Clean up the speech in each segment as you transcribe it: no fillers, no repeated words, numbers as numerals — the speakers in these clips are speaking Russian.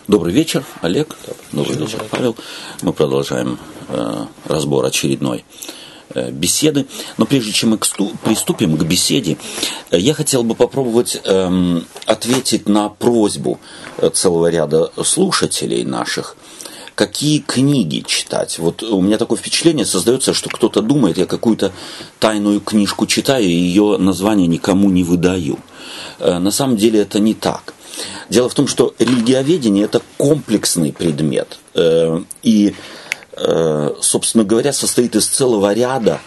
Добрый вечер, Олег. Добрый вечер, Павел. Мы продолжаем разбор очередной беседы. Но прежде чем мы приступим к беседе, я хотел бы попробовать ответить на просьбу целого ряда слушателей наших, какие книги читать. Вот у меня такое впечатление создается, что кто-то думает, я какую-то тайную книжку читаю, и ее название никому не выдаю. На самом деле это не так. Дело в том, что религиоведение – это комплексный предмет. И, собственно говоря, состоит из целого ряда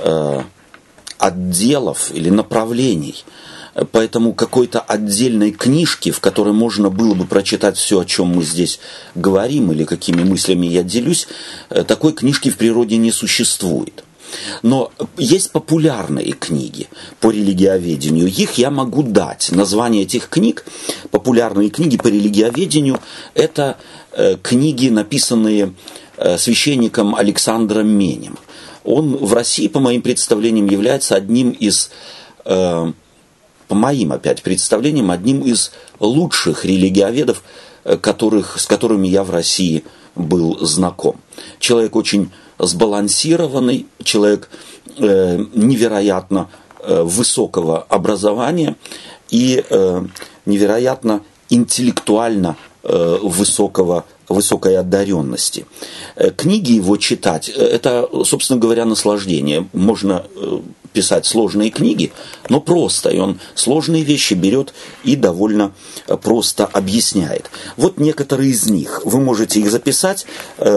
отделов или направлений. Поэтому какой-то отдельной книжки, в которой можно было бы прочитать все, о чем мы здесь говорим, или какими мыслями я делюсь, такой книжки в природе не существует. Но есть популярные книги по религиоведению. Их я могу дать. Название этих книг, популярные книги по религиоведению, это книги, написанные священником Александром Менем. Он в России, по моим представлениям, является одним из, по моим опять представлениям, одним из лучших религиоведов, с которыми я в России был знаком. Человек очень сбалансированный, человек невероятно высокого образования и невероятно интеллектуально высокой одаренности. Книги его читать – это, собственно говоря, наслаждение. Можно писать сложные книги, но просто. И он сложные вещи берет и довольно просто объясняет. Вот некоторые из них. Вы можете их записать.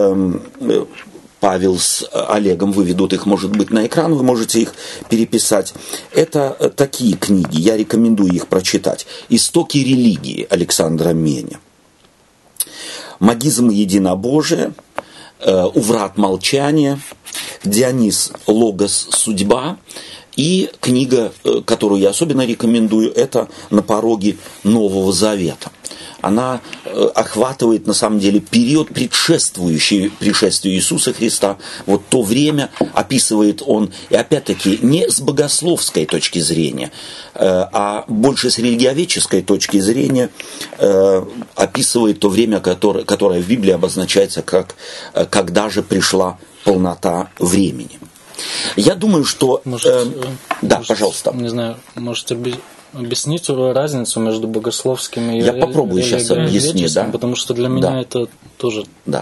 Павел с Олегом выведут их, может быть, на экран, вы можете их переписать. Это такие книги, я рекомендую их прочитать. «Истоки религии» Александра Меня, «Магизм и единобожие», «У врат молчания», «Дионис Логос судьба» и книга, которую я особенно рекомендую, это «На пороге Нового Завета». Она охватывает, на самом деле, период, предшествующий пришествию Иисуса Христа. Вот то время описывает он, и опять-таки, не с богословской точки зрения, а больше с религиоведческой точки зрения описывает то время, которое в Библии обозначается как «когда же пришла полнота времени». Я думаю, что... да, пожалуйста. Не знаю, можете объяснить разницу между богословским и я попробую сейчас объяснить, да? Потому что для меня это тоже... Да.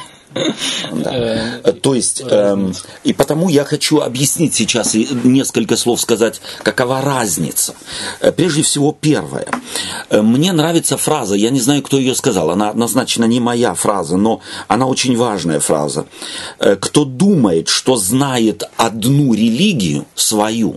Да. То есть, и потому я хочу объяснить сейчас и несколько слов сказать, какова разница. Прежде всего, первое. Мне нравится фраза, я не знаю, кто ее сказал, она однозначно не моя фраза, но она очень важная фраза. Кто думает, что знает одну религию, свою,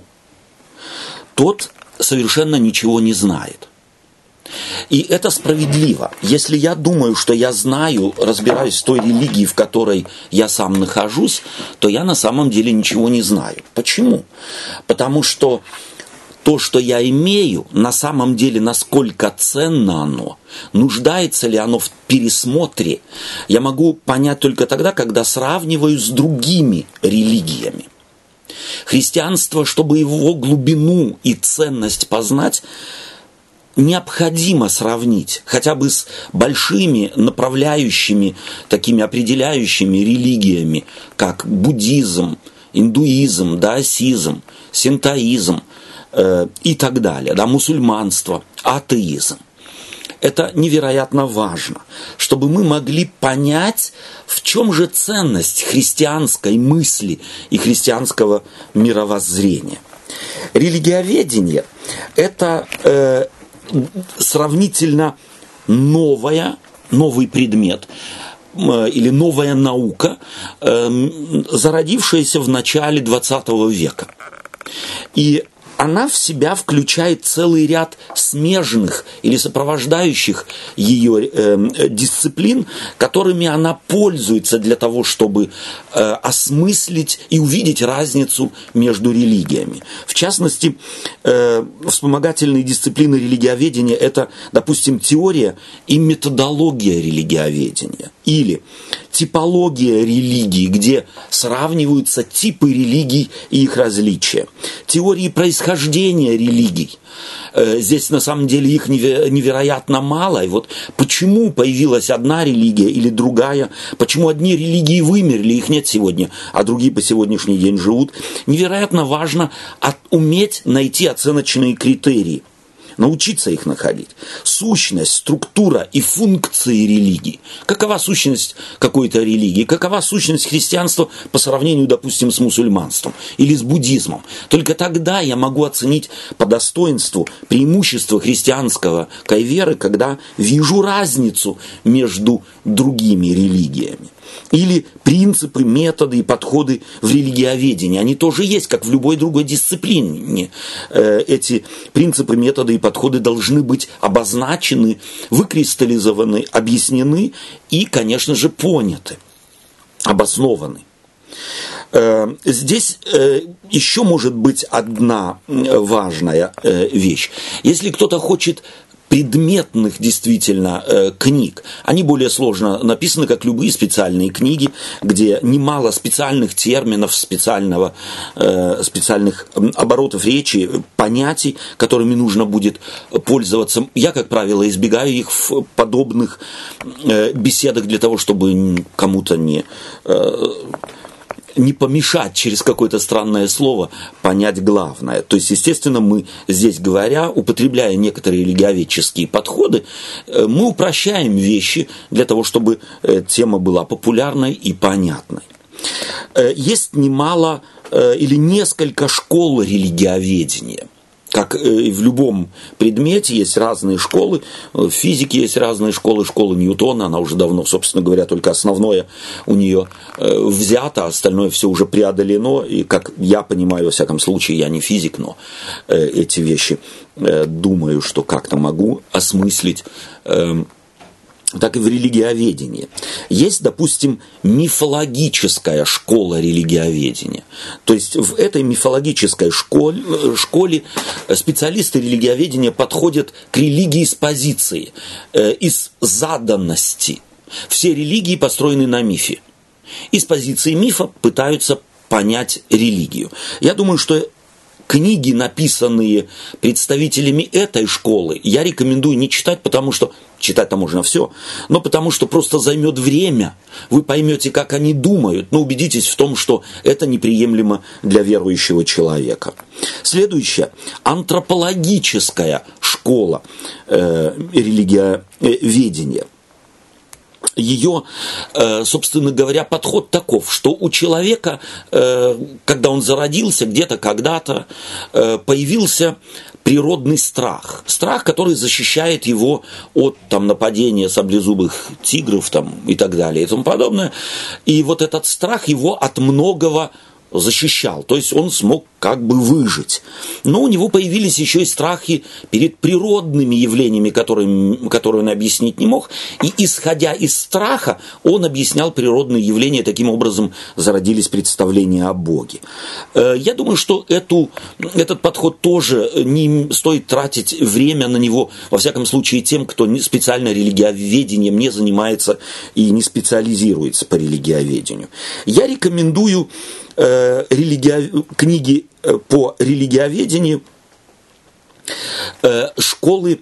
тот совершенно ничего не знает. И это справедливо. Если я думаю, что я знаю, разбираюсь в той религии, в которой я сам нахожусь, то я на самом деле ничего не знаю. Почему? Потому что то, что я имею, на самом деле, насколько ценно оно, нуждается ли оно в пересмотре, я могу понять только тогда, когда сравниваю с другими религиями. Христианство, чтобы его глубину и ценность познать, необходимо сравнить хотя бы с большими направляющими, такими определяющими религиями, как буддизм, индуизм, даосизм, синтоизм и так далее, да, мусульманство, атеизм. Это невероятно важно, чтобы мы могли понять, в чем же ценность христианской мысли и христианского мировоззрения. Религиоведение – это сравнительно новый предмет или новая наука, зародившаяся в начале XX века. И она в себя включает целый ряд смежных или сопровождающих ее дисциплин, которыми она пользуется для того, чтобы осмыслить и увидеть разницу между религиями. В частности, вспомогательные дисциплины религиоведения – это, допустим, теория и методология религиоведения. Или типология религии, где сравниваются типы религий и их различия. Теории происхождения религий. Здесь на самом деле их невероятно мало. И вот почему появилась одна религия или другая, почему одни религии вымерли, их нет сегодня, а другие по сегодняшний день живут. Невероятно важно уметь найти оценочные критерии. Научиться их находить. Сущность, структура и функции религии. Какова сущность какой-то религии? Какова сущность христианства по сравнению, допустим, с мусульманством или с буддизмом? Только тогда я могу оценить по достоинству преимущество христианского веры, когда вижу разницу между другими религиями. Или принципы, методы и подходы в религиоведении. Они тоже есть, как в любой другой дисциплине. Эти принципы, методы и подходы должны быть обозначены, выкристаллизованы, объяснены и, конечно же, поняты, обоснованы. Здесь еще может быть одна важная вещь. Если кто-то хочет предметных действительно книг. Они более сложно написаны, как любые специальные книги, где немало специальных терминов, специальных оборотов речи, понятий, которыми нужно будет пользоваться. Я, как правило, избегаю их в подобных беседах для того, чтобы кому-то не помешать через какое-то странное слово понять главное. То есть, естественно, мы здесь говоря, употребляя некоторые религиоведческие подходы, мы упрощаем вещи для того, чтобы тема была популярной и понятной. Есть немало или несколько школ религиоведения. Как и в любом предмете есть разные школы, в физике есть разные школы, школа Ньютона, она уже давно, собственно говоря, только основное у нее взято, а остальное все уже преодолено, и как я понимаю, во всяком случае, я не физик, но эти вещи думаю, что как-то могу осмыслить, так и в религиоведении. Есть, допустим, мифологическая школа религиоведения. То есть в этой мифологической школе специалисты религиоведения подходят к религии с позиции, из заданности. Все религии построены на мифе. Из позиции мифа пытаются понять религию. Я думаю, что книги, написанные представителями этой школы, я рекомендую не читать, потому что читать-то можно все, но потому что просто займет время. Вы поймете, как они думают, но убедитесь в том, что это неприемлемо для верующего человека. Следующая. Антропологическая школа религиоведения. Ее, собственно говоря, подход таков, что у человека, когда он зародился, где-то когда-то, появился природный страх. Страх, который защищает его от нападения саблезубых тигров и так далее и тому подобное. И вот этот страх его от многого защищал. То есть он смог как бы выжить. Но у него появились еще и страхи перед природными явлениями, которые он объяснить не мог. И исходя из страха, он объяснял природные явления. Таким образом зародились представления о Боге. Я думаю, что этот подход тоже не стоит тратить время на него, во всяком случае, тем, кто специально религиоведением не занимается и не специализируется по религиоведению. Я рекомендую книги по религиоведению школы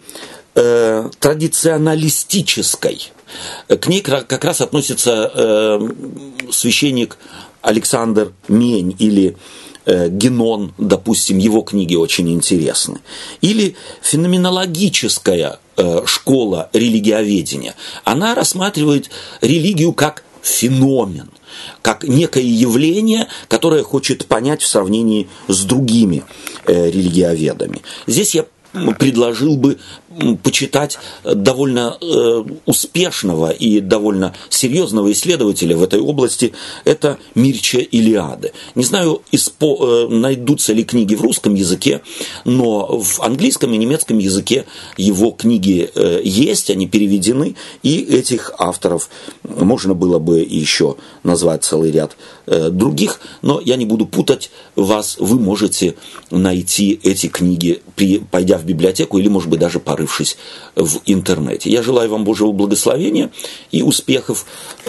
традиционалистической. К ней как раз относится священник Александр Мень или Генон, допустим, его книги очень интересны. Или феноменологическая школа религиоведения. Она рассматривает религию как феномен, как некое явление, которое хочет понять в сравнении с другими религиоведами. Здесь я предложил бы почитать довольно успешного и довольно серьезного исследователя в этой области, это Мирча Илиаде. Не знаю, найдутся ли книги в русском языке, но в английском и немецком языке его книги есть, они переведены, и этих авторов можно было бы еще назвать целый ряд других, но я не буду путать вас, вы можете найти эти книги, пойдя в библиотеку или, может быть, даже порывшись в интернете. Я желаю вам Божьего благословения и успехов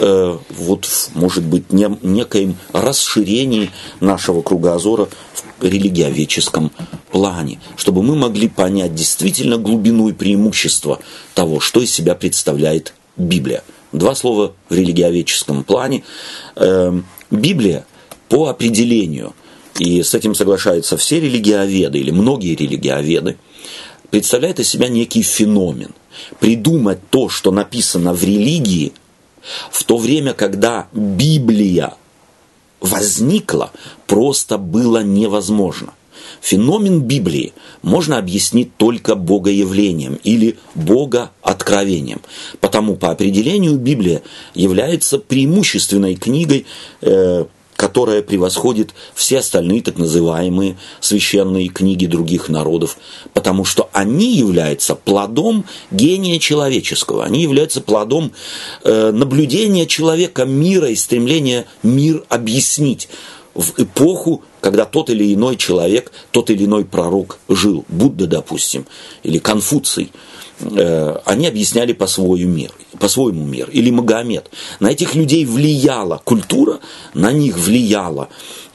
может быть, некоем расширении нашего кругозора в религиоведческом плане, чтобы мы могли понять действительно глубину и преимущество того, что из себя представляет Библия. Два слова в религиоведческом плане. Библия по определению, и с этим соглашаются все религиоведы или многие религиоведы, представляет из себя некий феномен. Придумать то, что написано в религии, в то время, когда Библия возникла, просто было невозможно. Феномен Библии можно объяснить только богоявлением или богооткровением. Потому по определению Библия является преимущественной книгой, которая превосходит все остальные так называемые священные книги других народов, потому что они являются плодом гения человеческого, они являются плодом наблюдения человека мира и стремления мир объяснить в эпоху, когда тот или иной человек, тот или иной пророк жил, Будда, допустим, или Конфуций. Они объясняли по-своему мир, или Магомед. На этих людей влияла культура, на них влияла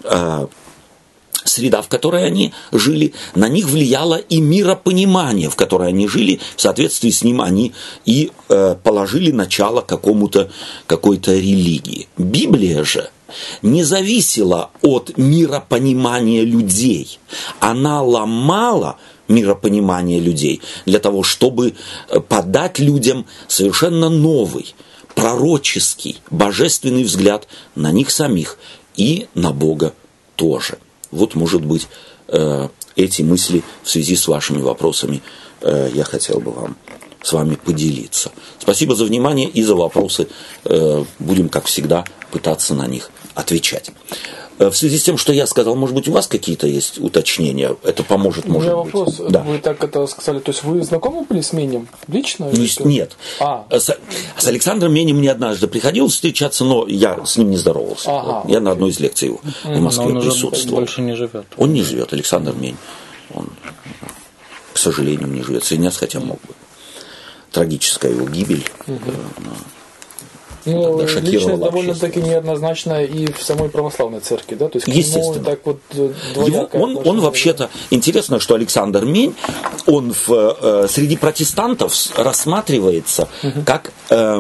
среда, в которой они жили, на них влияло и миропонимание, в которое они жили, в соответствии с ним они и положили начало какой-то религии. Библия же не зависела от миропонимания людей, она ломала миропонимание людей для того, чтобы подать людям совершенно новый, пророческий, божественный взгляд на них самих и на Бога тоже. Вот, может быть, эти мысли в связи с вашими вопросами я хотел бы с вами поделиться. Спасибо за внимание и за вопросы. Будем, как всегда, пытаться на них отвечать. В связи с тем, что я сказал, может быть, у вас какие-то есть уточнения? Это поможет, может быть. У меня вопрос. Да. Вы так это сказали. То есть вы знакомы были с Менем лично? Нет. С Александром Менем мне однажды приходилось встречаться, но я с ним не здоровался. Я на одной из лекций его в Москве присутствовал. Он больше не живет. Он не живет, Александр Мень. Он, к сожалению, не живет среди нас, хотя мог бы. Трагическая его гибель. Ну, личность довольно-таки неоднозначная и в самой православной церкви, да? То есть, естественно. Так вот двоякое он вообще-то, интересно, что Александр Мень, он среди протестантов рассматривается как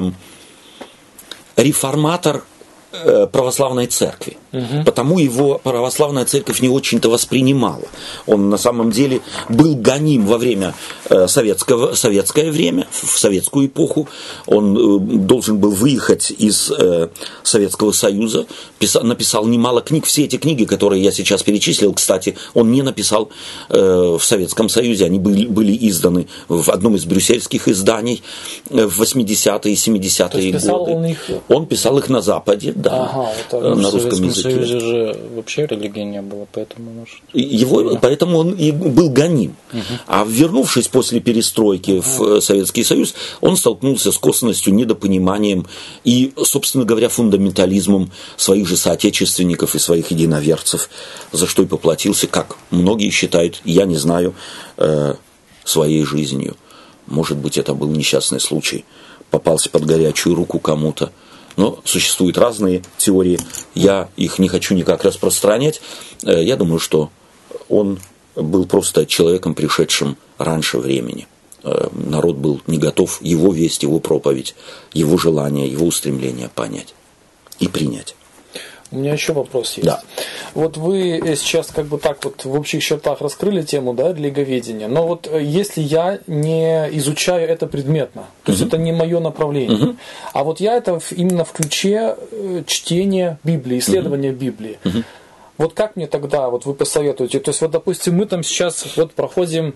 реформатор православной церкви. Потому его православная церковь не очень-то воспринимала. Он на самом деле был гоним во время советское время, в советскую эпоху. Он должен был выехать из Советского Союза, написал немало книг. Все эти книги, которые я сейчас перечислил, кстати, он не написал в Советском Союзе. Они были изданы в одном из брюссельских изданий в 80-е и 70-е годы. Он писал их на Западе, да, на русском языке. В Союзе же вообще религии не было, поэтому поэтому он и был гоним. А вернувшись после перестройки в Советский Союз, он столкнулся с косностью, недопониманием и, собственно говоря, фундаментализмом своих же соотечественников и своих единоверцев, за что и поплатился, как многие считают, я не знаю, своей жизнью. Может быть, это был несчастный случай, попался под горячую руку кому-то. Но существуют разные теории, я их не хочу никак распространять. Я думаю, что он был просто человеком, пришедшим раньше времени. Народ был не готов его весть, его проповедь, его желание, его устремление понять и принять. У меня еще вопрос есть. Да. Вот вы сейчас как бы так вот в общих чертах раскрыли тему, да, религоведения, но вот если я не изучаю это предметно, то есть это не мое направление, а вот я это именно в ключе чтения Библии, исследования Библии. Вот как мне тогда, вот вы посоветуете, то есть вот допустим мы там сейчас вот проходим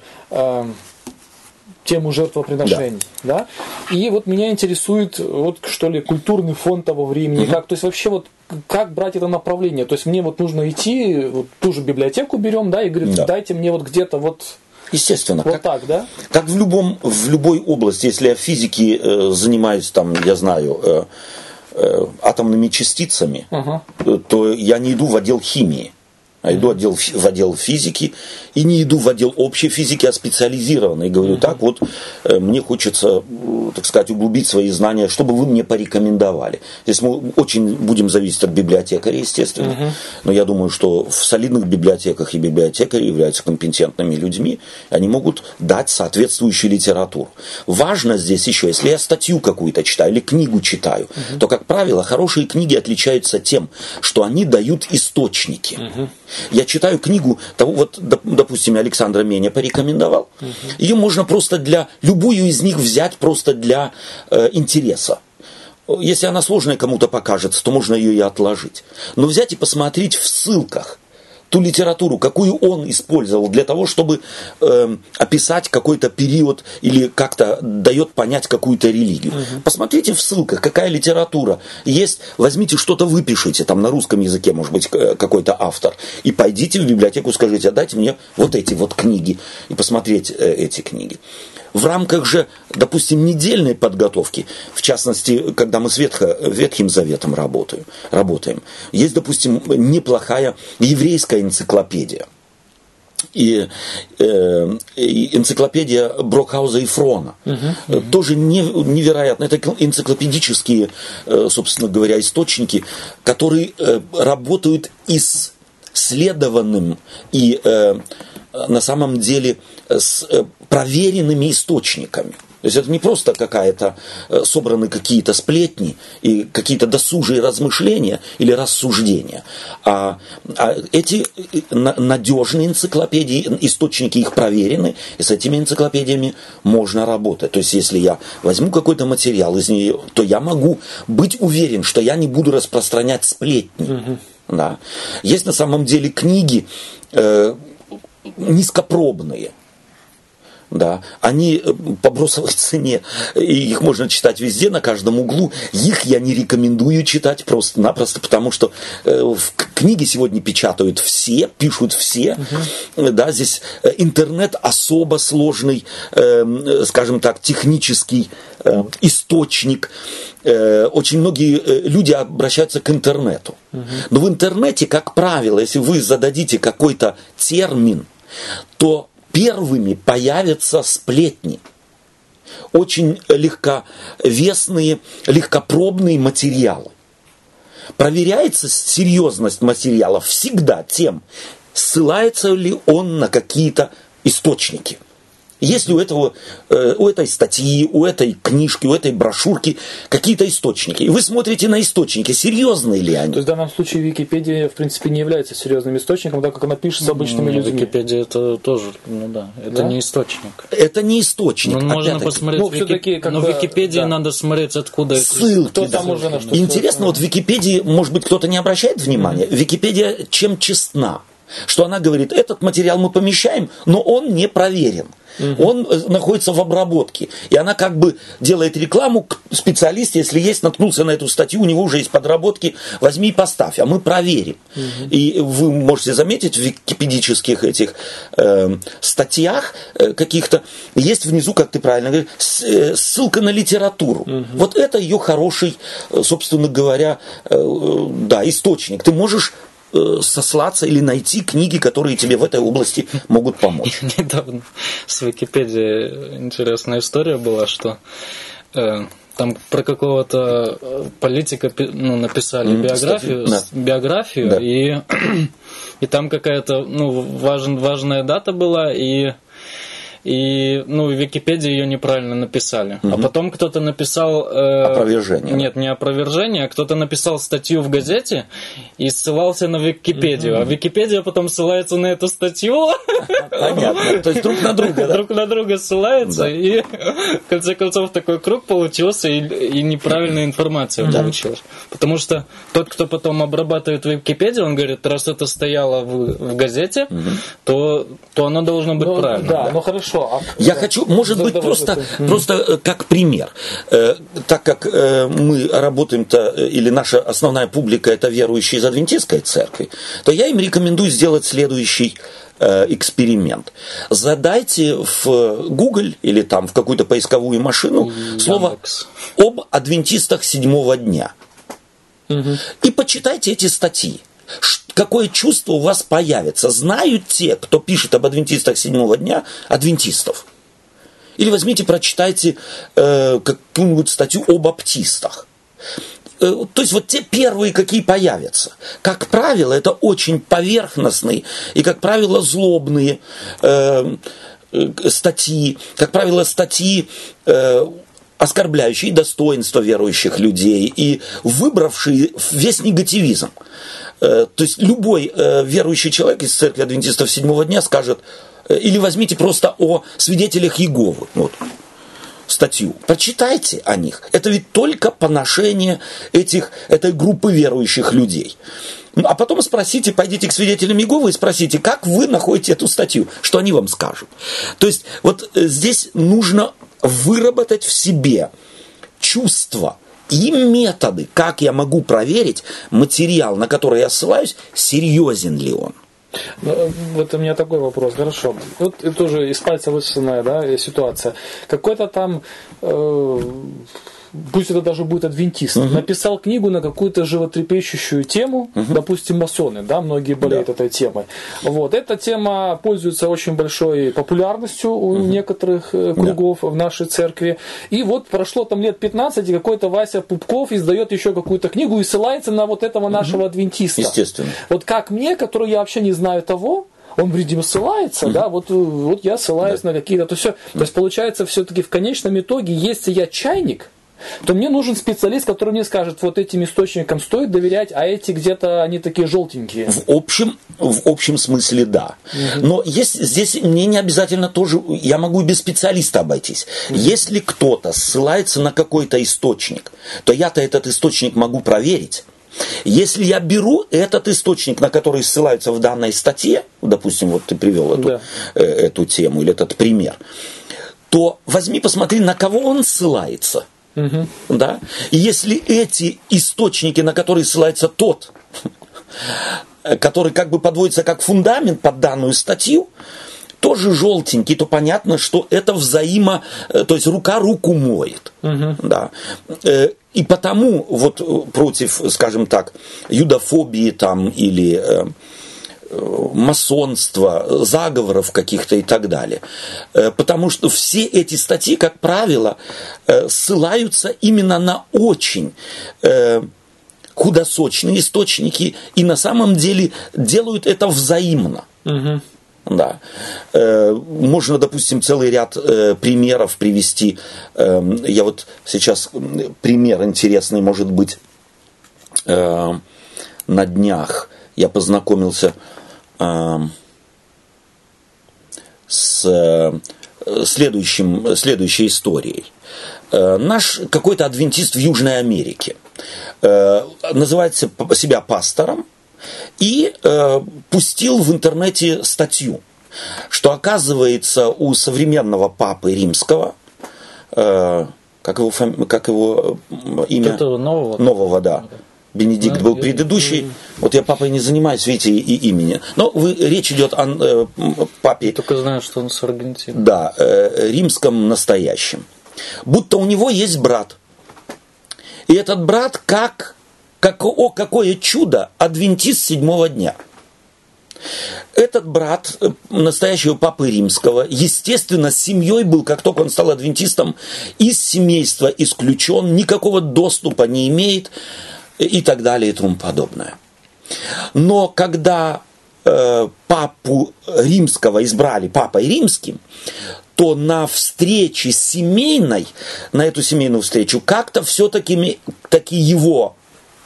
тему жертвоприношений, да. И вот меня интересует вот что ли культурный фон того времени, как, то есть вообще вот как брать это направление, то есть мне вот нужно идти, вот ту же библиотеку берем, да, и говорит, дайте мне вот где-то вот. Естественно, вот так, да? Как в любой области, если я в физике занимаюсь там, я знаю, атомными частицами, то я не иду в отдел химии. А иду в отдел физики, и не иду в отдел общей физики, а специализированный. И говорю, так вот, мне хочется, так сказать, углубить свои знания, чтобы вы мне порекомендовали. Здесь мы очень будем зависеть от библиотекаря, естественно. Но я думаю, что в солидных библиотеках и библиотекари являются компетентными людьми. Они могут дать соответствующую литературу. Важно здесь еще, если я статью какую-то читаю или книгу читаю, то, как правило, хорошие книги отличаются тем, что они дают источники. Я читаю книгу, вот, допустим, Александра Меня порекомендовал. Ее можно просто любую из них взять просто для интереса. Если она сложная кому-то покажется, то можно ее и отложить. Но взять и посмотреть в ссылках ту литературу, какую он использовал для того, чтобы описать какой-то период или как-то дает понять какую-то религию. Посмотрите в ссылках, какая литература есть. Возьмите что-то, выпишите, там на русском языке, может быть, какой-то автор, и пойдите в библиотеку, скажите, дайте мне вот эти вот книги, и посмотреть эти книги. В рамках же, допустим, недельной подготовки, в частности, когда мы с Ветхим Заветом работаем, есть, допустим, неплохая еврейская энциклопедия. И энциклопедия Брокхауза и Фрона. Тоже невероятно. Это энциклопедические, собственно говоря, источники, которые работают исследованным и на самом деле с проверенными источниками. То есть это не просто собраны какие-то сплетни и какие-то досужие размышления или рассуждения, а эти надежные энциклопедии, источники их проверены, и с этими энциклопедиями можно работать. То есть если я возьму какой-то материал из нее, то я могу быть уверен, что я не буду распространять сплетни. Да. Есть на самом деле книги низкопробные. Да, они по бросовой цене, и их можно читать везде, на каждом углу. Их я не рекомендую читать просто-напросто, потому что книги сегодня печатают все, пишут все. Да, здесь интернет особо сложный, скажем так, технический источник. Очень многие люди обращаются к интернету. Но в интернете, как правило, если вы зададите какой-то термин, то первыми появятся сплетни. Очень легковесные, легкопробные материалы. Проверяется серьезность материала всегда тем, ссылается ли он на какие-то источники. Есть ли у этой статьи, у этой книжки, у этой брошюрки какие-то источники? И вы смотрите на источники, серьезные ли они? То есть в данном случае Википедия, в принципе, не является серьезным источником, так как она пишется обычными людьми. Википедия это тоже, это не источник. Это не источник. Но можно посмотреть, но в Википедии надо смотреть, откуда ссылки. Интересно, вот в Википедии, может быть, кто-то не обращает внимания, Википедия чем честна? Что она говорит, этот материал мы помещаем, но он не проверен. Он находится в обработке. И она как бы делает рекламу, специалист, если наткнулся на эту статью, у него уже есть подработки, возьми и поставь, а мы проверим. И вы можете заметить в википедических этих статьях каких-то, есть внизу, как ты правильно говоришь, ссылка на литературу. Вот это ее хороший, собственно говоря, источник. Ты можешь сослаться или найти книги, которые тебе в этой области могут помочь. Недавно с Википедией интересная история была, что там про какого-то политика написали биографию да. И там какая-то важная дата была, и в Википедии ее неправильно написали. А потом кто-то написал... опровержение. Нет, не опровержение, а кто-то написал статью в газете и ссылался на Википедию. А Википедия потом ссылается на эту статью. Понятно. То есть друг на друга, да? Друг на друга ссылается, и в конце концов такой круг получился, и неправильная информация получилась. Потому что тот, кто потом обрабатывает Википедию, он говорит, раз это стояло в газете, то оно должно быть правильно. Да, ну хорошо. Я хочу, может быть, просто как пример. Так как мы работаем-то, или наша основная публика это верующие из Адвентистской церкви, то я им рекомендую сделать следующий эксперимент. Задайте в Google или там в какую-то поисковую машину слово об адвентистах седьмого дня. И почитайте эти статьи. Какое чувство у вас появится? Знают те, кто пишет об адвентистах седьмого дня, адвентистов. Или возьмите, прочитайте какую-нибудь статью о баптистах. То есть вот те первые, какие появятся. Как правило, это очень поверхностные и, как правило, злобные статьи. Как правило, статьи, оскорбляющие достоинство верующих людей и выбравшие весь негативизм. То есть любой верующий человек из церкви адвентистов седьмого дня скажет, или возьмите просто о свидетелях Иеговы, вот, статью, прочитайте о них. Это ведь только поношение этой группы верующих людей. А потом спросите, пойдите к свидетелям Иеговы и спросите, как вы находите эту статью, что они вам скажут. То есть вот здесь нужно выработать в себе чувство и методы, как я могу проверить материал, на который я ссылаюсь, серьезен ли он. Вот у меня такой вопрос. Хорошо. Вот тоже из пальца высосанная ситуация. Какой-то там, пусть это даже будет адвентист, написал книгу на какую-то животрепещущую тему, допустим, масоны, да, многие болеют этой темой. Вот. Эта тема пользуется очень большой популярностью у некоторых кругов в нашей церкви. И вот прошло там лет 15, и какой-то Вася Пупков издает еще какую-то книгу и ссылается на вот этого нашего адвентиста. Естественно. Вот как мне, который я вообще не знаю того, он, видимо, ссылается, да, вот я ссылаюсь на какие-то, то есть получается все-таки в конечном итоге, если я чайник, то мне нужен специалист, который мне скажет, вот этим источникам стоит доверять, а эти где-то они такие желтенькие. В общем смысле да. Но здесь мне не обязательно тоже, я могу и без специалиста обойтись. Если кто-то ссылается на какой-то источник, то я-то этот источник могу проверить. Если я беру этот источник, на который ссылаются в данной статье, допустим, вот ты привел эту тему или этот пример, то возьми, посмотри, на кого он ссылается. Да? И если эти источники, на которые ссылается тот, который как бы подводится как фундамент под данную статью, тоже желтенький, то понятно, что это то есть рука руку моет. Да. И потому вот против, скажем так, юдофобии там или масонства, заговоров каких-то и так далее. Потому что все эти статьи, как правило, ссылаются именно на очень худосочные источники и на самом деле делают это взаимно. Да. Можно, допустим, целый ряд примеров привести. Я вот сейчас пример интересный, может быть, на днях я познакомился с следующей историей. Наш какой-то адвентист в Южной Америке называет себя пастором и пустил в интернете статью, что оказывается у современного папы римского, как его имя? Этого нового, да. Бенедикт был предыдущий. Вот я папой не занимаюсь, видите, и имени. Но речь идет о папе. Я только знаю, что он с Аргентины. Да, римском настоящем. Будто у него есть брат. И этот брат какое чудо, адвентист седьмого дня. Этот брат настоящего папы римского, естественно, с семьей был, как только он стал адвентистом, из семейства исключен, никакого доступа не имеет и так далее и тому подобное. Но когда папу римского избрали папой римским, то на встрече семейной, на эту семейную встречу, как-то все-таки его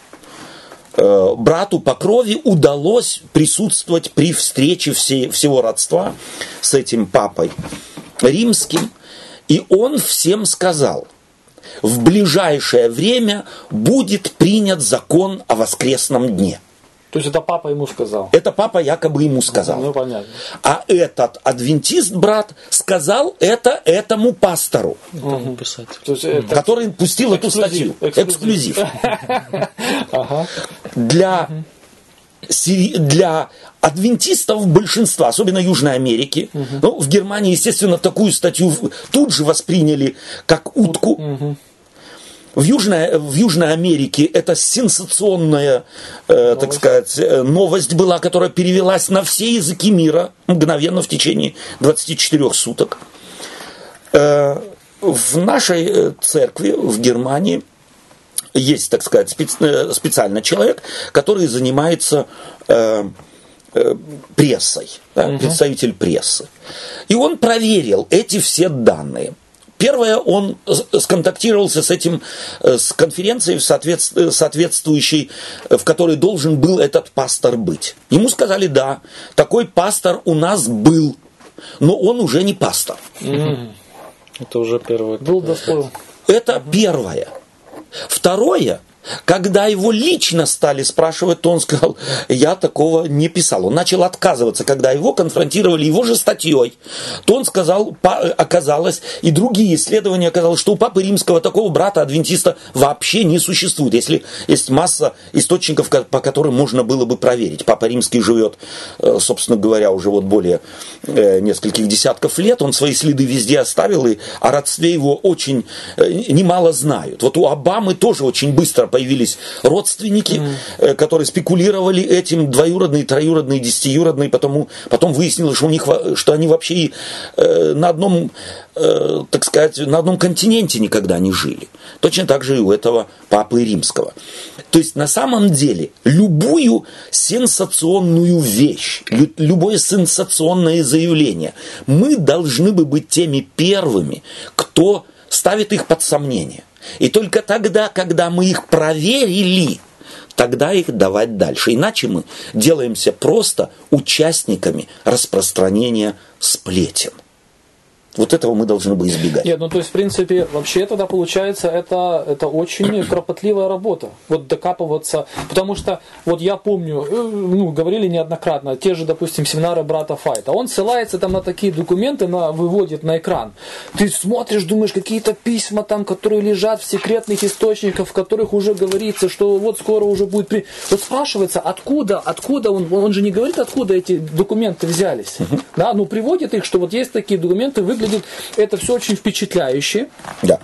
брату по крови удалось присутствовать при встрече всего родства с этим папой римским. И он всем сказал: в ближайшее время будет принят закон о воскресном дне. То есть это папа ему сказал? Это папа якобы ему сказал. Ну, понятно. А этот адвентист-брат сказал это этому пастору, который пустил эту статью. Эксклюзив. Для адвентистов большинства, особенно Южной Америки, в Германии, естественно, такую статью тут же восприняли как утку. В Южной Америке это сенсационная, так сказать, новость была, которая перевелась на все языки мира мгновенно в течение 24 суток. В нашей церкви в Германии есть, так сказать, специальный человек, который занимается прессой, да, представитель прессы. И он проверил эти все данные. Первое, он сконтактировался с конференцией соответствующей, в которой должен был этот пастор быть. Ему сказали, да, такой пастор у нас был, но он уже не пастор. Это уже первое. Был достоин. Это первое. Второе, когда его лично стали спрашивать, то он сказал, я такого не писал. Он начал отказываться, когда его конфронтировали его же статьей. То он сказал, оказалось, и другие исследования оказалось, что у Папы Римского такого брата-адвентиста вообще не существует. Если есть масса источников, по которым можно было бы проверить. Папа Римский живет, собственно говоря, уже вот более нескольких десятков лет. Он свои следы везде оставил, и о родстве его очень немало знают. Вот у Обамы тоже очень быстро появились родственники, которые спекулировали этим, двоюродные, троюродные, десятиюродные, потом выяснилось, что они вообще на одном, так сказать, на одном континенте никогда не жили. Точно так же и у этого Папы Римского. То есть на самом деле любую сенсационную вещь, любое сенсационное заявление мы должны бы быть теми первыми, кто ставит их под сомнение. И только тогда, когда мы их проверили, тогда их давать дальше. Иначе мы делаемся просто участниками распространения сплетен. Вот этого мы должны бы избегать. Нет, ну то есть, в принципе, вообще тогда получается, это очень кропотливая работа. Вот докапываться. Потому что, вот я помню, говорили неоднократно, те же, допустим, семинары брата Файта. Он ссылается там на такие документы, выводит на экран. Ты смотришь, думаешь, какие-то письма там, которые лежат в секретных источниках, в которых уже говорится, что вот скоро уже будет... Вот спрашивается, откуда он же не говорит, откуда эти документы взялись. Да, ну приводит их, что вот есть такие документы, выглядит это все очень впечатляюще. Да.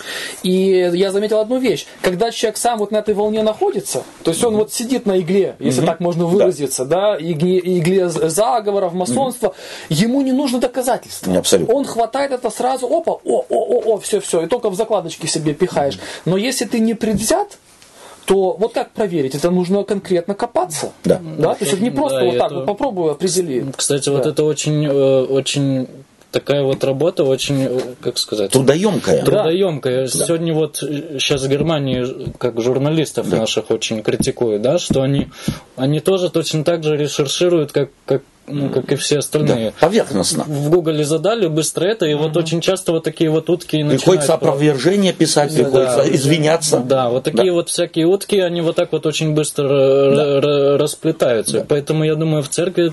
И я заметил одну вещь. Когда человек сам вот на этой волне находится, то есть он вот сидит на игле, если так можно выразиться, да, игле заговоров, масонства, ему не нужно доказательства. Абсолютно. Он хватает это сразу, все, и только в закладочки себе пихаешь. Но если ты не предвзят, то вот как проверить? Это нужно конкретно копаться. Да. То есть это не просто вот так, вот попробуй определи. Кстати, вот это очень такая вот работа, очень, как сказать... Трудоемкая. Трудоемкая. Да. Сегодня вот сейчас в Германии, как журналистов наших очень критикуют, да, что они тоже точно так же ресершируют, как и все остальные. Да, поверхностно. В Гугле задали быстро это, и вот очень часто вот такие вот утки начинают... Приходится опровержение писать, приходится извиняться. Да, вот такие вот всякие утки, они вот так вот очень быстро расплетаются. Да. Поэтому я думаю, в церкви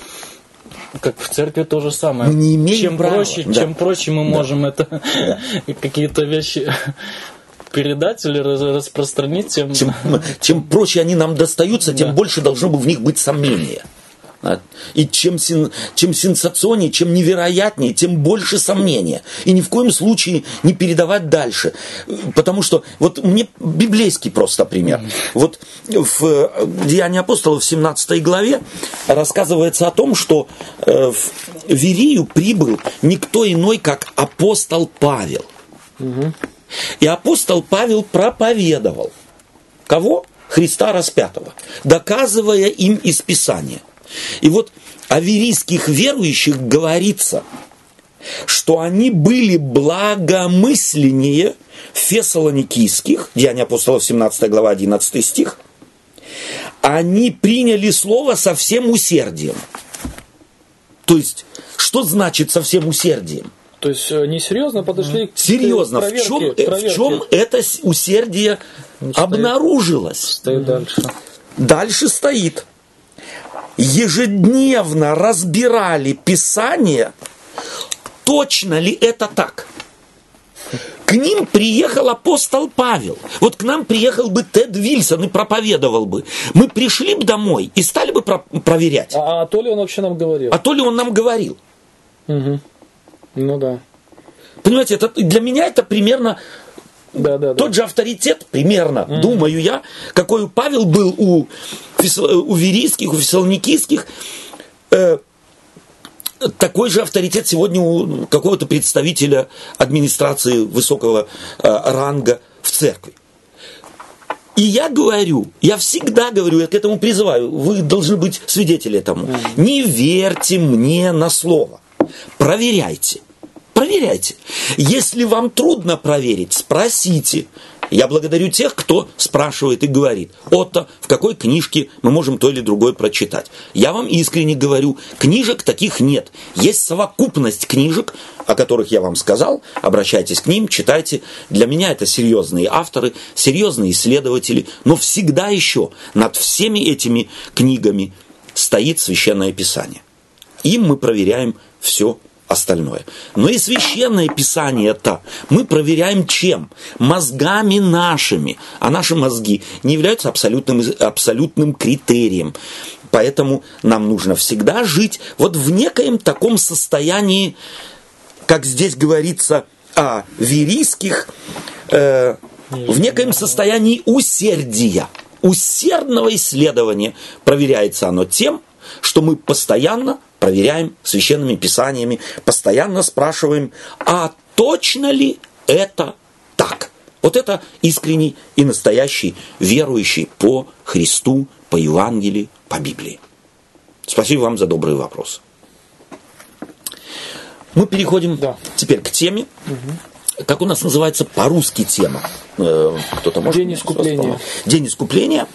то же самое. Мы не имеем чем права. Чем проще мы можем это какие-то вещи передать или распространить, чем проще они нам достаются, тем больше должно бы в них быть сомнения. И чем сенсационнее, чем невероятнее, тем больше сомнения. И ни в коем случае не передавать дальше. Потому что, вот мне библейский просто пример. Вот в Деянии апостолов в 17 главе рассказывается о том, что в Верию прибыл никто иной, как апостол Павел. И апостол Павел проповедовал. Кого? Христа распятого. Доказывая им из Писания. И вот о верийских верующих говорится, что они были благомысленнее фессалоникийских, Деяния апостолов 17 глава 11 стих, они приняли слово со всем усердием. То есть, что значит со всем усердием? То есть, несерьезно подошли серьезно, к проверке. В чем это усердие обнаружилось? Стоит дальше. Дальше стоит. Ежедневно разбирали Писание, точно ли это так. К ним приехал апостол Павел. Вот к нам приехал бы Тед Вильсон и проповедовал бы. Мы пришли бы домой и стали бы проверять. А то ли он вообще нам говорил? А то ли он нам говорил. Угу. Ну да. Понимаете, для меня это примерно тот же авторитет, примерно, думаю я, какой у Павел был у верийских, у фессалоникийских, такой же авторитет сегодня у какого-то представителя администрации высокого ранга в церкви. И я всегда говорю, я к этому призываю, вы должны быть свидетели этому. Не верьте мне на слово. Проверяйте. Если вам трудно проверить, спросите. Я благодарю тех, кто спрашивает и говорит: Отто, в какой книжке мы можем то или другое прочитать? Я вам искренне говорю, книжек таких нет. Есть совокупность книжек, о которых я вам сказал. Обращайтесь к ним, читайте. Для меня это серьезные авторы, серьезные исследователи. Но всегда еще над всеми этими книгами стоит Священное Писание. Им мы проверяем все остальное. Но и Священное Писание-то мы проверяем чем? Мозгами нашими. А наши мозги не являются абсолютным критерием. Поэтому нам нужно всегда жить вот в некоем таком состоянии, как здесь говорится о верийских, в некоем состоянии усердия. Усердного исследования. Проверяется оно тем, что мы постоянно проверяем священными писаниями, постоянно спрашиваем, а точно ли это так? Вот это искренний и настоящий верующий по Христу, по Евангелию, по Библии. Спасибо вам за добрый вопрос. Мы переходим теперь к теме. Как у нас называется по-русски тема? Кто-то может? День искупления. День искупления.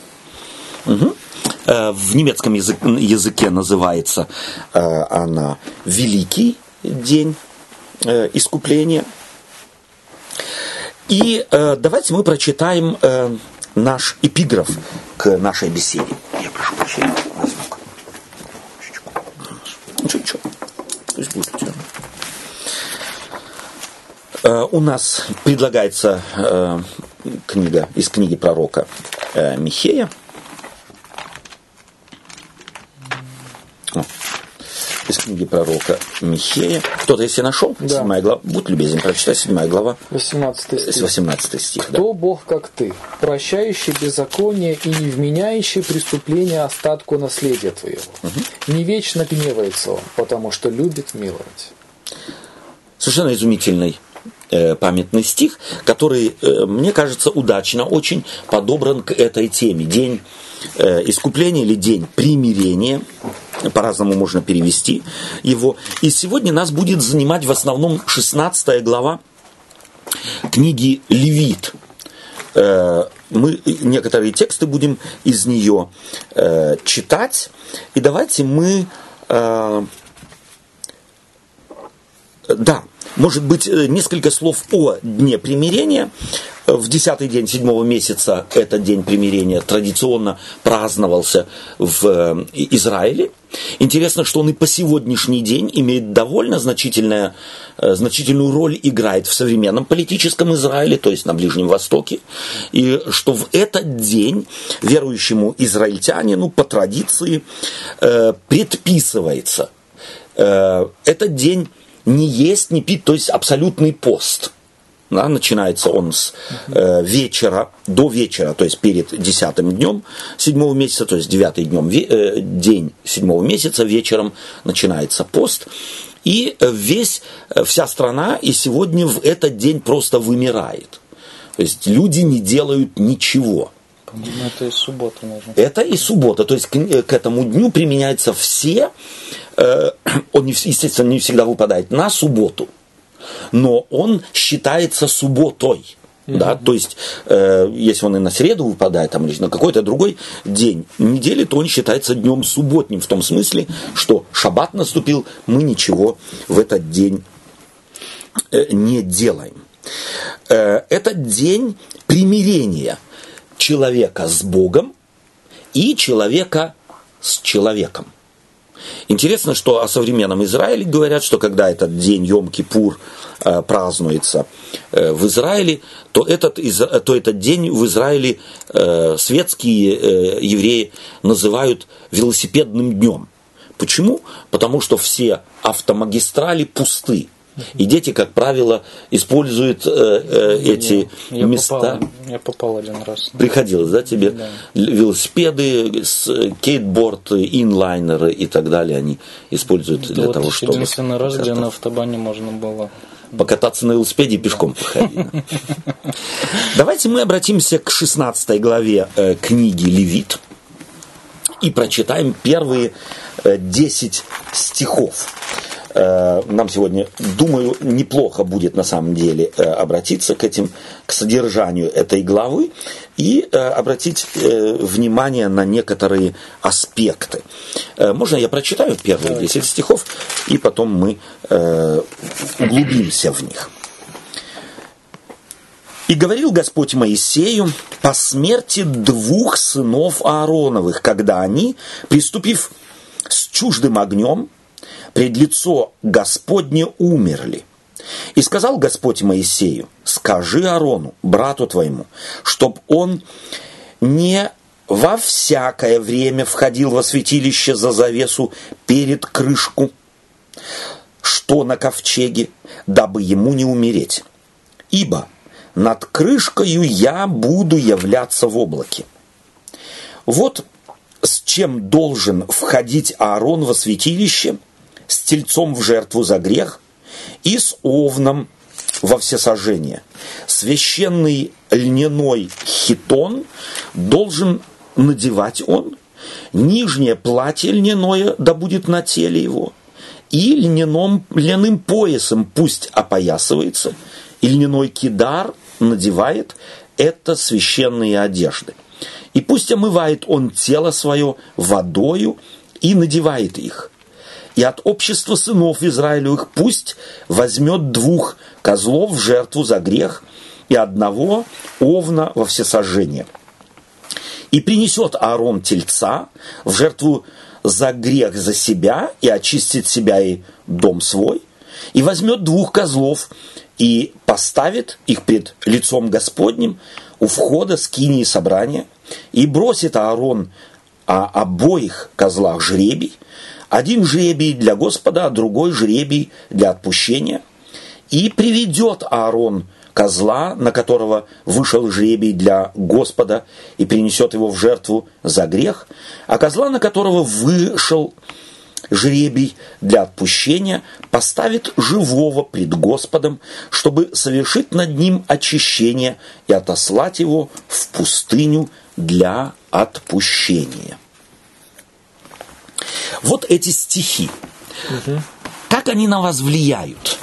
В немецком языке называется она «Великий день искупления». И давайте мы прочитаем наш эпиграф к нашей беседе. Я прошу прощения, возьму-ка. Ничего, пусть будет. У нас предлагается книга из книги пророка Михея. Из книги пророка Михея. Кто-то, если нашел? Да. 7 глава. Будь любезен, прочитай 7 глава. 18 стих. Кто Бог, как ты, прощающий беззаконие и не вменяющий преступления остатку наследия твоего. Не вечно гневается он, потому что любит миловать. Совершенно изумительный памятный стих, который, мне кажется, удачно очень подобран к этой теме. День искупления или день примирения. По-разному можно перевести его. И сегодня нас будет занимать в основном 16 глава книги Левит. Мы некоторые тексты будем из нее читать. И давайте мы... может быть, несколько слов о Дне примирения. В 10-й день 7-го месяца этот День примирения традиционно праздновался в Израиле. Интересно, что он и по сегодняшний день имеет довольно значительную роль играет в современном политическом Израиле, то есть на Ближнем Востоке. И что в этот день верующему израильтянину по традиции предписывается этот день не есть, не пить, то есть абсолютный пост. Да, начинается он с вечера до вечера, то есть перед 10-м днем 7-го месяца, то есть 9-й день 7-го месяца вечером начинается пост. И вся страна и сегодня в этот день просто вымирает. То есть люди не делают ничего. По-моему, это и суббота нужно. Это и суббота. То есть к этому дню применяются все. Он, естественно, не всегда выпадает на субботу. Но он считается субботой. Да? То есть, если он и на среду выпадает, там, или на какой-то другой день недели, то он считается днем субботним. В том смысле, что шаббат наступил, мы ничего в этот день не делаем. Это день примирения человека с Богом и человека с человеком. Интересно, что о современном Израиле говорят, что когда этот день Йом-Кипур празднуется в Израиле, то этот день в Израиле светские евреи называют велосипедным днем. Почему? Потому что все автомагистрали пусты. И дети, как правило, используют эти места. Я попал один раз. Приходилось, да, тебе? Да. Велосипеды, скейтборд, инлайнеры и так далее они используют для того, чтобы... Единственный раз, где на автобане можно было... Покататься на велосипеде и пешком походить. Давайте мы обратимся к 16 главе книги Левит и прочитаем первые 10 стихов. Нам сегодня, думаю, неплохо будет на самом деле обратиться к содержанию этой главы и обратить внимание на некоторые аспекты. Можно я прочитаю первые 10 стихов, и потом мы углубимся в них. «И говорил Господь Моисею по смерти 2 сынов Аароновых, когда они, приступив с чуждым огнем, пред лицо Господне умерли. И сказал Господь Моисею: скажи Аарону, брату твоему, чтоб он не во всякое время входил во святилище за завесу перед крышку, что на ковчеге, дабы ему не умереть. Ибо над крышкою я буду являться в облаке». Вот с чем должен входить Аарон во святилище: с тельцом в жертву за грех и с овном во всесожжение. Священный льняной хитон должен надевать он, нижнее платье льняное да будет на теле его, и льняным поясом пусть опоясывается, и льняной кидар надевает, это священные одежды. И пусть омывает он тело свое водою и надевает их. И от общества сынов Израилевых пусть возьмет 2 козлов в жертву за грех и 1 овна во всесожжение. И принесет Аарон тельца в жертву за грех за себя, и очистит себя и дом свой, и возьмет 2 козлов и поставит их пред лицом Господним у входа скинии собрания, и бросит Аарон о обоих козлах жребий, 1 жребий для Господа, а другой жребий для отпущения. И приведет Аарон козла, на которого вышел жребий для Господа, и принесет его в жертву за грех, а козла, на которого вышел жребий для отпущения, поставит живого пред Господом, чтобы совершить над ним очищение и отослать его в пустыню для отпущения. Вот эти стихи. Как они на вас влияют?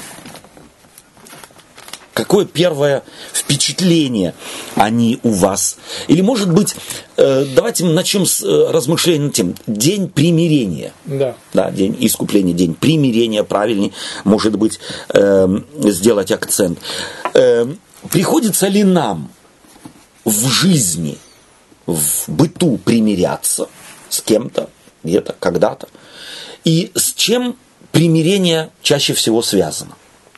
Какое первое впечатление они у вас? Или, может быть, давайте начнем с размышления над тем. День примирения. Да. Да, день искупления, день примирения, правильнее, может быть, сделать акцент. Приходится ли нам в жизни, в быту примиряться с кем-то, где-то, когда-то? И с чем примирение чаще всего связано?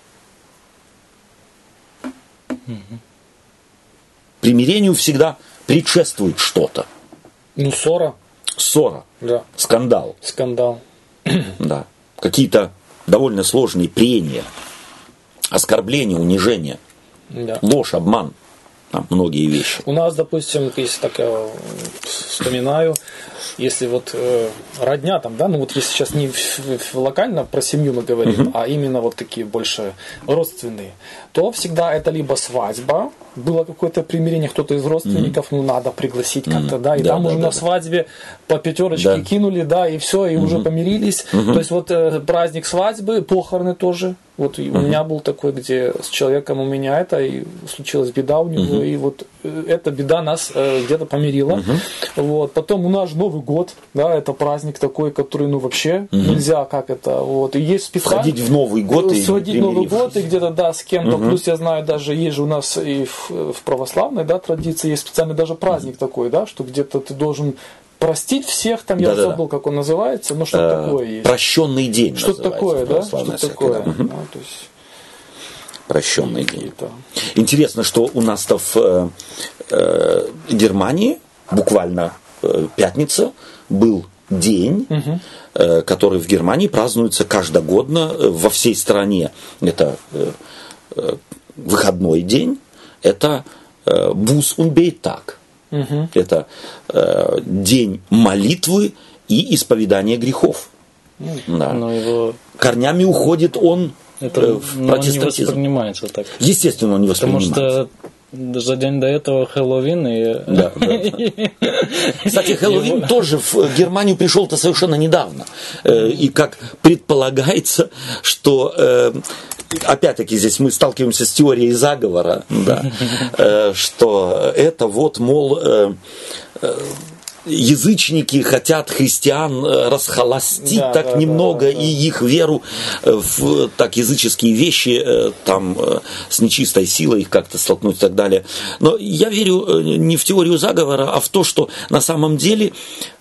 Примирению всегда предшествует что-то. Ну, ссора. Ссора. Да. Скандал. Скандал. Да. Какие-то довольно сложные прения, оскорбления, унижения, да. Ложь, обман. Многие вещи. У нас, допустим, если так я вспоминаю, если вот родня там, да, ну вот если сейчас не локально про семью мы говорим, а именно вот такие больше родственные, то всегда это либо свадьба, было какое-то примирение, кто-то из родственников, ну надо пригласить как-то, да, и там уже на свадьбе по 5 кинули, да, и все, и уже помирились. То есть вот праздник свадьбы, похороны тоже. Вот у меня был такой, где с человеком у меня это, и случилась беда у него, и вот эта беда нас где-то помирила. Вот. Потом у нас Новый год, да, это праздник такой, который, ну, вообще нельзя, как это, вот. И есть специально... Входить в Новый год и... Входить в Новый год, и где-то, да, с кем-то. Плюс я знаю, даже есть же у нас и в православной, да, традиции есть специальный даже праздник такой, да, что где-то ты должен... простить всех, там я забыл, как он называется, но что-то такое есть. Прощенный день. Что-то такое, да? Что-то такое. Да, то есть... Прощенный день. Интересно, что у нас-то в Германии буквально пятница был день, который в Германии празднуется каждогодно во всей стране. Это выходной день, это Бус und Бейтаг. Это день молитвы и исповедания грехов. Да. Его... Корнями уходит он в протестантизм. Он не воспринимается так. Естественно, он не воспринимается. Потому что за день до этого Хэллоуин и... Да. Кстати, Хэллоуин тоже в Германию пришел-то совершенно недавно. И как предполагается, что... Опять-таки здесь мы сталкиваемся с теорией заговора, да, что это вот, мол, язычники хотят христиан расхолостить так немного и их веру в так языческие вещи там с нечистой силой их как-то столкнуть и так далее. Но я верю не в теорию заговора, а в то, что на самом деле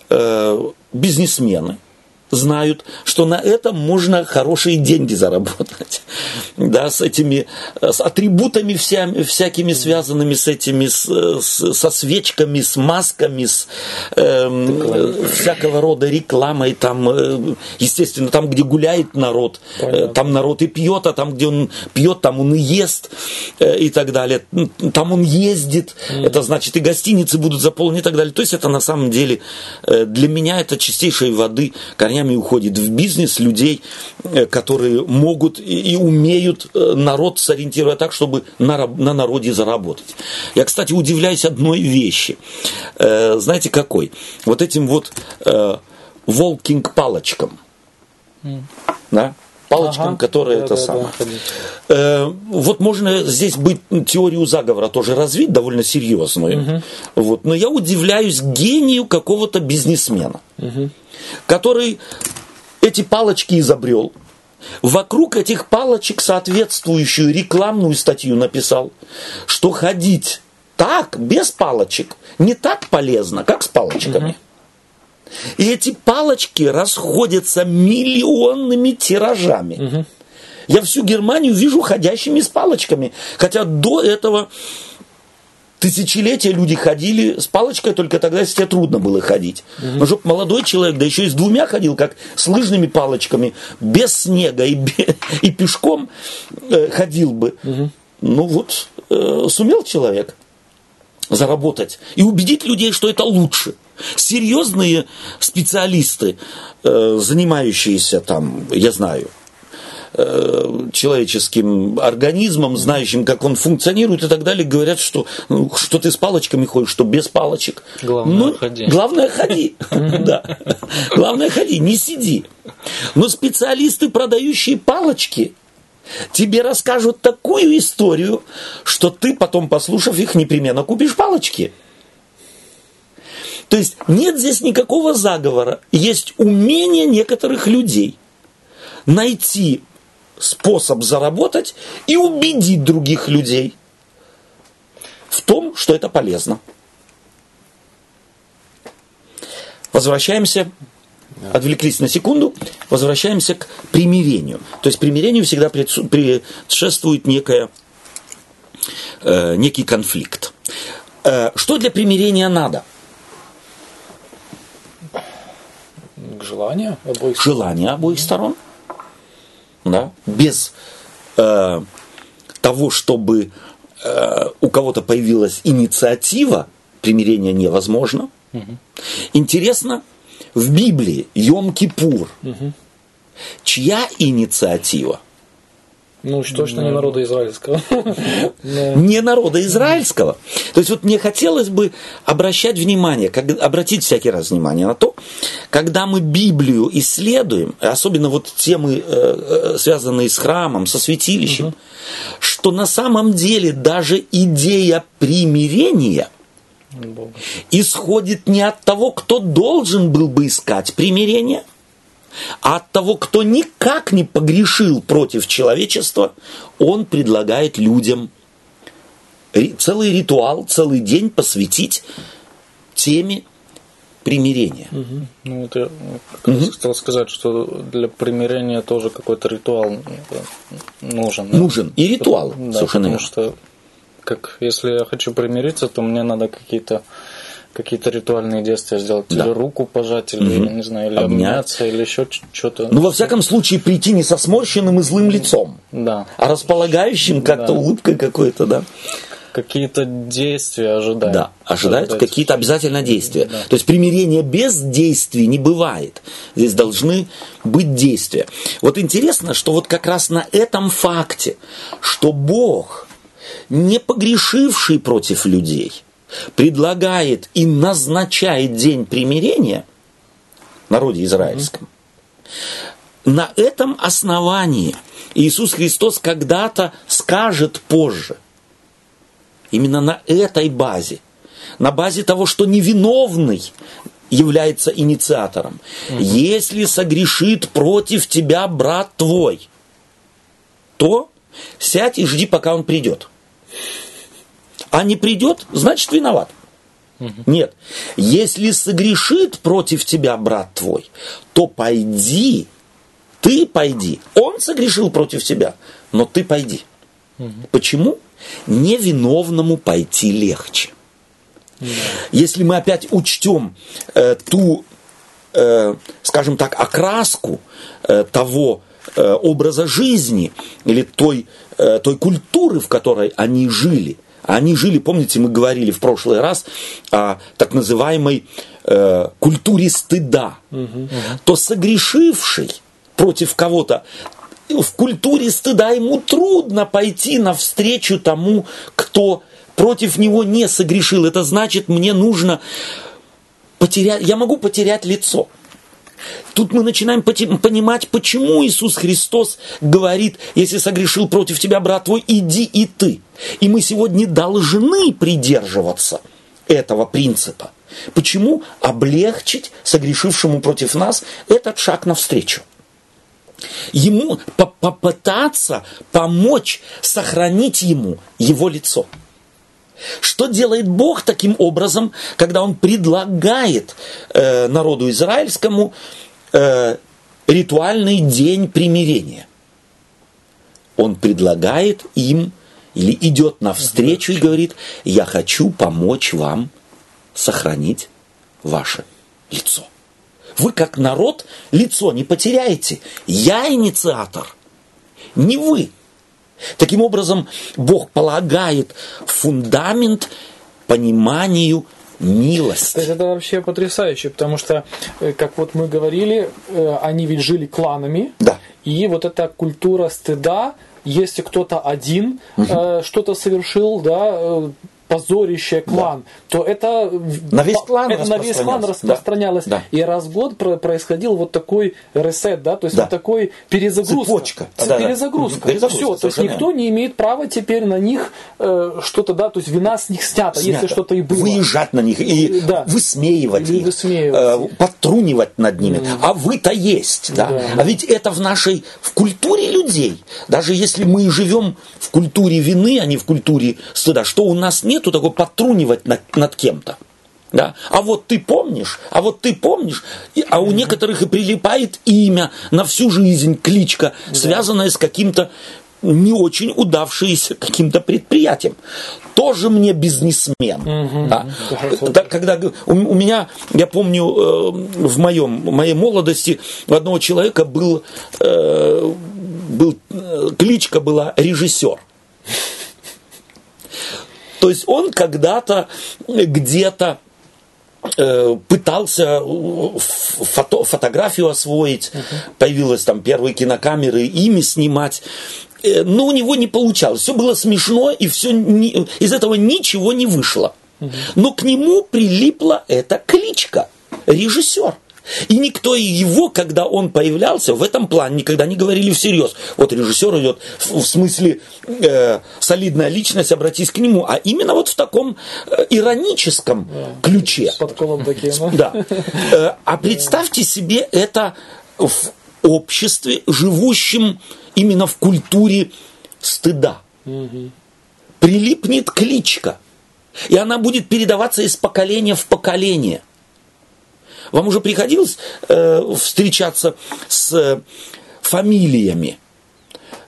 бизнесмены знают, что на этом можно хорошие деньги заработать. Да, с этими, с атрибутами всякими связанными с этими, со свечками, с масками, с всякого рода рекламой. Там, естественно, там, где гуляет народ, там народ и пьет, а там, где он пьет, там он и ест и так далее. Там он ездит, это значит и гостиницы будут заполнены и так далее. То есть это на самом деле для меня это чистейшей воды корнями уходит в бизнес людей, которые могут и умеют народ сориентировать так, чтобы на народе заработать. Я, кстати, удивляюсь одной вещи. Знаете, какой? Вот этим вот волкинг-палочкам. Да? Палочкам, которые это самое. Вот можно здесь быть теорию заговора тоже развить, довольно серьезную. Вот. Но я удивляюсь гению какого-то бизнесмена, который эти палочки изобрел. Вокруг этих палочек соответствующую рекламную статью написал, что ходить так, без палочек, не так полезно, как с палочками. И эти палочки расходятся миллионными тиражами. Я всю Германию вижу ходящими с палочками. Хотя до этого тысячелетия люди ходили с палочкой, только тогда, если тебе трудно было ходить. Но чтобы молодой человек, да еще и с двумя ходил, как с лыжными палочками, без снега и пешком ходил бы. Ну вот, сумел человек заработать и убедить людей, что это лучше. Серьезные специалисты, занимающиеся там, я знаю, человеческим организмом, знающим, как он функционирует и так далее, говорят, что, что ты с палочками ходишь, что без палочек. Главное, ходи. Главное, ходи. Да. Главное, ходи, не сиди. Но специалисты, продающие палочки, тебе расскажут такую историю, что ты потом, послушав их, непременно купишь палочки. То есть нет здесь никакого заговора. Есть умение некоторых людей найти способ заработать и убедить других людей в том, что это полезно. Возвращаемся, отвлеклись на секунду, возвращаемся к примирению. То есть примирению всегда предшествует некий конфликт. Что для примирения надо? Желание обоих сторон. Желание обоих сторон. Да? Без того, чтобы у кого-то появилась инициатива, примирение невозможно. Интересно, в Библии Йом-Кипур, чья инициатива? Ну, точно не народа израильского. Не народа израильского. То есть вот мне хотелось бы обратить всякий раз внимание на то, когда мы Библию исследуем, особенно вот темы, связанные с храмом, со святилищем, что на самом деле даже идея примирения исходит не от того, кто должен был бы искать примирение, а от того, кто никак не погрешил против человечества, он предлагает людям целый ритуал, целый день посвятить теме примирения. Ну, вот я как раз хотел сказать, что для примирения тоже какой-то ритуал нужен. Да? Нужен. И ритуал, да, совершенно потому что если я хочу примириться, то мне надо какие-то какие-то ритуальные действия сделать, Да. или руку пожать, или, не знаю, или обняться, или еще что-то. Ну, во всяком случае, прийти не со сморщенным и злым лицом, Да. а располагающим как-то улыбкой какой-то, да. Какие-то действия ожидают. Да, ожидают какие-то обязательно действия. Да. То есть примирение без действий не бывает. Здесь должны быть действия. Вот интересно, что вот как раз на этом факте, что Бог, не погрешивший против людей, предлагает и назначает день примирения народе израильском. На этом основании Иисус Христос когда-то скажет позже, именно на этой базе, на базе того, что невиновный является инициатором. Если согрешит против тебя брат твой, то сядь и жди, пока он придет. А не придет, значит виноват. Нет. Если согрешит против тебя брат твой, то пойди, ты пойди. Он согрешил против тебя, но ты пойди. Почему? Невиновному пойти легче. Если мы опять учтем ту, скажем так, окраску того образа жизни или той культуры, в которой они жили. Они жили, помните, мы говорили в прошлый раз о так называемой культуре стыда. То согрешивший против кого-то, в культуре стыда ему трудно пойти навстречу тому, кто против него не согрешил. Это значит, мне нужно потерять, я могу потерять лицо. Тут мы начинаем понимать, почему Иисус Христос говорит, если согрешил против тебя брат твой, иди и ты. И мы сегодня должны придерживаться этого принципа. Почему? Облегчить согрешившему против нас этот шаг навстречу. Ему попытаться помочь сохранить ему его лицо. Что делает Бог таким образом, когда Он предлагает народу израильскому ритуальный день примирения? Он предлагает им или идет навстречу и говорит: я хочу помочь вам сохранить ваше лицо. Вы как народ лицо не потеряете. Я инициатор, не вы. Таким образом, Бог полагает фундамент пониманию милости. То есть это вообще потрясающе, потому что, как вот мы говорили, они ведь жили кланами, Да. и вот эта культура стыда, если кто-то один что-то совершил, да, позорище клан, то это на весь клан распространялось. Да. И раз в год происходил вот такой ресет, да, то есть вот такой перезагрузка. Цепочка. Перезагрузка. Все, то есть никто не имеет права теперь на них что-то, да, то есть вина с них снята, если что-то и было. Выезжать на них и высмеивать их, подтрунивать над ними. А вы-то есть, да? А ведь это в культуре людей. Даже если мы живем в культуре вины, а не в культуре стыда, что у нас нету такого подтрунивать над кем-то. Да? А вот ты помнишь, а у некоторых и прилипает имя на всю жизнь, кличка, связанная с каким-то не очень удавшимся каким-то предприятием. Тоже мне бизнесмен. Да? Когда у меня, я помню, в моей молодости у одного человека кличка была режиссер. То есть он когда-то где-то пытался фотографию освоить, появилась там первые кинокамеры, ими снимать, но у него не получалось. Все было смешно, и из этого ничего не вышло. Но к нему прилипла эта кличка режиссер. И никто его, когда он появлялся, в этом плане никогда не говорили всерьез. Вот режиссер идет, в смысле солидная личность, обратись к нему. А именно вот в таком ироническом ключе. С подколом таким. Да. А представьте себе это в обществе, живущем именно в культуре стыда. Прилипнет кличка. И она будет передаваться из поколения в поколение. Вам уже приходилось встречаться с фамилиями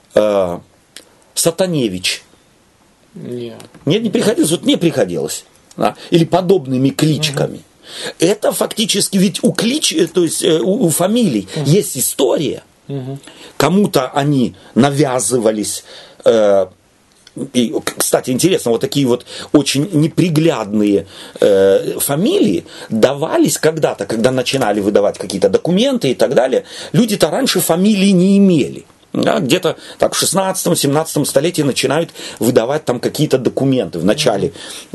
Сатаневич? Нет. Нет, не приходилось. Вот мне приходилось. да, или подобными кличками. Это фактически ведь то есть у фамилий есть история. Кому-то они навязывались. И, кстати, интересно, вот такие вот очень неприглядные фамилии давались когда-то, когда начинали выдавать какие-то документы и так далее. Люди-то раньше фамилии не имели. Да, где-то так в 16-17 столетии начинают выдавать там какие-то документы. В начале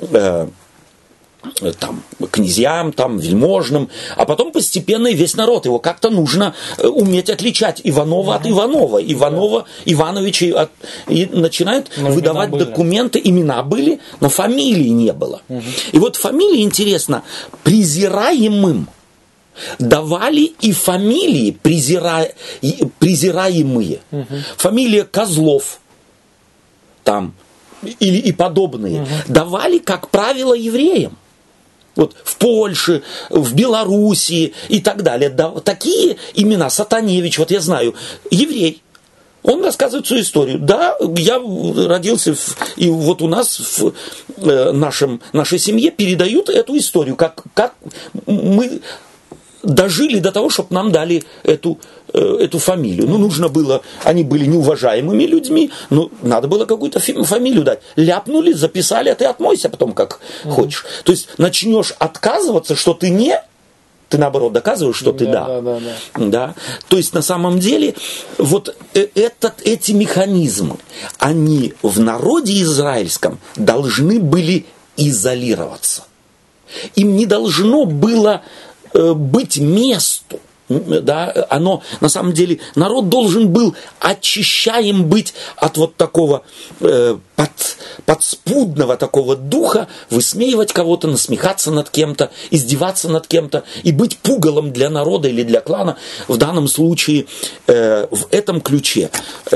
там, князьям, там, вельможным, а потом постепенно и весь народ. Его как-то нужно уметь отличать Иванова от Иванова, Ивановича, и начинают выдавать документы, имена были, но фамилии не было. И вот фамилии, интересно, презираемым давали и фамилии презираемые. Фамилия Козлов там, и подобные давали, как правило, евреям. Вот в Польше, в Белоруссии и так далее. Да, такие имена, Сатаневич, вот я знаю, еврей. Он рассказывает свою историю. Да, я родился, и вот у нас в нашей семье передают эту историю, как мы дожили до того, чтобы нам дали эту фамилию. Ну, нужно было, они были неуважаемыми людьми, но надо было какую-то фамилию дать. Ляпнули, записали, а ты отмойся потом, как хочешь. То есть, начнешь отказываться, что ты не, ты наоборот доказываешь, что ты да. То есть, на самом деле, вот эти механизмы, они в народе израильском должны были изолироваться. Им не должно было быть месту. Да, оно, на самом деле, народ должен был очищаем быть от вот такого подспудного такого духа, высмеивать кого-то, насмехаться над кем-то, издеваться над кем-то и быть пугалом для народа или для клана. В данном случае, в этом ключе,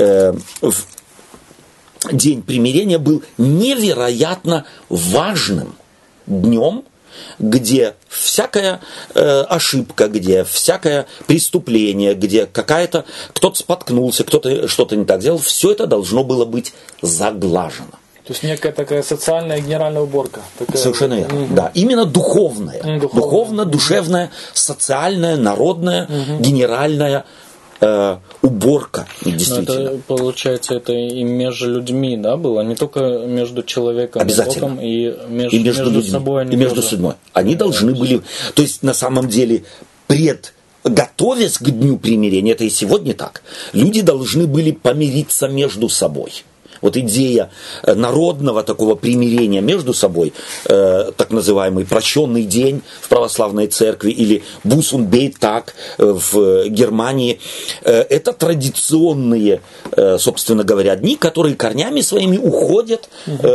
День примирения был невероятно важным днем, где всякая ошибка, где всякое преступление, где кто-то споткнулся, кто-то что-то не так сделал, все это должно было быть заглажено. То есть некая такая социальная генеральная уборка. Совершенно верно. Да, именно духовная. Духовно-душевная, социальная, народная, генеральная уборка, действительно. Это, получается, это и между людьми, да, было? Не только между человеком и Богом, и между собой. И между судьбой. Они должны были... То есть, на самом деле, готовясь к Дню примирения, это и сегодня так, люди должны были помириться между собой. Вот идея народного такого примирения между собой, так называемый прощенный день в православной церкви или Бусунбейтаг в Германии, это традиционные, собственно говоря, дни, которые корнями своими уходят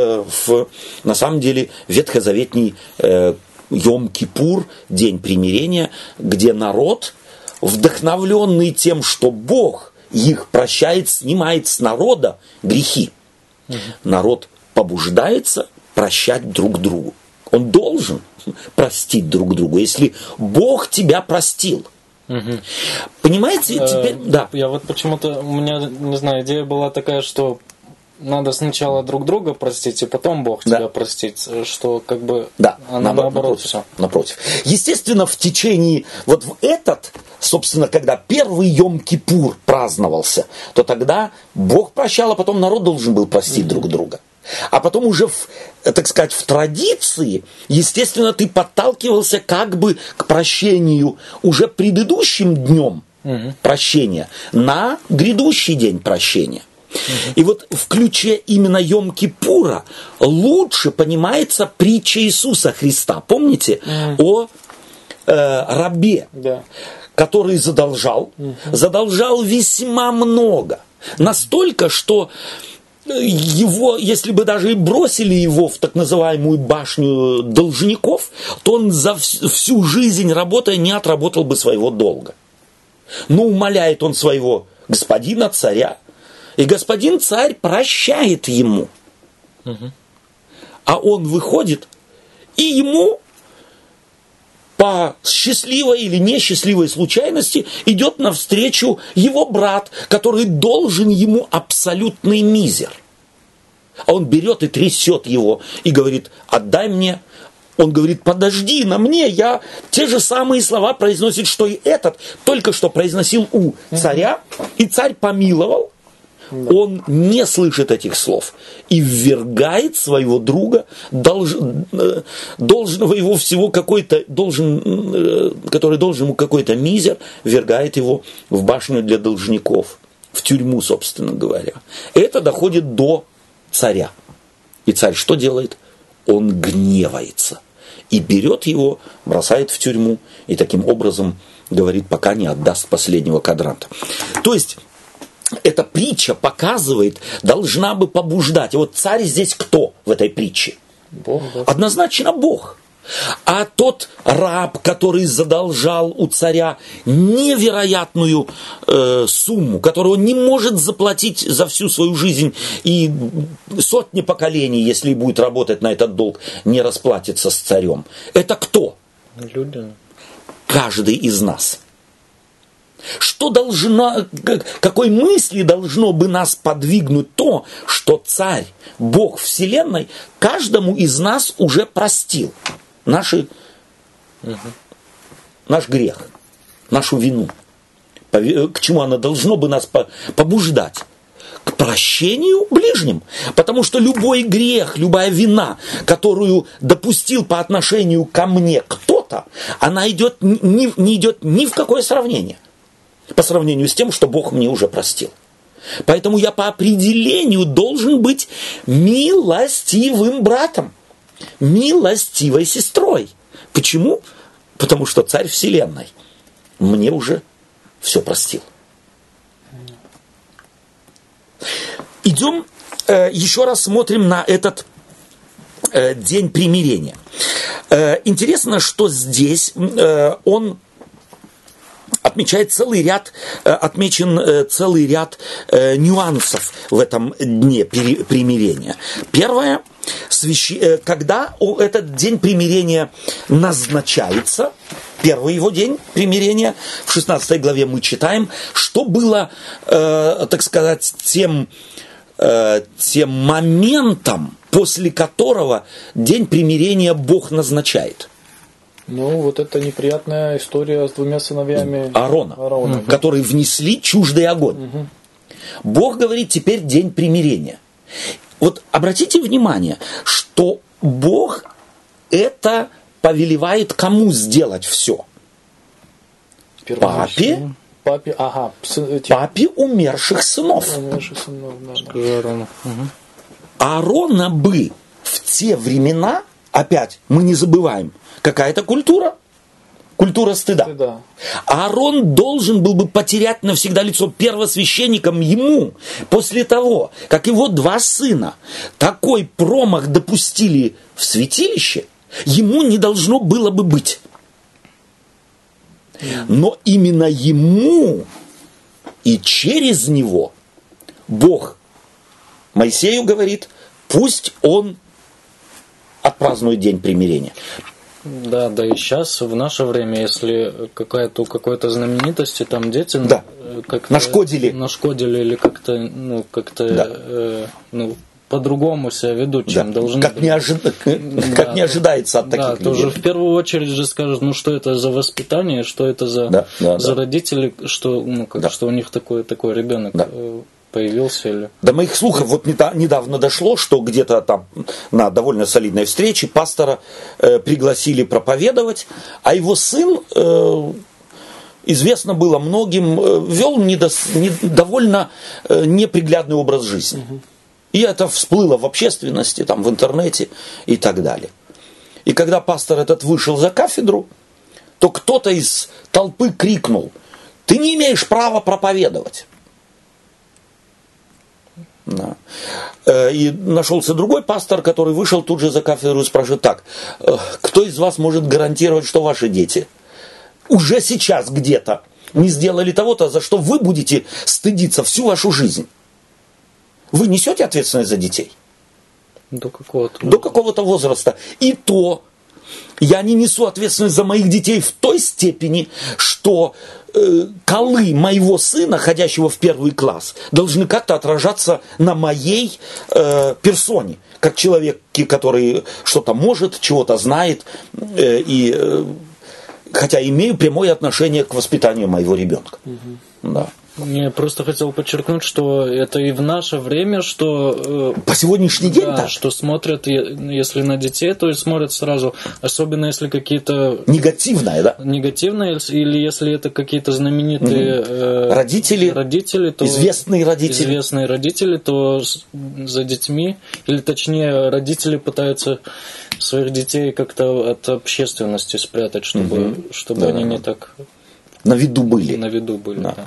на самом деле, ветхозаветний Йом-Кипур, День примирения, где народ, вдохновленный тем, что Бог их прощает, снимает с народа грехи. Народ побуждается прощать друг другу. Он должен простить друг другу, если Бог тебя простил. Понимаете, теперь... Да. Я вот почему-то, у меня, не знаю, идея была такая, что надо сначала друг друга простить, и потом Бог тебя простит, что как бы наоборот все. Напротив. Естественно, в течение вот в этот, собственно, когда первый Йом-Кипур праздновался, то тогда Бог прощал, а потом народ должен был простить друг друга. А потом уже, так сказать, в традиции, естественно, ты подталкивался как бы к прощению уже предыдущим днем прощения на грядущий день прощения. И вот в ключе именно Йом-Кипура лучше понимается притча Иисуса Христа. Помните? О рабе, который задолжал весьма много. Настолько, что его, если бы даже и бросили его в так называемую башню должников, то он за всю жизнь работая не отработал бы своего долга. Но умоляет он своего господина, царя, и господин царь прощает ему. А он выходит, и ему по счастливой или несчастливой случайности идет навстречу его брат, который должен ему абсолютный мизер. А он берет и трясет его и говорит: отдай мне Он говорит, подожди на мне, я те же самые слова произносит, что и этот, только что произносил у царя, и царь помиловал. Он не слышит этих слов и ввергает своего друга, должного его всего какой-то, который должен ему какой-то мизер, ввергает его в башню для должников, в тюрьму, собственно говоря. Это доходит до царя. И царь что делает? Он гневается и берет его, бросает в тюрьму и таким образом говорит, пока не отдаст последнего квадранта. То есть эта притча показывает, должна бы побуждать. И вот царь здесь кто в этой притче? Бог, да. Однозначно Бог. А тот раб, который задолжал у царя невероятную сумму, которую он не может заплатить за всю свою жизнь, и сотни поколений, если будет работать на этот долг, не расплатится с царем. Это кто? Люди. Каждый из нас. Что должно, какой мысли должно бы нас подвигнуть то, что царь, Бог Вселенной, каждому из нас уже простил наш грех, нашу вину. К чему она должно бы нас побуждать? К прощению ближним. Потому что любой грех, любая вина, которую допустил по отношению ко мне кто-то, она не идет ни в какое сравнение. По сравнению с тем, что Бог мне уже простил. Поэтому я по определению должен быть милостивым братом, милостивой сестрой. Почему? Потому что царь Вселенной мне уже все простил. Идем, еще раз смотрим на этот день примирения. Интересно, что здесь он отмечен целый ряд нюансов в этом дне примирения. Первое, когда этот день примирения назначается, первый его день примирения, в 16 главе мы читаем, что было, так сказать, тем моментом, после которого день примирения Бог назначает. Ну, вот это неприятная история с двумя сыновьями Аарона, которые внесли чуждый огонь. Бог говорит, теперь день примирения. Вот обратите внимание, что Бог это повелевает кому сделать все? Папе умерших сынов. Аарона бы в те времена, опять мы не забываем, какая-то культура стыда. Аарон должен был бы потерять навсегда лицо первосвященником ему, после того, как его два сына такой промах допустили в святилище, ему не должно было бы быть. Но именно ему и через него Бог Моисею говорит, пусть он отпразднует день примирения. Да, и сейчас, в наше время, если у какой-то знаменитости там дети как-то нашкодили или как-то по-другому себя ведут, чем должны. Как не ожидается от таких людей. Да, тоже в первую очередь же скажут, что это за воспитание, что это за родители, что у них такой ребенок появился. Или... До моих слухов вот недавно дошло, что где-то там на довольно солидной встрече пастора пригласили проповедовать, а его сын, известно было многим, вел довольно неприглядный образ жизни. И это всплыло в общественности, там, в интернете и так далее. И когда пастор этот вышел за кафедру, то кто-то из толпы крикнул: «Ты не имеешь права проповедовать». Да. И нашелся другой пастор, который вышел тут же за кафедру и спрашивает: так, кто из вас может гарантировать, что ваши дети уже сейчас где-то не сделали того-то, за что вы будете стыдиться всю вашу жизнь? Вы несете ответственность за детей? До какого-то возраста. И то я не несу ответственность за моих детей в той степени, что колы моего сына, ходящего в 1 класс, должны как-то отражаться на моей персоне, как человек, который что-то может, чего-то знает, хотя имею прямое отношение к воспитанию моего ребенка. Да. Я просто хотел подчеркнуть, что это и в наше время, что... По сегодняшний день, да, что смотрят, если на детей, то и смотрят сразу, особенно если какие-то... Негативное, да? Негативное, или если это какие-то знаменитые родители, то, известные родители, то за детьми, или точнее родители пытаются своих детей как-то от общественности спрятать, чтобы они не так... На виду были. Да.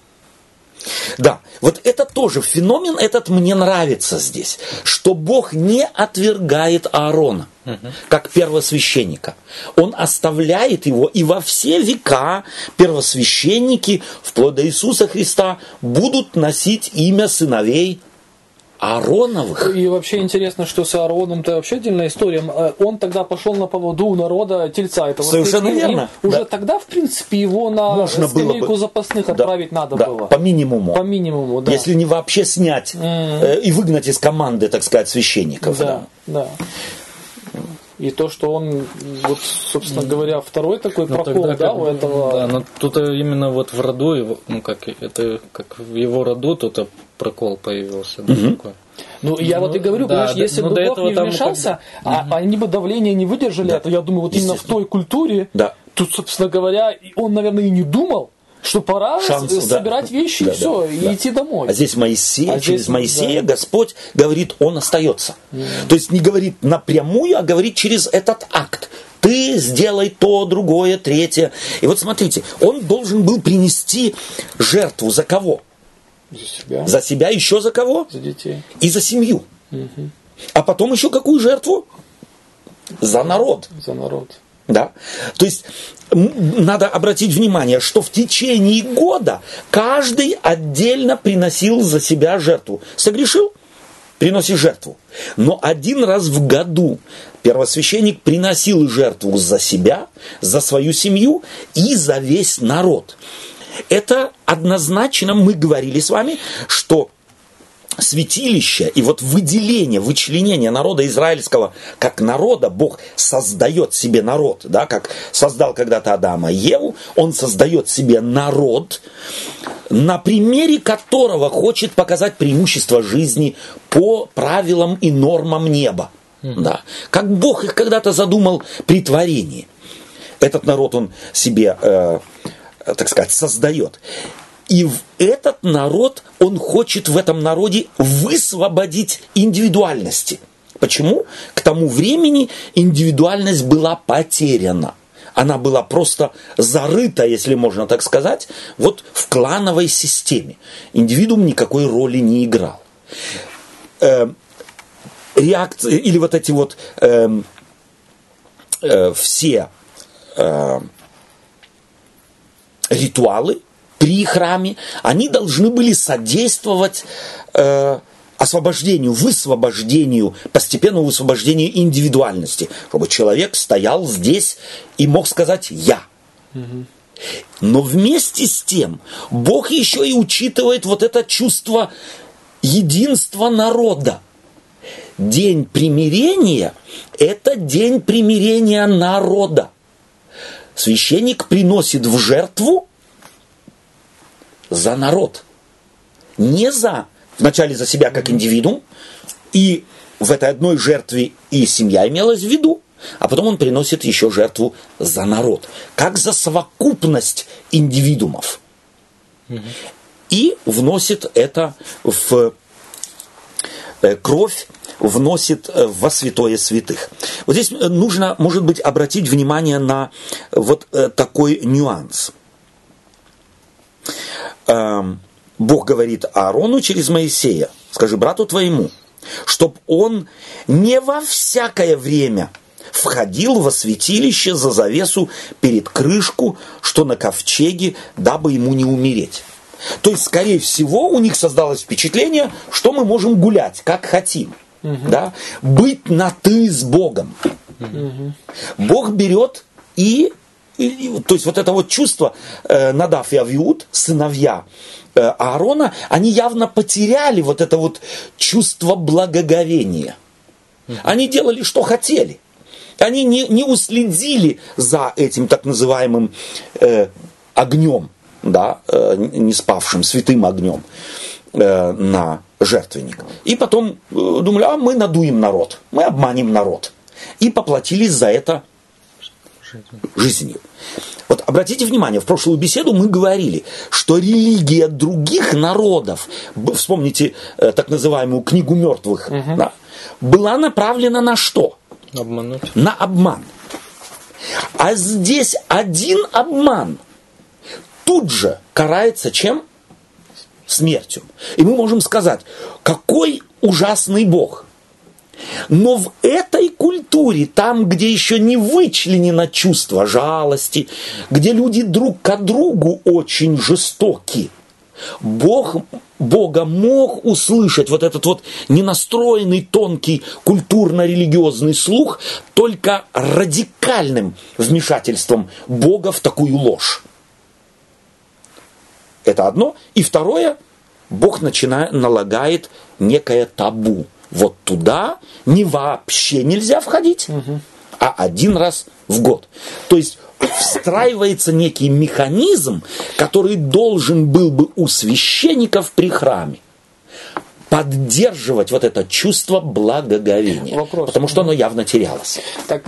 Да, вот это тоже феномен, этот мне нравится здесь, что Бог не отвергает Аарона, как первосвященника. Он оставляет его, и во все века первосвященники, вплоть до Иисуса Христа, будут носить имя сыновей Аароновых. И вообще интересно, что с Аароном-то вообще отдельная история. Он тогда пошел на поводу у народа тельца этого. Совершенно верно. Уже тогда, в принципе, его на скамейку запасных отправить надо было. По минимуму. По минимуму, да. Если не вообще снять и выгнать из команды, так сказать, священников. Да. И то, что он, вот, собственно говоря, второй такой прокол, да, у этого... Да, но тут именно вот в роду, его, как в его роду тут прокол появился. Да, такой. Я вот и говорю, понимаешь, если бы Бог не вмешался, они бы давление не выдержали, это, я думаю, вот именно в той культуре, тут, собственно говоря, он, наверное, и не думал, что пора собирать вещи и все, и идти домой. А здесь Моисей, через Моисея Господь говорит, он остается. То есть не говорит напрямую, а говорит через этот акт. Ты сделай то, другое, третье. И вот смотрите, он должен был принести жертву за кого? За себя. За себя, еще за кого? За детей. И за семью. А потом еще какую жертву? За народ. За народ. Да? То есть надо обратить внимание, что в течение года каждый отдельно приносил за себя жертву. Согрешил? Приносит жертву. Но один раз в году первосвященник приносил жертву за себя, за свою семью и за весь народ. Это однозначно, мы говорили с вами, что святилище и вот выделение, вычленение народа израильского как народа, Бог создает себе народ, да, как создал когда-то Адама и Еву, он создает себе народ, на примере которого хочет показать преимущество жизни по правилам и нормам неба. Да. Как Бог их когда-то задумал при творении. Этот народ он себе, так сказать, создает. И этот народ, он хочет в этом народе высвободить индивидуальности. Почему? К тому времени индивидуальность была потеряна. Она была просто зарыта, если можно так сказать, вот в клановой системе. Индивидуум никакой роли не играл. Реакции, или вот эти вот все ритуалы при храме, они должны были содействовать освобождению, высвобождению, постепенному высвобождению индивидуальности, чтобы человек стоял здесь и мог сказать «я». Но вместе с тем Бог еще и учитывает вот это чувство единства народа. День примирения – это день примирения народа. Священник приносит в жертву за народ. Не вначале за себя как индивидуум, и в этой одной жертве и семья имелась в виду, а потом он приносит еще жертву за народ, как за совокупность индивидуумов. И вносит это в кровь, вносит во святое святых. Вот здесь нужно, может быть, обратить внимание на вот такой нюанс. Бог говорит Аарону через Моисея, скажи брату твоему, чтоб он не во всякое время входил во святилище за завесу перед крышку, что на ковчеге, дабы ему не умереть. То есть, скорее всего, у них создалось впечатление, что мы можем гулять, как хотим. Да? Быть на «ты» с Богом. Бог берет то есть вот это вот чувство Надав и Авиуд, сыновья Аарона, они явно потеряли вот это вот чувство благоговения. Они делали, что хотели. Они не уследили за этим так называемым огнем, да, не спавшим, святым огнем на жертвенник. И потом думали, а мы надуем народ, мы обманем народ. И поплатились за это жизнью. Вот обратите внимание, в прошлую беседу мы говорили, что религия других народов, вспомните так называемую книгу мертвых, да, была направлена на что? Обмануть. На обман. А здесь один обман тут же карается чем? Смертью. И мы можем сказать, какой ужасный Бог. Но в этой культуре, там, где еще не вычленено чувство жалости, где люди друг к другу очень жестоки, Бога мог услышать вот этот вот ненастроенный, тонкий культурно-религиозный слух только радикальным вмешательством Бога в такую ложь. Это одно. И второе, Бог налагает некое табу. Вот туда вообще нельзя входить, а один раз в год. То есть встраивается некий механизм, который должен был бы у священников при храме поддерживать вот это чувство благоговения. Потому что оно явно терялось. Так,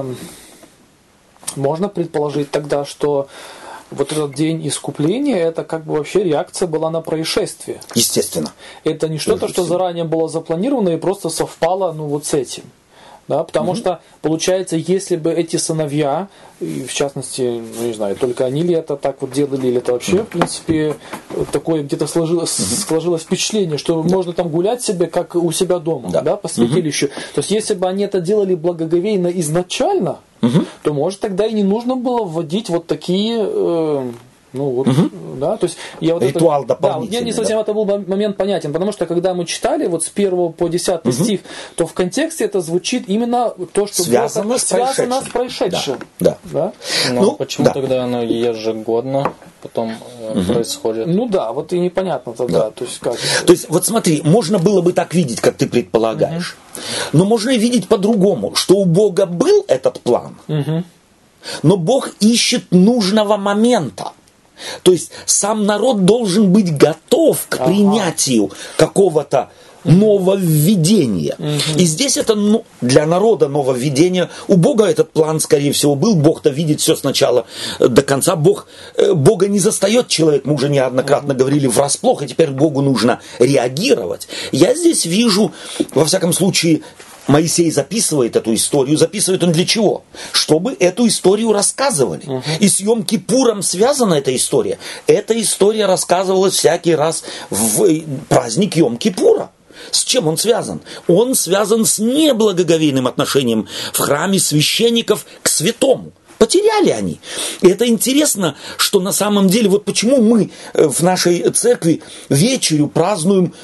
можно предположить тогда, что вот этот день искупления, это как бы вообще реакция была на происшествие. Естественно. Это не что-то, что заранее было запланировано и просто совпало, вот с этим. Да, потому что, получается, если бы эти сыновья, и в частности, не знаю, только они ли это так вот делали, или это вообще, в принципе, такое где-то сложилось впечатление, что можно там гулять себе, как у себя дома, да, по святилищу. То есть, если бы они это делали благоговейно изначально, то, может, тогда и не нужно было вводить вот такие... да, то есть я вот ритуал дополнительный. Да, мне не совсем это был момент понятен, потому что когда мы читали вот с 1 по 10 стих, то в контексте это звучит именно то, что связано с происшедшим. Да. Почему тогда оно ежегодно потом происходит? Вот и непонятно тогда. То есть, как? То есть, вот смотри, можно было бы так видеть, как ты предполагаешь, но можно и видеть по-другому, что у Бога был этот план, но Бог ищет нужного момента. То есть сам народ должен быть готов к принятию какого-то нововведения. И здесь это для народа нововведение. У Бога этот план, скорее всего, был. Бог-то видит все сначала до конца. Бога не застает человек. Мы уже неоднократно говорили врасплох, и теперь Богу нужно реагировать. Я здесь вижу, во всяком случае, Моисей записывает эту историю. Записывает он для чего? Чтобы эту историю рассказывали. И с Йом-Кипуром связана эта история. Эта история рассказывалась всякий раз в праздник Йом-Кипура. С чем он связан? Он связан с неблагоговейным отношением в храме священников к святому. Потеряли они. И это интересно, что на самом деле, вот почему мы в нашей церкви вечерю празднуем,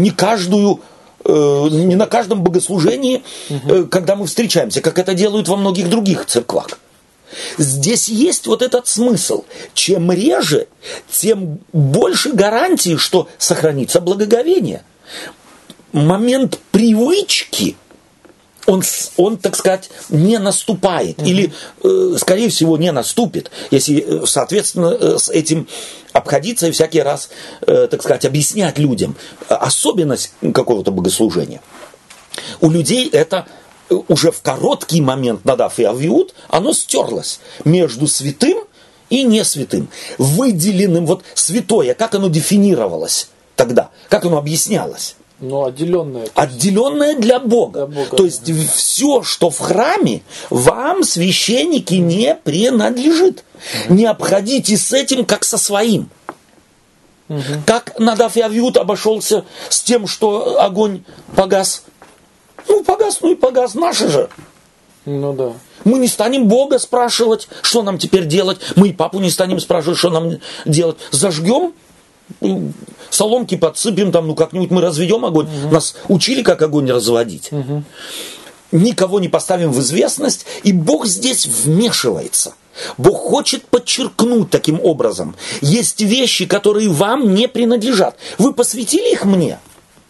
не на каждом богослужении, когда мы встречаемся, как это делают во многих других церквах. Здесь есть вот этот смысл. Чем реже, тем больше гарантии, что сохранится благоговение. Момент привычки, он, так сказать, не наступает. Или, скорее всего, не наступит, если, соответственно, с этим обходиться и всякий раз, так сказать, объяснять людям особенность какого-то богослужения. У людей это уже в короткий момент, Надав и Авиуд, оно стерлось между святым и не святым. Выделенным, вот святое, как оно дефинировалось тогда, как оно объяснялось? Отделенное. Отделенное для Бога. То есть все, что в храме, вам, священники, не принадлежит. Не обходитесь с этим, как со своим. Как Надав и Авиуд обошелся с тем, что огонь погас? Погас, и погас, наши же. Мы не станем Бога спрашивать, что нам теперь делать. Мы и папу не станем спрашивать, что нам делать. Зажгем, соломки подсыпем, как-нибудь мы разведем огонь. Нас учили, как огонь разводить. Никого не поставим в известность, и Бог здесь вмешивается. Бог хочет подчеркнуть таким образом. Есть вещи, которые вам не принадлежат. Вы посвятили их мне.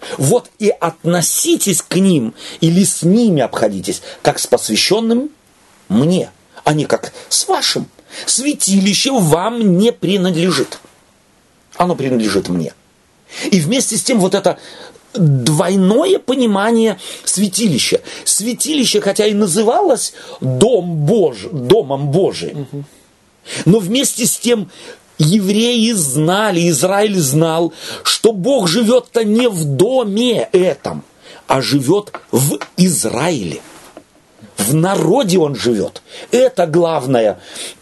Вот и относитесь к ним, или с ними обходитесь, как с посвященным мне, а не как с вашим. Святилище вам не принадлежит. Оно принадлежит мне. И вместе с тем вот это двойное понимание святилища. Святилище, хотя и называлось Домом Божиим, но вместе с тем евреи знали, Израиль знал, что Бог живет-то не в доме этом, а живет в Израиле. В народе он живет. Это главный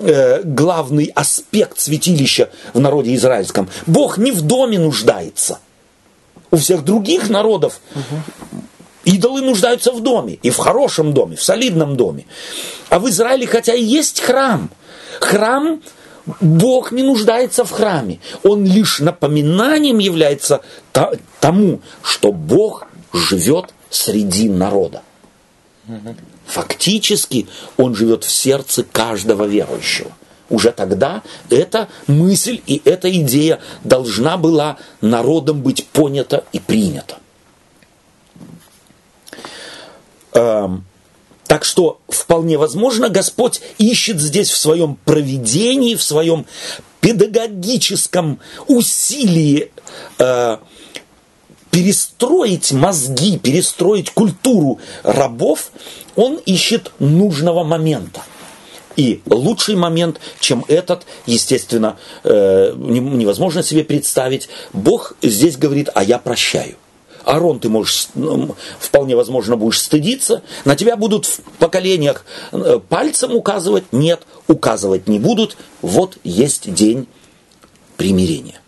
аспект святилища в народе израильском. Бог не в доме нуждается. У всех других народов идолы нуждаются в доме. И в хорошем доме, в солидном доме. А в Израиле, хотя и есть храм, Бог не нуждается в храме. Он лишь напоминанием является тому, что Бог живет среди народа. Фактически он живет в сердце каждого верующего. Уже тогда эта мысль и эта идея должна была народом быть понята и принята. Так что вполне возможно, Господь ищет здесь в своем провидении, в своем педагогическом усилии перестроить мозги, перестроить культуру рабов, он ищет нужного момента. И лучший момент, чем этот, естественно, невозможно себе представить. Бог здесь говорит: а я прощаю. Аарон, ты можешь, вполне возможно, будешь стыдиться. На тебя будут в поколениях пальцем указывать. Нет, указывать не будут. Вот есть день примирения.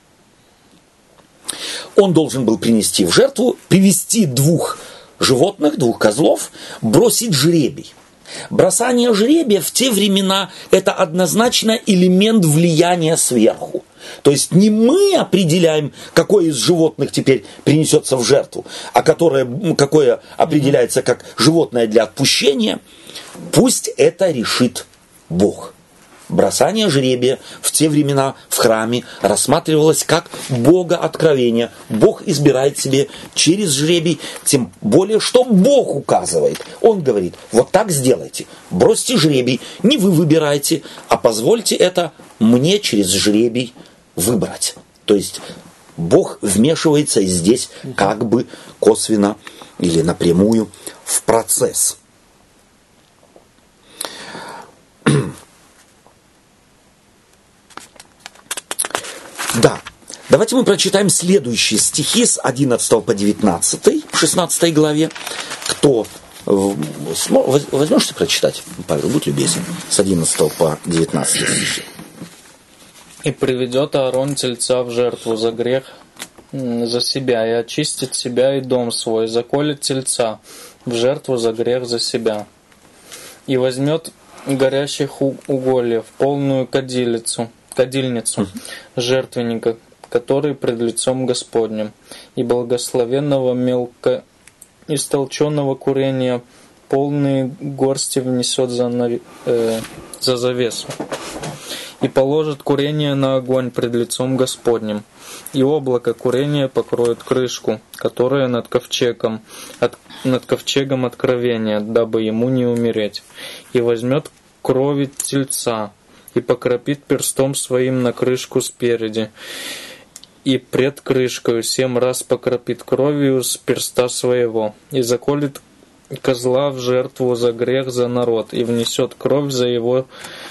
Он должен был принести в жертву, привести 2 животных, 2 козлов, бросить жребий. Бросание жребия в те времена – это однозначно элемент влияния сверху. То есть не мы определяем, какое из животных теперь принесется в жертву, а какое определяется как животное для отпущения. Пусть это решит Бог. Бросание жребия в те времена в храме рассматривалось как богооткровение. Бог избирает себе через жребий, тем более, что Бог указывает. Он говорит: вот так сделайте, бросьте жребий, не вы выбираете, а позвольте это мне через жребий выбрать. То есть Бог вмешивается здесь как бы косвенно или напрямую в процесс. Да, давайте мы прочитаем следующие стихи с 11 по 19 в 16 главе. Кто возьмешь ты прочитать, Павел, будь любезен, с 11 по 19 стихи. «И приведет Аарон тельца в жертву за грех за себя, и очистит себя и дом свой, заколет тельца в жертву за грех за себя, и возьмет горящих угольев, полную кадильницу жертвенника, который пред лицом Господним, и благословенного мелкоистолченного курения полные горсти внесет за завесу, и положит курение на огонь пред лицом Господним, и облако курения покроет крышку, которая над ковчегом откровения, дабы ему не умереть, и возьмет крови тельца, и покропит перстом своим на крышку спереди, и пред крышкою 7 раз покропит кровью с перста своего, и заколет козла в жертву за грех за народ, и внесет кровь за его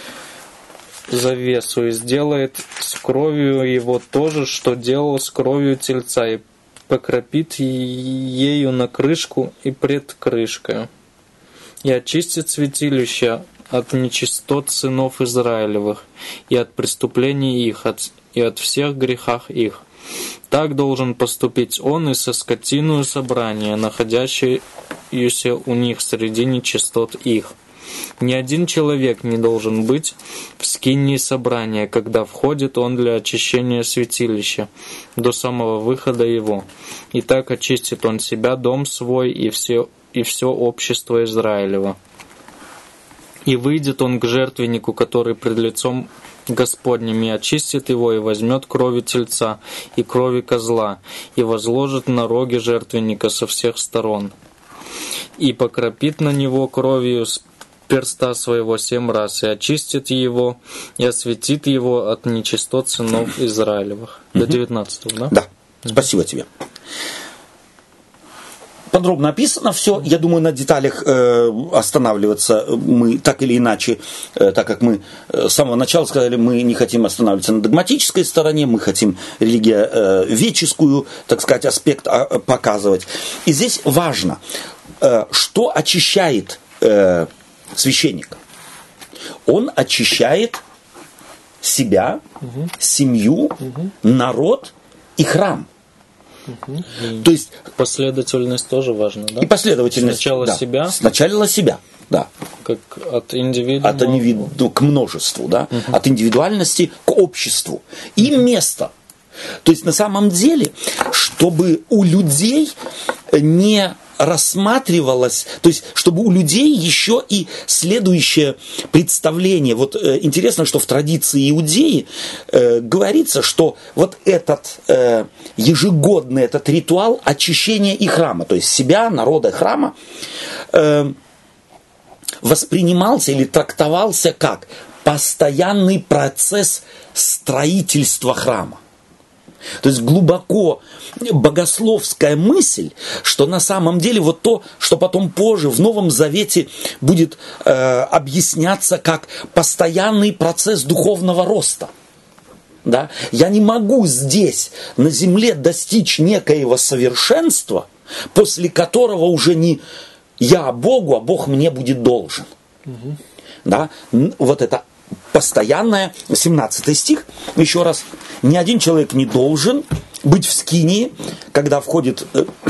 завесу, и сделает с кровью его то же, что делал с кровью тельца, и покропит ею на крышку и пред крышкою, и очистит святилище от нечистот сынов Израилевых, и от преступлений их, и от всех грехах их. Так должен поступить он и со скотиною собрания, находящеюся у них среди нечистот их. Ни один человек не должен быть в скинии собрания, когда входит он для очищения святилища, до самого выхода его. И так очистит он себя, дом свой и все общество Израилева. И выйдет он к жертвеннику, который пред лицом Господним, и очистит его, и возьмет крови тельца и крови козла, и возложит на роги жертвенника со всех сторон, и покропит на него кровью с перста своего 7 раз, и очистит его, и осветит его от нечистот сынов Израилевых». До 19-го, да? Да, спасибо тебе. Подробно описано все. Я думаю, на деталях останавливаться мы так или иначе, так как мы с самого начала сказали, мы не хотим останавливаться на догматической стороне, мы хотим религиоведческую, так сказать, аспект показывать. И здесь важно, что очищает священник. Он очищает себя, семью, народ и храм. То есть последовательность тоже важна, да? И последовательность. Сначала себя. Сначала себя, да. Как от индивидуума. От индивиду к множеству, да. От индивидуальности к обществу. И место. То есть на самом деле, чтобы у людей не рассматривалось, то есть чтобы у людей еще и следующее представление. Вот интересно, что в традиции иудеи говорится, что вот этот ежегодный этот ритуал очищения и храма, то есть себя, народа, храма, воспринимался или трактовался как постоянный процесс строительства храма. То есть глубоко богословская мысль, что на самом деле вот то, что потом позже в Новом Завете будет объясняться как постоянный процесс духовного роста. Да? Я не могу здесь, на земле, достичь некоего совершенства, после которого уже не я Богу, а Бог мне будет должен. Да? Вот это постоянное, 17 стих, еще раз, ни один человек не должен быть в скинии, когда входит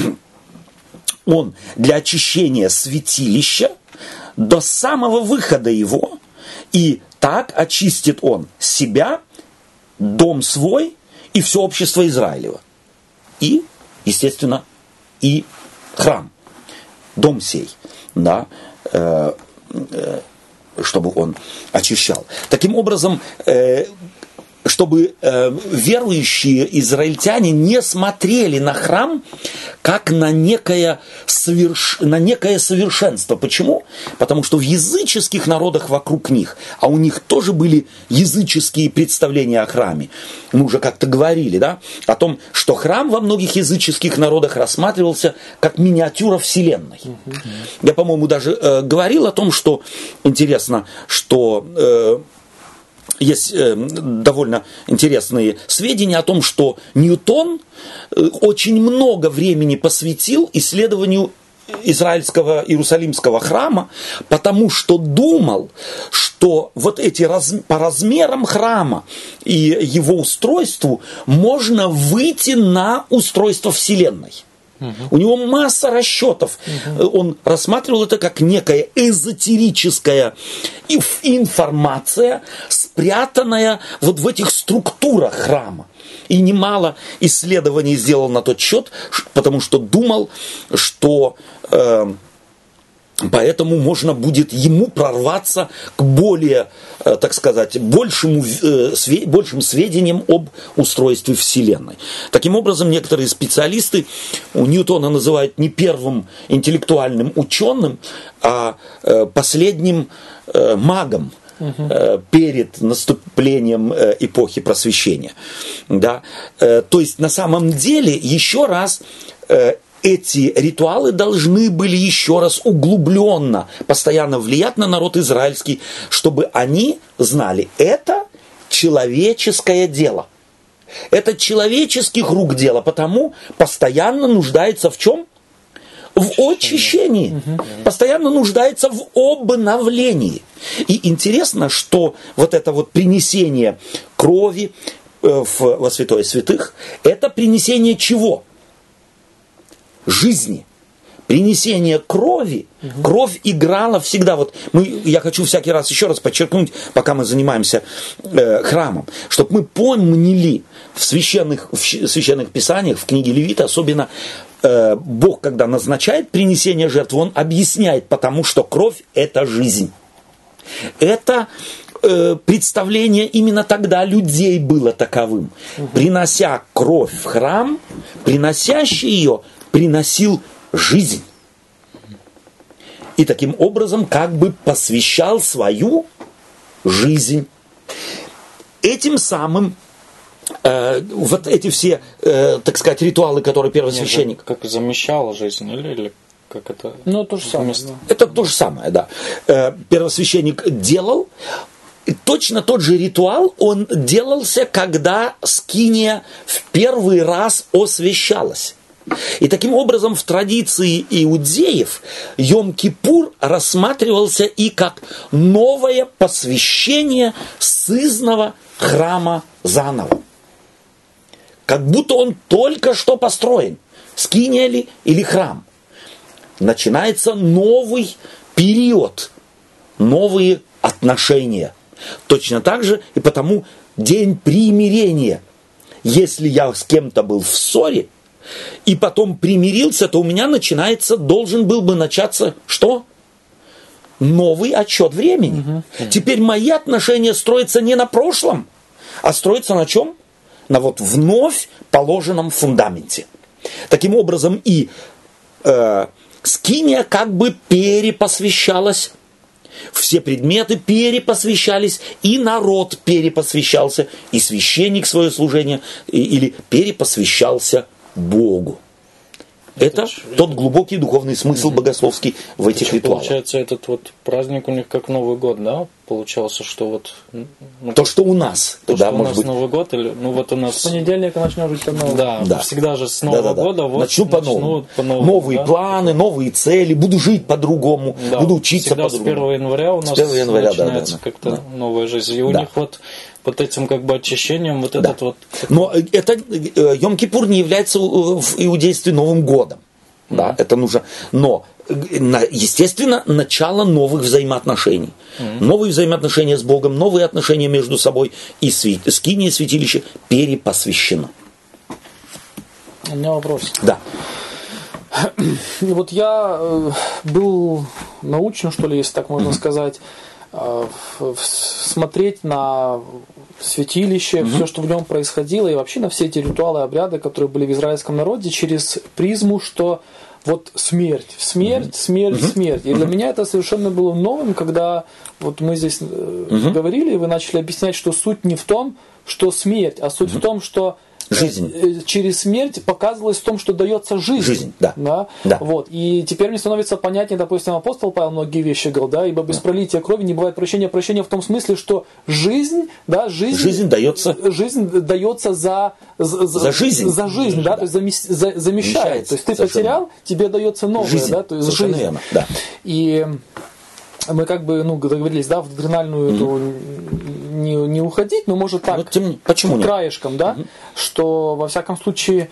он для очищения святилища до самого выхода его, и так очистит он себя, дом свой и все общество Израилева. И, естественно, и храм, дом сей, да, чтобы он очищал. Таким образом, чтобы верующие израильтяне не смотрели на храм как на некое совершенство. Почему? Потому что в языческих народах вокруг них, а у них тоже были языческие представления о храме. Мы уже как-то говорили, да, о том, что храм во многих языческих народах рассматривался как миниатюра Вселенной. Я, по-моему, даже говорил о том, что интересно, что есть довольно интересные сведения о том, что Ньютон очень много времени посвятил исследованию израильского Иерусалимского храма, потому что думал, что вот эти по размерам храма и его устройству можно выйти на устройство Вселенной. У него масса расчетов. Он рассматривал это как некая эзотерическая информация, спрятанная вот в этих структурах храма. И немало исследований сделал на тот счет, потому что думал, что поэтому можно будет ему прорваться к более, так сказать, большим сведениям об устройстве Вселенной. Таким образом, некоторые специалисты Ньютона называют не первым интеллектуальным ученым, а последним магом перед наступлением эпохи Просвещения. Да? То есть, на самом деле, еще раз, эти ритуалы должны были еще раз углубленно, постоянно влиять на народ израильский, чтобы они знали, это человеческое дело. Это человеческих рук дело, потому постоянно нуждается в чем? В очищении. Постоянно нуждается в обновлении. И интересно, что вот это вот принесение крови во святое святых, это принесение чего? Жизни. Принесение крови. Кровь играла всегда. Вот я хочу всякий раз еще раз подчеркнуть, пока мы занимаемся храмом, чтобы мы помнили в священных писаниях, в книге Левита, особенно Бог, когда назначает принесение жертвы, Он объясняет, потому что кровь – это жизнь. Это представление именно тогда людей было таковым. Принося кровь в храм, приносящий ее приносил жизнь. И таким образом как бы посвящал свою жизнь. Этим самым вот эти все, так сказать, ритуалы, которые первосвященник... Как замещал жизнь, или как это? Ну, то же самое. Это то же самое, да. Первосвященник делал. Точно тот же ритуал, он делался, когда скиния в первый раз освящалась. И таким образом в традиции иудеев Йом-Кипур рассматривался и как новое посвящение сызного храма заново. Как будто он только что построен. Скиния ли или храм. Начинается новый период, новые отношения. Точно так же и потому день примирения. Если я с кем-то был в ссоре, и потом примирился, то у меня должен был бы начаться что? Новый отсчет времени. Теперь мои отношения строятся не на прошлом, а строятся на чем? На вот вновь положенном фундаменте. Таким образом и скиния как бы перепосвящалась. Все предметы перепосвящались, и народ перепосвящался, и священник свое служение, или перепосвящался Богу. Это тот глубокий духовный смысл богословский в этих ритуалах. Получается, этот вот праздник у них как Новый год, да? Получался, что вот... то, что у нас. То, да, что у нас быть... Новый год, или... Ну, вот у нас... С понедельника начнем жить по-новому. Да, всегда же с Нового года. Вот начну по-новому. Новые планы, новые цели, буду жить по-другому, буду учиться по-другому. С 1 января у нас начинается как-то новая жизнь. И у них вот этим как бы очищением, вот этот вот... Но это Йом-Кипур не является в иудействе Новым годом. Да, это нужно. Но, естественно, начало новых взаимоотношений. Новые взаимоотношения с Богом, новые отношения между собой. И скиния, святилище перепосвящено. У меня вопрос. Да. И вот я был научен, что ли, если так можно сказать, смотреть на святилище, все, что в нем происходило, и вообще на все эти ритуалы, обряды, которые были в израильском народе, через призму, что вот смерть. И для меня это совершенно было новым, когда вот мы здесь говорили, и вы начали объяснять, что суть не в том, что смерть, а суть в том, что жизнь. Через смерть показывалось в том, что дается жизнь. Жизнь, да. Вот. И теперь мне становится понятнее, допустим, апостол Павел многие вещи говорил, да, ибо без пролития крови не бывает прощения. Прощение в том смысле, что жизнь дается за жизнь. За жизнь, да, то есть замещает. То есть ты потерял, тебе дается новое, жизнь. Да, то есть жизнь. Верно, да. И мы как бы, договорились, да, в доктринальную эту не уходить, но может так, почему краешком, да, что во всяком случае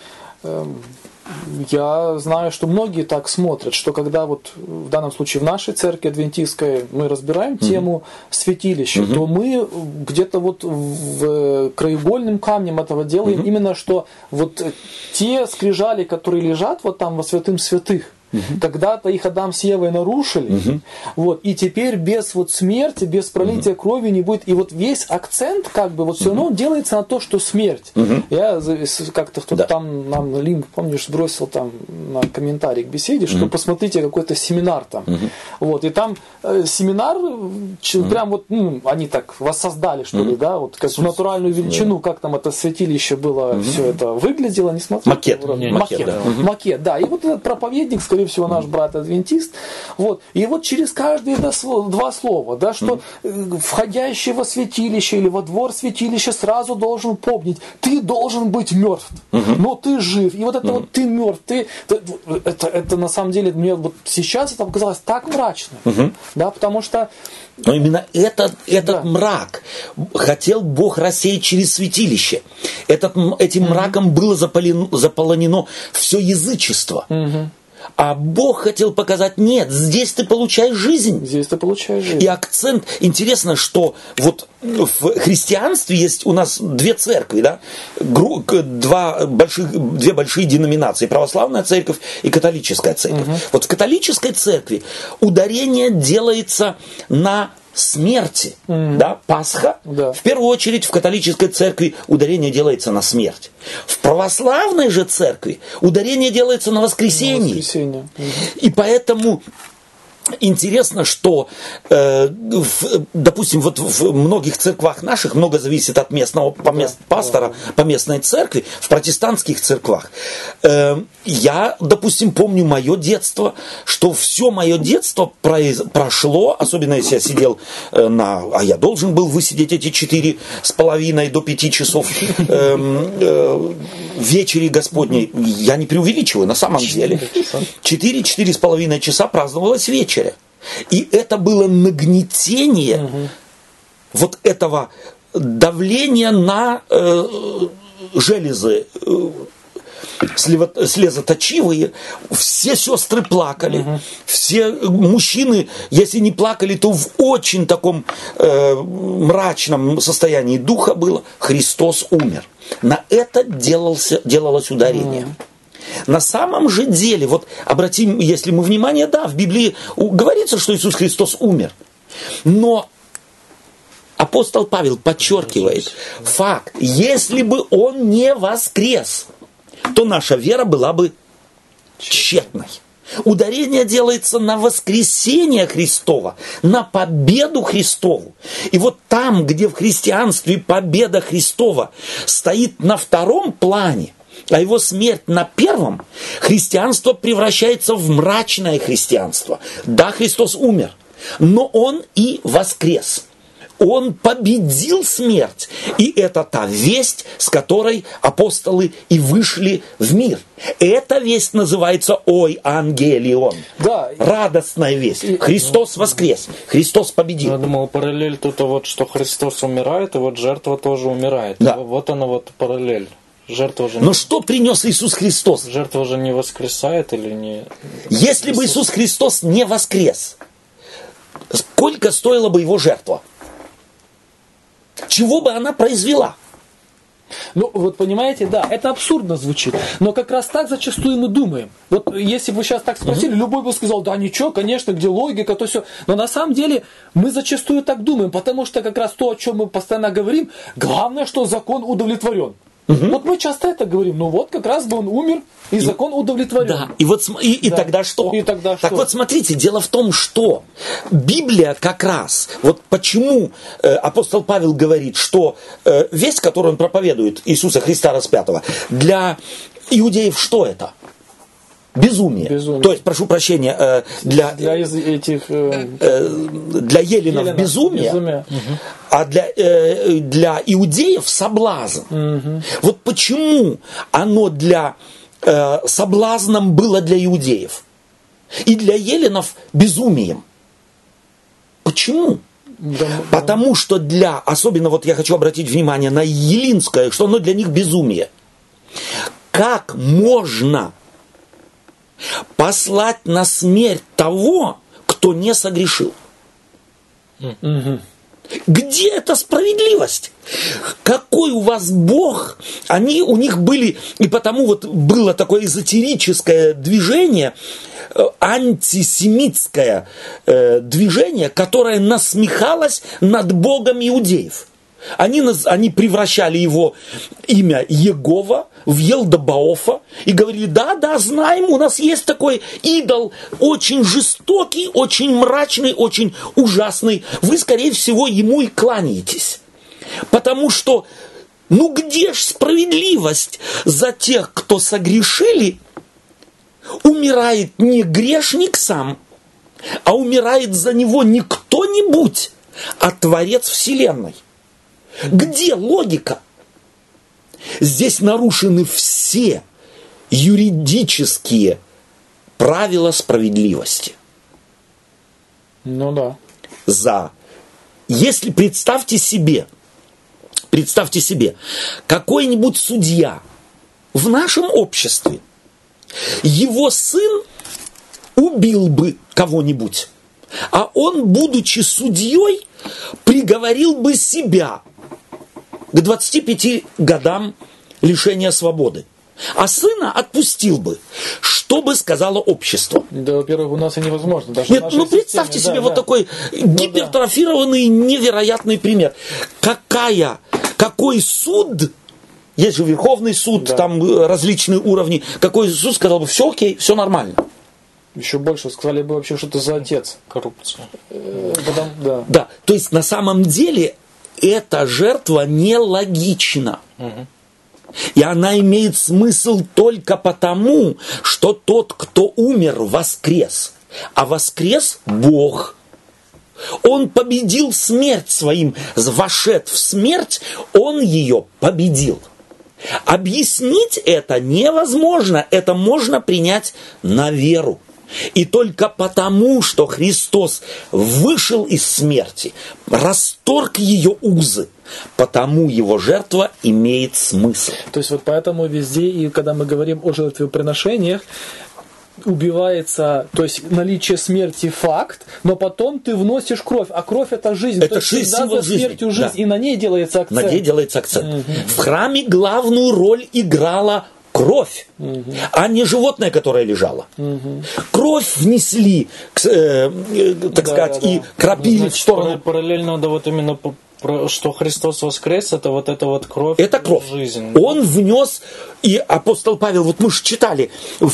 я знаю, что многие так смотрят, что когда вот в данном случае в нашей церкви адвентистской мы разбираем тему святилища, то мы где-то вот в краеугольным камнем этого делаем именно, что вот те скрижали, которые лежат вот там во святым святых, когда-то их Адам с Евой нарушили, вот, и теперь без вот смерти, без пролития крови не будет. И вот весь акцент, как бы, вот все равно делается на то, что смерть. Я как-то кто-то там нам линк, помнишь, сбросил там на комментарий к беседе, что посмотрите какой-то семинар там. Вот, и там семинар, прям вот, они так воссоздали, что ли, да, вот как в натуральную величину, как там это святилище было, все это выглядело, не смотрели? Макет, да. И вот этот проповедник, скорее всего, наш брат-адвентист. Вот. И вот через каждые два слова, да, что входящий во святилище или во двор святилища сразу должен помнить, ты должен быть мертв, но ты жив. И вот это вот ты мертв, это на самом деле мне вот сейчас это показалось так мрачно. Да, потому что но именно этот мрак хотел Бог рассеять через святилище. Этим мраком было заполонено все язычество. А Бог хотел показать, нет, здесь ты получаешь жизнь. Здесь ты получаешь жизнь. И акцент, интересно, что вот в христианстве есть у нас две церкви, да? Две большие деноминации, православная церковь и католическая церковь. Вот в католической церкви ударение делается на смерти. Да, Пасха, в первую очередь в католической церкви ударение делается на смерть. В православной же церкви ударение делается на воскресенье. И поэтому интересно, что, допустим, вот в многих церквах наших, много зависит от местного пастора по местной церкви, в протестантских церквах. Я, допустим, помню мое детство, что все мое детство прошло, особенно если я сидел а я должен был высидеть эти 4,5 до 5 часов вечери Господней. Я не преувеличиваю, на самом деле. 4-4,5 часа праздновалось вечер. И это было нагнетение вот этого давления на железы слезоточивые. Все сестры плакали. Все мужчины, если не плакали, то в очень таком мрачном состоянии духа было. Христос умер. На это делалось ударение. На самом же деле, вот обратим, если мы внимание, да, в Библии говорится, что Иисус Христос умер. Но апостол Павел подчеркивает факт, если бы Он не воскрес, то наша вера была бы тщетной. Ударение делается на воскресение Христова, на победу Христову. И вот там, где в христианстве победа Христова стоит на втором плане, а его смерть на первом, христианство превращается в мрачное христианство. Да, Христос умер, но Он и воскрес. Он победил смерть. И это та весть, с которой апостолы и вышли в мир. Эта весть называется «Ой, Ангелион». Да. Радостная весть. Христос воскрес. Христос победил. Я думал, параллель тут вот, что Христос умирает, и вот жертва тоже умирает. Да. Вот она вот параллель. Жертва же но что принес Иисус Христос? Жертва же не воскресает или не... Если бы Иисус Христос не воскрес, сколько стоила бы Его жертва? Чего бы она произвела? Ну, вот понимаете, да, это абсурдно звучит, но как раз так зачастую мы думаем. Вот если бы вы сейчас так спросили, любой бы сказал, да ничего, конечно, где логика, то все. Но на самом деле мы зачастую так думаем, потому что как раз то, о чем мы постоянно говорим, главное, что закон удовлетворен. Вот мы часто это говорим, ну вот как раз бы он умер, и закон удовлетворен. Да, и, вот, и да. Тогда что? И тогда так что? Вот смотрите, дело в том, что Библия как раз, вот почему апостол Павел говорит, что весть, которую он проповедует, Иисуса Христа распятого, для иудеев что это? Безумие. То есть, прошу прощения, для эллинов безумие. А для иудеев соблазн. Вот почему оно соблазном было для иудеев и для эллинов безумием? Почему? Потому что особенно вот я хочу обратить внимание на эллинское, что оно для них безумие. Как можно послать на смерть того, кто не согрешил? Где эта справедливость? Какой у вас Бог? У них были, и потому вот было такое эзотерическое движение, антисемитское движение, которое насмехалось над Богом иудеев. Они превращали его имя Егова в Елдобаофа и говорили, да, знаем, у нас есть такой идол, очень жестокий, очень мрачный, очень ужасный. Вы, скорее всего, ему и кланяетесь. Потому что, где ж справедливость за тех, кто согрешили? Умирает не грешник сам, а умирает за него не кто-нибудь, а Творец Вселенной. Где логика? Здесь нарушены все юридические правила справедливости. Ну да. Если представьте себе, какой-нибудь судья в нашем обществе, его сын убил бы кого-нибудь, а он, будучи судьей, приговорил бы себя к 25 годам лишения свободы. а сына отпустил бы. Что бы сказало общество? Да, во-первых, у нас и невозможно. Даже Нет, ну представьте себе вот такой гипертрофированный, невероятный пример. Какой суд, есть же Верховный суд, там различные уровни, какой суд сказал бы, все окей, все нормально. Еще больше сказали бы вообще, что ты за отец. Коррупция. Да, то есть на самом деле эта жертва нелогична. И она имеет смысл только потому, что тот, кто умер, воскрес. А воскрес Бог. Он победил смерть своим, вошед в смерть, он ее победил. Объяснить это невозможно, это можно принять на веру. И только потому, что Христос вышел из смерти, расторг ее узы, потому его жертва имеет смысл. То есть вот поэтому везде, и когда мы говорим о жертвоприношениях, убивается, то есть наличие смерти факт, но потом ты вносишь кровь, а кровь это жизнь. Это жизнь, символ жизни. Смертью жизнь, и на ней делается акцент. На ней делается акцент. В храме главную роль играла кровь, а не животное, которое лежало. Кровь внесли, так сказать, и крапили в сторону. Параллельно, да, вот именно что Христос воскрес, это вот кровь. Это кровь. Жизнь. Он внес, и апостол Павел, вот мы же читали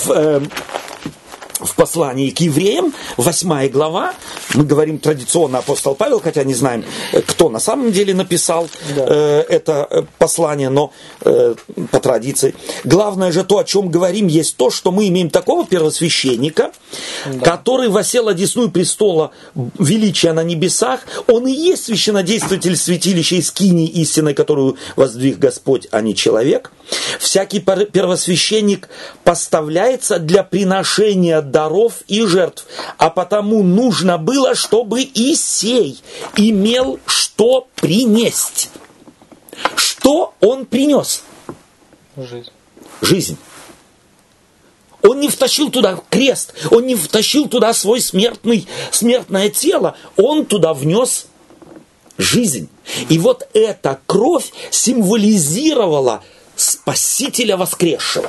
в послании к евреям, 8 глава, мы говорим традиционно апостол Павел, хотя не знаем, кто на самом деле написал это послание, но по традиции. Главное же то, о чем говорим, есть то, что мы имеем такого первосвященника, который восел одесную престола величия на небесах. Он и есть священнодействователь святилища и скинии истины, которую воздвиг Господь, а не человек. Всякий первосвященник поставляется для приношения даров и жертв, а потому нужно было, чтобы и сей имел что принести. Что он принес? Жизнь. Он не втащил туда крест, он не втащил туда свое смертное тело, он туда внес жизнь. И вот эта кровь символизировала Спасителя воскресшего.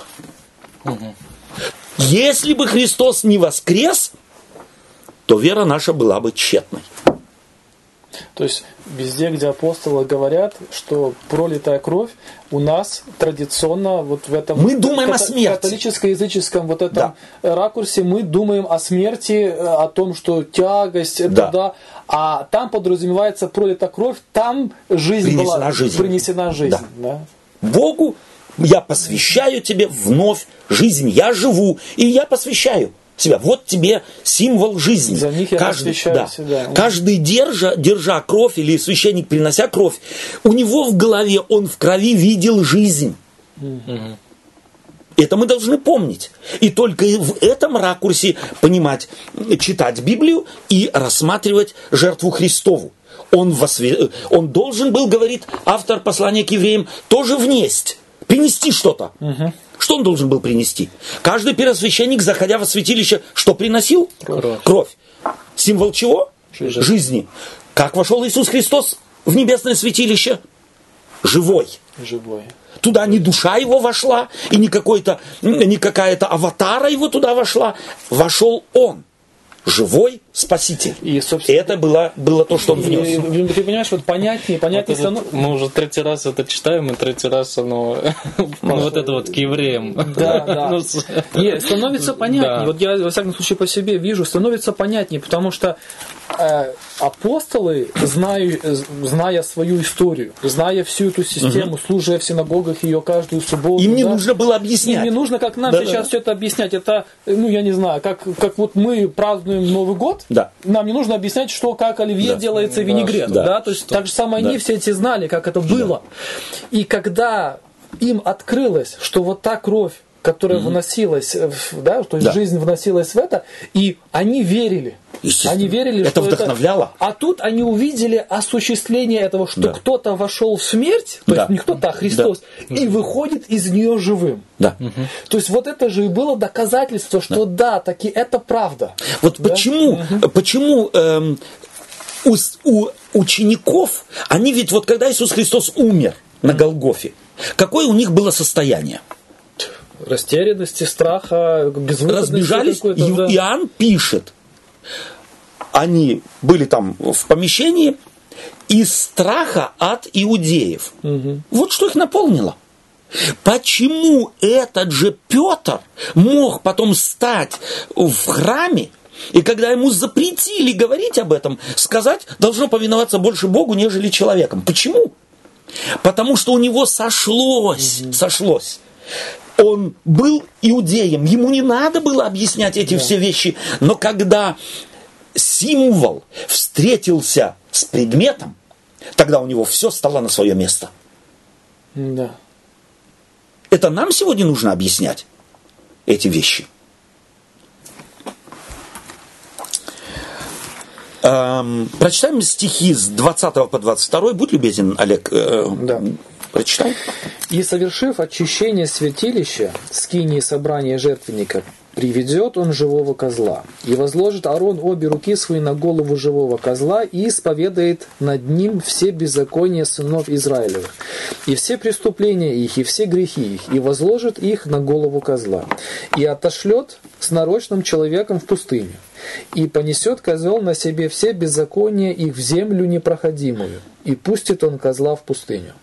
Если бы Христос не воскрес, то вера наша была бы тщетной. То есть везде, где апостолы говорят, что пролитая кровь, у нас традиционно вот в этом мы думаем о смерти. Католическо-языческом вот этом ракурсе мы думаем о смерти, о том, что тягость, это а там подразумевается пролитая кровь, там жизнь принесена жизнь. Да. Богу я посвящаю тебе вновь жизнь. Я живу, и я посвящаю себя. Вот тебе символ жизни. За них я посвящаю себя. Каждый, держа кровь, или священник, принося кровь, у него в голове, он в крови видел жизнь. Это мы должны помнить. И только в этом ракурсе понимать, читать Библию и рассматривать жертву Христову. Он должен был, говорит автор послания к евреям, тоже внесть, принести что-то. Что он должен был принести? Каждый первосвященник, заходя во святилище, что приносил? Кровь. Символ чего? Жизни. Как вошел Иисус Христос в небесное святилище? Живой. Туда не душа его вошла, и не какая-то аватара его туда вошла. Вошел он. Живой Спаситель. И это было то, что он внес. Ты понимаешь, вот понятнее становится. Мы уже третий раз это читаем, и третий раз оно вот это вот к евреям. Да. Становится понятнее. Вот я, во всяком случае, по себе вижу, становится понятнее, потому что апостолы, зная свою историю, зная всю эту систему, служа в синагогах ее каждую субботу. Им не нужно было объяснять. Им не нужно, как нам сейчас все это объяснять. Это, я не знаю, как вот мы празднуем Новый год, нам не нужно объяснять, что, как оливье делается винегрет. То есть так же самое они все эти знали, как это было. И когда им открылось, что вот та кровь, которая вносилась, то есть жизнь вносилась в это, и они верили. Они верили, это вдохновляло. А тут они увидели осуществление этого, что кто-то вошел в смерть, то есть не кто-то, а Христос, и выходит из нее живым. То есть вот это же и было доказательство, что таки это правда. Вот почему у учеников, они ведь вот когда Иисус Христос умер на Голгофе, какое у них было состояние? растерянности, страха, безвыходности. Разбежались. Иоанн пишет, они были там в помещении из страха от иудеев. Вот что их наполнило. Почему этот же Петр мог потом стать в храме, и когда ему запретили говорить об этом, сказать, должно повиноваться больше Богу, нежели человеком? Почему? Потому что у него сошлось. Он был иудеем, ему не надо было объяснять эти все вещи, но когда символ встретился с предметом, тогда у него все стало на свое место. Да. Это нам сегодня нужно объяснять эти вещи. Прочитаем стихи с 20 по 22. Будь любезен, Олег. Да. Прочитай. «И, совершив очищение святилища, скинии собрания жертвенника, приведет он живого козла, и возложит Аарон обе руки свои на голову живого козла, и исповедает над ним все беззакония сынов Израилевых, и все преступления их, и все грехи их, и возложит их на голову козла, и отошлет с нарочным человеком в пустыню, и понесет козел на себе все беззакония их в землю непроходимую, и пустит он козла в пустыню».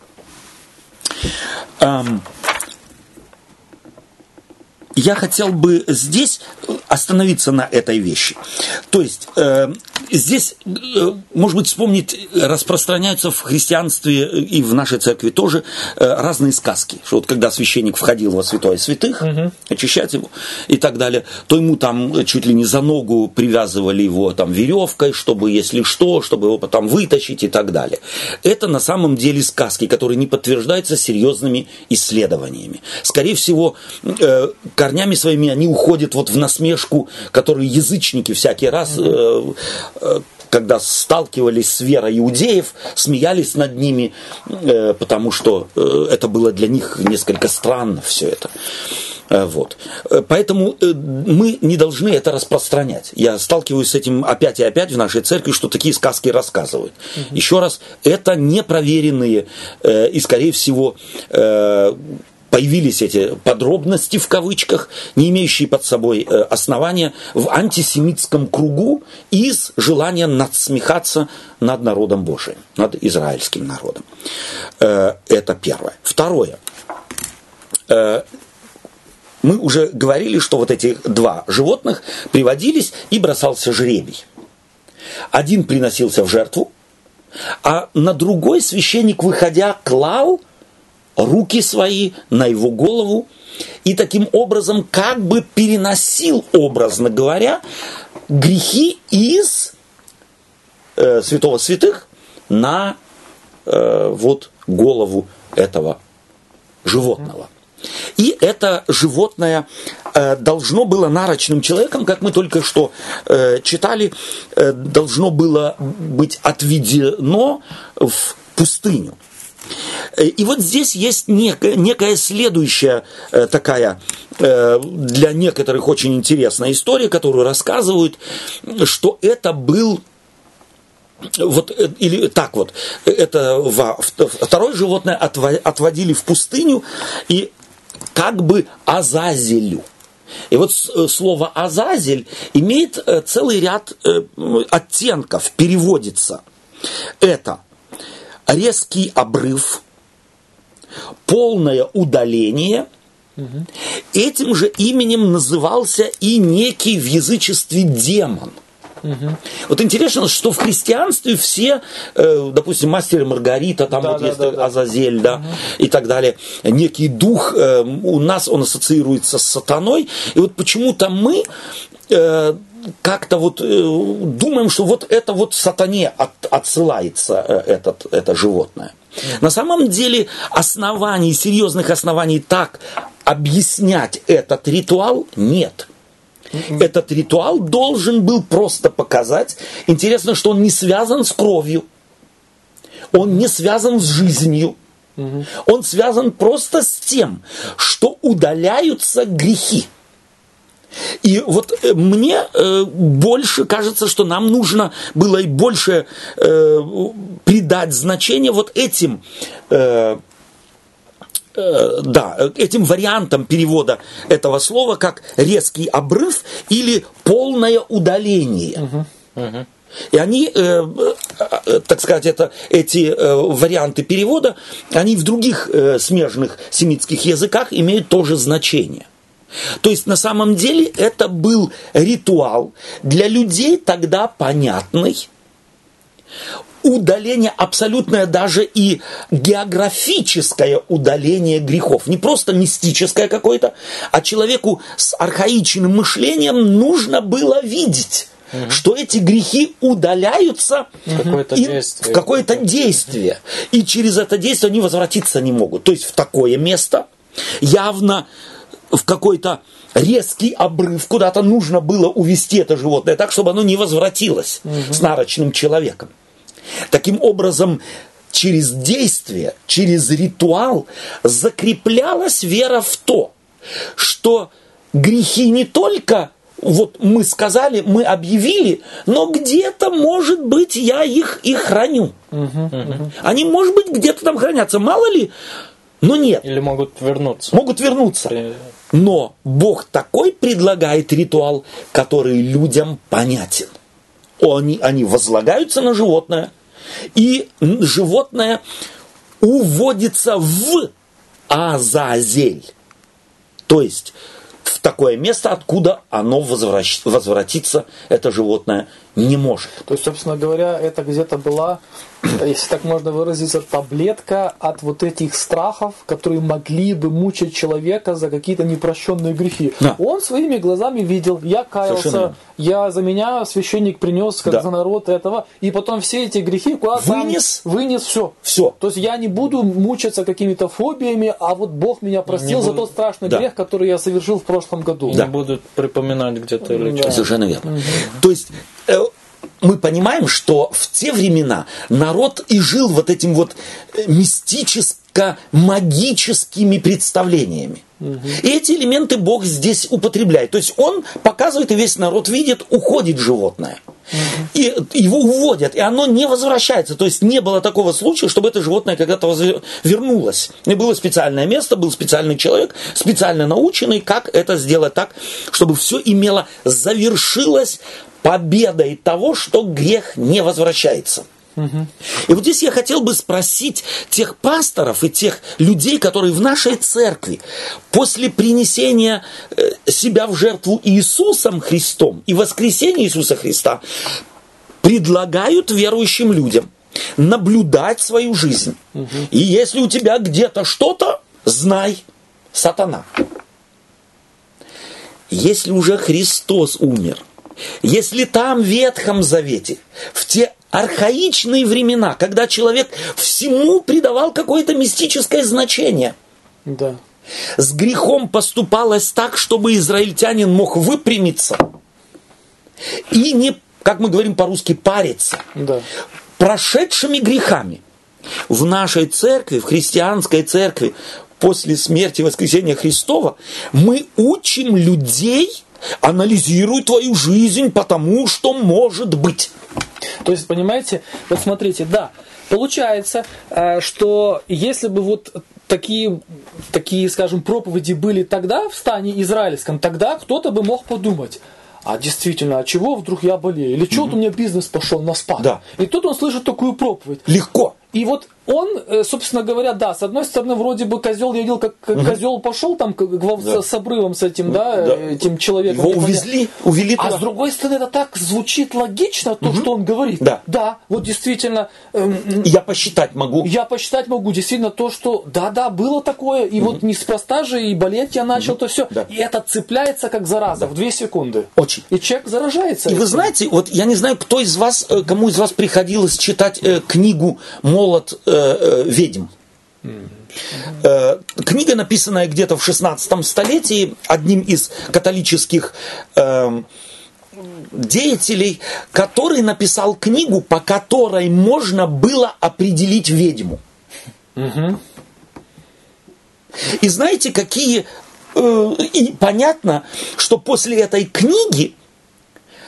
Я хотел бы здесь остановиться на этой вещи. То есть, здесь, может быть, вспомнить, распространяются в христианстве и в нашей церкви тоже разные сказки. Что вот когда священник входил во святое святых, очищать его и так далее, то ему там чуть ли не за ногу привязывали его там веревкой, чтобы, если что, чтобы его потом вытащить и так далее. Это на самом деле сказки, которые не подтверждаются серьезными исследованиями. Скорее всего, корнями своими они уходят вот в насмешку, которую язычники всякий раз, когда сталкивались с верой иудеев, смеялись над ними, потому что это было для них несколько странно все это. Вот. Поэтому мы не должны это распространять. Я сталкиваюсь с этим опять и опять в нашей церкви, что такие сказки рассказывают. Еще раз, это непроверенные и, скорее всего, появились эти подробности, в кавычках, не имеющие под собой основания, в антисемитском кругу из желания надсмехаться над народом Божиим, над израильским народом. Это первое. Второе. Мы уже говорили, что вот эти два животных приводились, и бросался жребий. Один приносился в жертву, а на другой священник, выходя, клал руки свои на его голову и таким образом как бы переносил, образно говоря, грехи из святого святых на вот голову этого животного. И это животное должно было нарочным человеком, как мы только что читали, должно было быть отведено в пустыню. И вот здесь есть некая следующая такая для некоторых очень интересная история, которую рассказывают, что это был вот, или так вот, это второе животное отводили в пустыню и как бы Азазелю. И вот слово Азазель имеет целый ряд оттенков, переводится. Это резкий обрыв, полное удаление. Этим же именем назывался и некий в язычестве демон. Вот интересно, что в христианстве все, допустим, мастер и Маргарита, там вот есть Азазель, и так далее, некий дух, у нас он ассоциируется с сатаной, и вот почему-то мы как-то вот думаем, что вот это вот сатане отсылается это животное. На самом деле оснований, серьезных оснований так объяснять этот ритуал нет. Этот ритуал должен был просто показать. Интересно, что он не связан с кровью. Он не связан с жизнью. Он связан просто с тем, что удаляются грехи. И вот мне больше кажется, что нам нужно было и больше придать значение вот этим этим вариантом перевода этого слова как резкий обрыв или полное удаление. И они, так сказать, эти варианты перевода, они в других смежных семитских языках имеют тоже значение. То есть на самом деле это был ритуал для людей тогда понятный. Удаление абсолютное, даже и географическое удаление грехов. Не просто мистическое какое-то, а человеку с архаичным мышлением нужно было видеть, что эти грехи удаляются в какое-то действие. И через это действие они возвратиться не могут. То есть в такое место, явно в какой-то резкий обрыв, куда-то нужно было увести это животное так, чтобы оно не возвратилось с нарочным человеком. Таким образом, через действие, через ритуал закреплялась вера в то, что грехи не только, вот мы сказали, мы объявили, но где-то, может быть, я их и храню. Они, может быть, где-то там хранятся, мало ли, но нет. Или могут вернуться. Могут вернуться. Но Бог такой предлагает ритуал, который людям понятен. Они возлагаются на животное, и животное уводится в Азазель. То есть в такое место, откуда оно возвратиться, это животное, не может. То есть, собственно говоря, это где-то была, если так можно выразиться, таблетка от вот этих страхов, которые могли бы мучить человека за какие-то непрощенные грехи. Да. Он своими глазами видел, я каялся, за меня священник принес, как за народ этого, и потом все эти грехи куда-то вынес все. То есть я не буду мучиться какими-то фобиями, а вот Бог меня простил за тот страшный грех, который я совершил в прошлом году. Не будут припоминать где-то или что-то. Совершенно верно. То есть мы понимаем, что в те времена народ и жил вот этим вот мистическо-магическими представлениями. И эти элементы Бог здесь употребляет. То есть Он показывает, и весь народ видит, уходит животное. И его уводят, и оно не возвращается. То есть не было такого случая, чтобы это животное когда-то вернулось. И было специальное место, был специальный человек, специально наученный, как это сделать так, чтобы все завершилось победой того, что грех не возвращается. И вот здесь я хотел бы спросить тех пасторов и тех людей, которые в нашей церкви после принесения себя в жертву Иисусом Христом и воскресения Иисуса Христа предлагают верующим людям наблюдать свою жизнь. И если у тебя где-то что-то, знай, сатана. Если уже Христос умер, если там в Ветхом Завете, в те архаичные времена, когда человек всему придавал какое-то мистическое значение, с грехом поступалось так, чтобы израильтянин мог выпрямиться и не, как мы говорим по-русски, париться прошедшими грехами. В нашей церкви, в христианской церкви, после смерти и воскресения Христова, мы учим людей анализировать твою жизнь, потому что может быть. То есть, понимаете, вот смотрите, получается, что если бы вот такие, скажем, проповеди были тогда в стане израильском, тогда кто-то бы мог подумать, а действительно, а чего вдруг я болею? Или чего-то у меня бизнес пошел на спад? И тут он слышит такую проповедь. Легко. И вот он, собственно говоря, с одной стороны, вроде бы козел, я видел, как козел пошел там с обрывом с этим, этим человеком. Его увели туда. А с другой стороны, это так звучит логично, то, что он говорит. Да, вот действительно. Я посчитать могу. Действительно, то, что было такое, и вот неспроста же, и болеть я начал, то все. И это цепляется как зараза в 2 секунды. Очень. И человек заражается. И вы знаете, вот я не знаю, кому из вас приходилось читать книгу «Молот ведьм». Книга, написанная где-то в 16 столетии одним из католических деятелей, который написал книгу, по которой можно было определить ведьму. И знаете, и понятно, что после этой книги,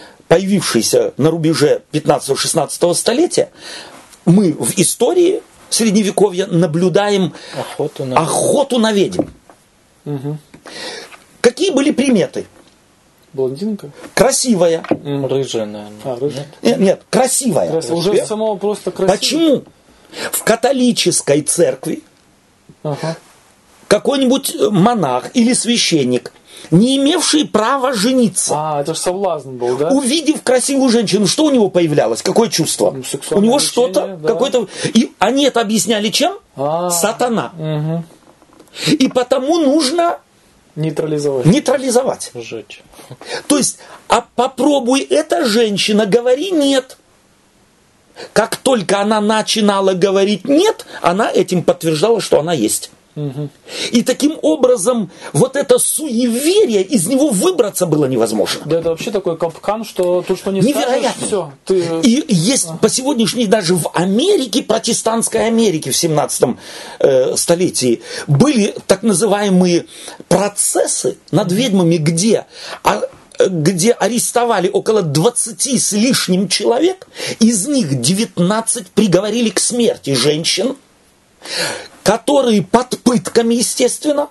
появившейся на рубеже 15-16 столетия, мы в истории Средневековья наблюдаем охоту на ведьм. Угу. Какие были приметы? Блондинка? Красивая. Рыжая, наверное. Рыжая? Нет, красивая. Уже само просто красиво. Почему? В католической церкви какой-нибудь монах или священник, не имевший права жениться, это же соблазн был, да? увидев красивую женщину, что у него появлялось? Какое чувство? У него что-то, да. какое-то... И они это объясняли чем? Сатана. Угу. И потому нужно нейтрализовать. Сжечь. То есть, попробуй эта женщина, говори нет. Как только она начинала говорить нет, она этим подтверждала, что она есть. Угу. И таким образом вот это суеверие, из него выбраться было невозможно. Да, это вообще такой капкан, что тут что не невероятно. Скажешь, все. И есть по сегодняшней даже в Америке, протестантской Америке в 17 столетии, были так называемые процессы над ведьмами, где арестовали около 20 с лишним человек, из них 19 приговорили к смерти женщин, которые под пытками, естественно,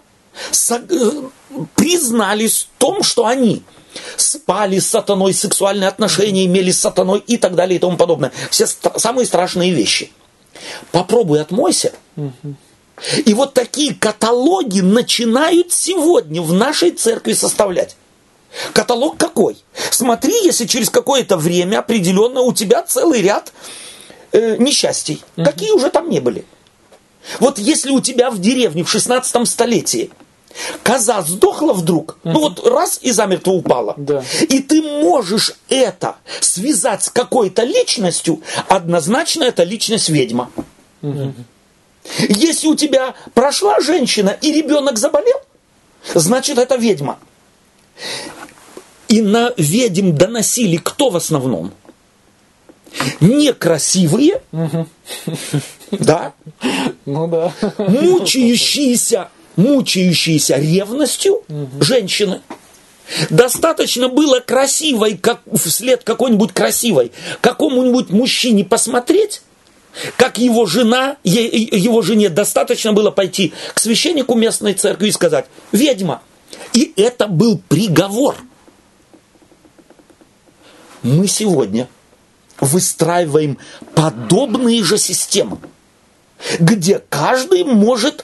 признались в том, что они спали с сатаной, сексуальные отношения имели с сатаной и так далее и тому подобное. Все самые страшные вещи. Попробуй отмойся. И вот такие каталоги начинают сегодня в нашей церкви составлять. Каталог какой? Смотри, если через какое-то время определенно у тебя целый ряд несчастий. Какие уже там не были. Вот если у тебя в деревне в 16 столетии коза сдохла вдруг, раз и замертво упала, и ты можешь это связать с какой-то личностью, однозначно это личность ведьма. Если у тебя прошла женщина и ребенок заболел, значит это ведьма. И на ведьм доносили кто в основном? Некрасивые, да, мучающиеся ревностью женщины. Достаточно было красивой, как вслед какой-нибудь красивой, какому-нибудь мужчине посмотреть, как его жене достаточно было пойти к священнику местной церкви и сказать: ведьма. И это был приговор. Мы сегодня выстраиваем подобные же системы, где каждый может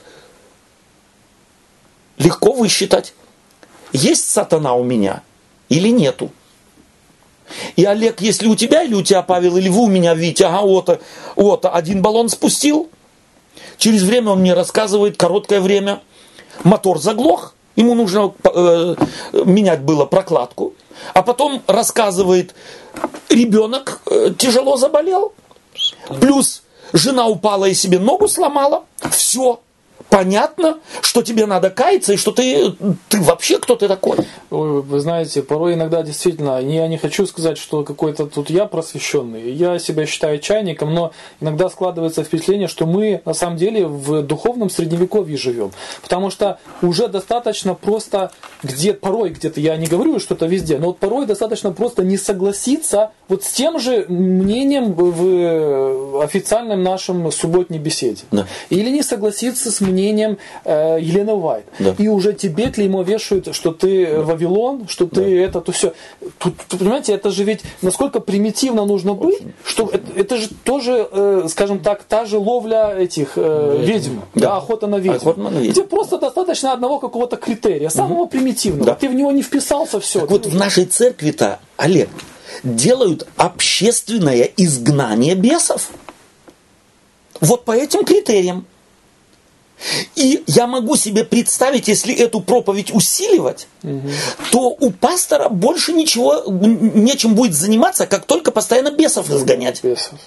легко высчитать, есть сатана у меня или нету. И, Олег, если у тебя, или у тебя, Павел, или вы у меня видите, один баллон спустил, через время он мне рассказывает, короткое время, мотор заглох, ему нужно менять было прокладку, а потом рассказывает, ребенок тяжело заболел, плюс жена упала и себе ногу сломала, все. Понятно, что тебе надо каяться, и что ты вообще кто ты такой. Ой, вы знаете, порой иногда действительно, я не хочу сказать, что какой-то тут я просвещенный, я себя считаю чайником, но иногда складывается впечатление, что мы на самом деле в духовном средневековье живем. Потому что уже достаточно просто, порой где-то, я не говорю, что это везде, но вот порой достаточно просто не согласиться вот с тем же мнением в официальном нашем субботней беседе. Да. Или не согласиться с мнением Елены Уайт. Да. И уже тебе клеймо вешают, что ты Вавилон, что ты то все. Тут, понимаете, это же ведь насколько примитивно нужно быть, что это же тоже, скажем так, та же ловля этих ведьм, охота на ведьм. Где просто достаточно одного какого-то критерия, самого примитивного. Да. Ты в него не вписался, все. Так вот в нашей церкви-то, Олег, делают общественное изгнание бесов. Вот по этим критериям. И я могу себе представить, если эту проповедь усиливать, то у пастора больше нечем будет заниматься, как только постоянно бесов изгонять.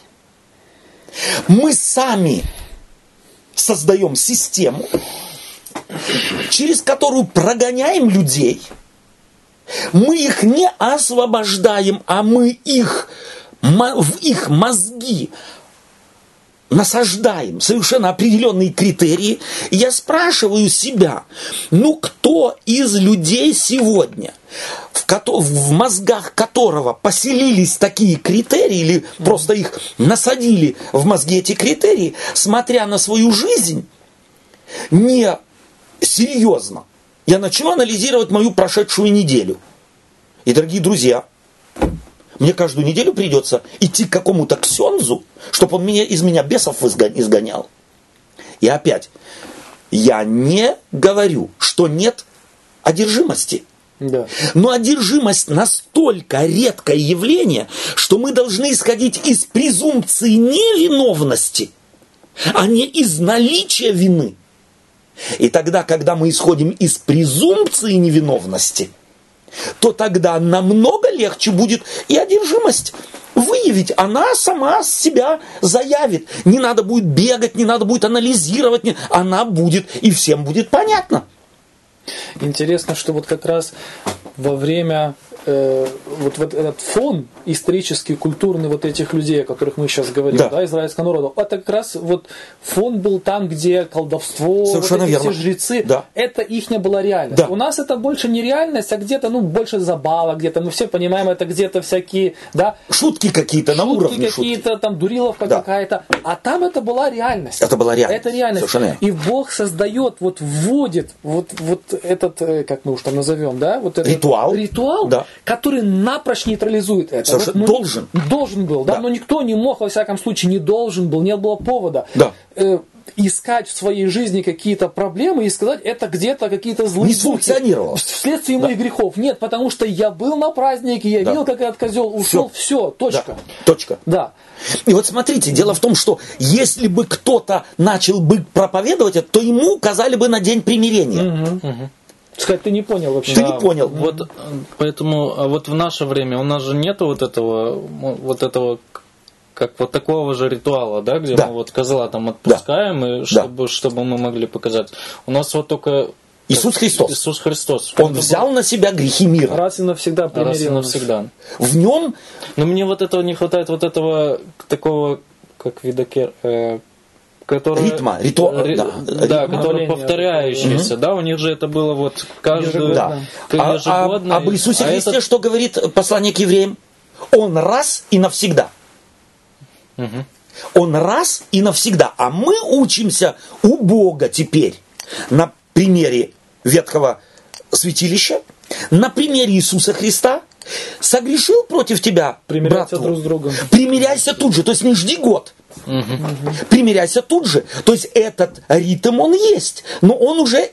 Мы сами создаем систему, через которую прогоняем людей. Мы их не освобождаем, а мы в их мозги насаждаем совершенно определенные критерии, и я спрашиваю себя, ну кто из людей сегодня, в мозгах которого поселились такие критерии, или просто их насадили в мозги эти критерии, смотря на свою жизнь, не серьезно, я начну анализировать мою прошедшую неделю. И, дорогие друзья, мне каждую неделю придется идти к какому-то ксензу, чтобы он из меня бесов изгонял. И опять, я не говорю, что нет одержимости. Да. Но одержимость настолько редкое явление, что мы должны исходить из презумпции невиновности, а не из наличия вины. И тогда, когда мы исходим из презумпции невиновности, то тогда намного легче будет и одержимость выявить. Она сама себя заявит. Не надо будет бегать, не надо будет анализировать. Она будет, и всем будет понятно. Интересно, что вот как раз во время вот этот фон исторический, культурный вот этих людей, о которых мы сейчас говорим, да, израильского народа, это как раз вот фон был там, где колдовство, вот эти все жрецы, это их не была реальность. Да. У нас это больше не реальность, а где-то, больше забава, где-то, мы все понимаем, это где-то всякие, да, шутки какие-то на уровне какие-то, там, дуриловка какая-то, а там это была реальность. Это была реальность. Это реальность. Совершенно. И Бог создает, вводит вот этот, как мы уж там назовем, да, вот этот ритуал, да, который напрочь нейтрализует это. Должен был, да, но никто не мог, во всяком случае, не должен был, не было повода искать в своей жизни какие-то проблемы и сказать, это где-то какие-то злые не функционировало. Вследствие моих грехов. Нет, потому что я был на празднике, я видел, как этот козел ушел, все, точка. Да. Точка. Да. И вот смотрите, дело в том, что если бы кто-то начал бы проповедовать это, то ему указали бы на день примирения. Сказать, ты не понял вообще. Ты не понял. Вот, поэтому вот в наше время у нас же нету вот этого как вот такого же ритуала, да, где мы вот козла там отпускаем, и чтобы мы могли показать. У нас вот только Иисус Христос. Иисус Христос. Он взял на себя грехи мира. Раз и навсегда примирил. Раз и навсегда. В нем... Но мне вот этого не хватает, вот этого такого, как видокер... ритма, ритуал, который повторяющийся, да, у них же это было вот каждую ежегодно. Об Иисусе Христе что говорит послание к евреям? Он раз и навсегда. Он раз и навсегда. А мы учимся у Бога теперь на примере Ветхого святилища, на примере Иисуса Христа. Согрешил против тебя, примиряйся друг с другом. Примиряйся тут же, то есть не жди год. Примиряйся тут же. То есть этот ритм он есть, но он уже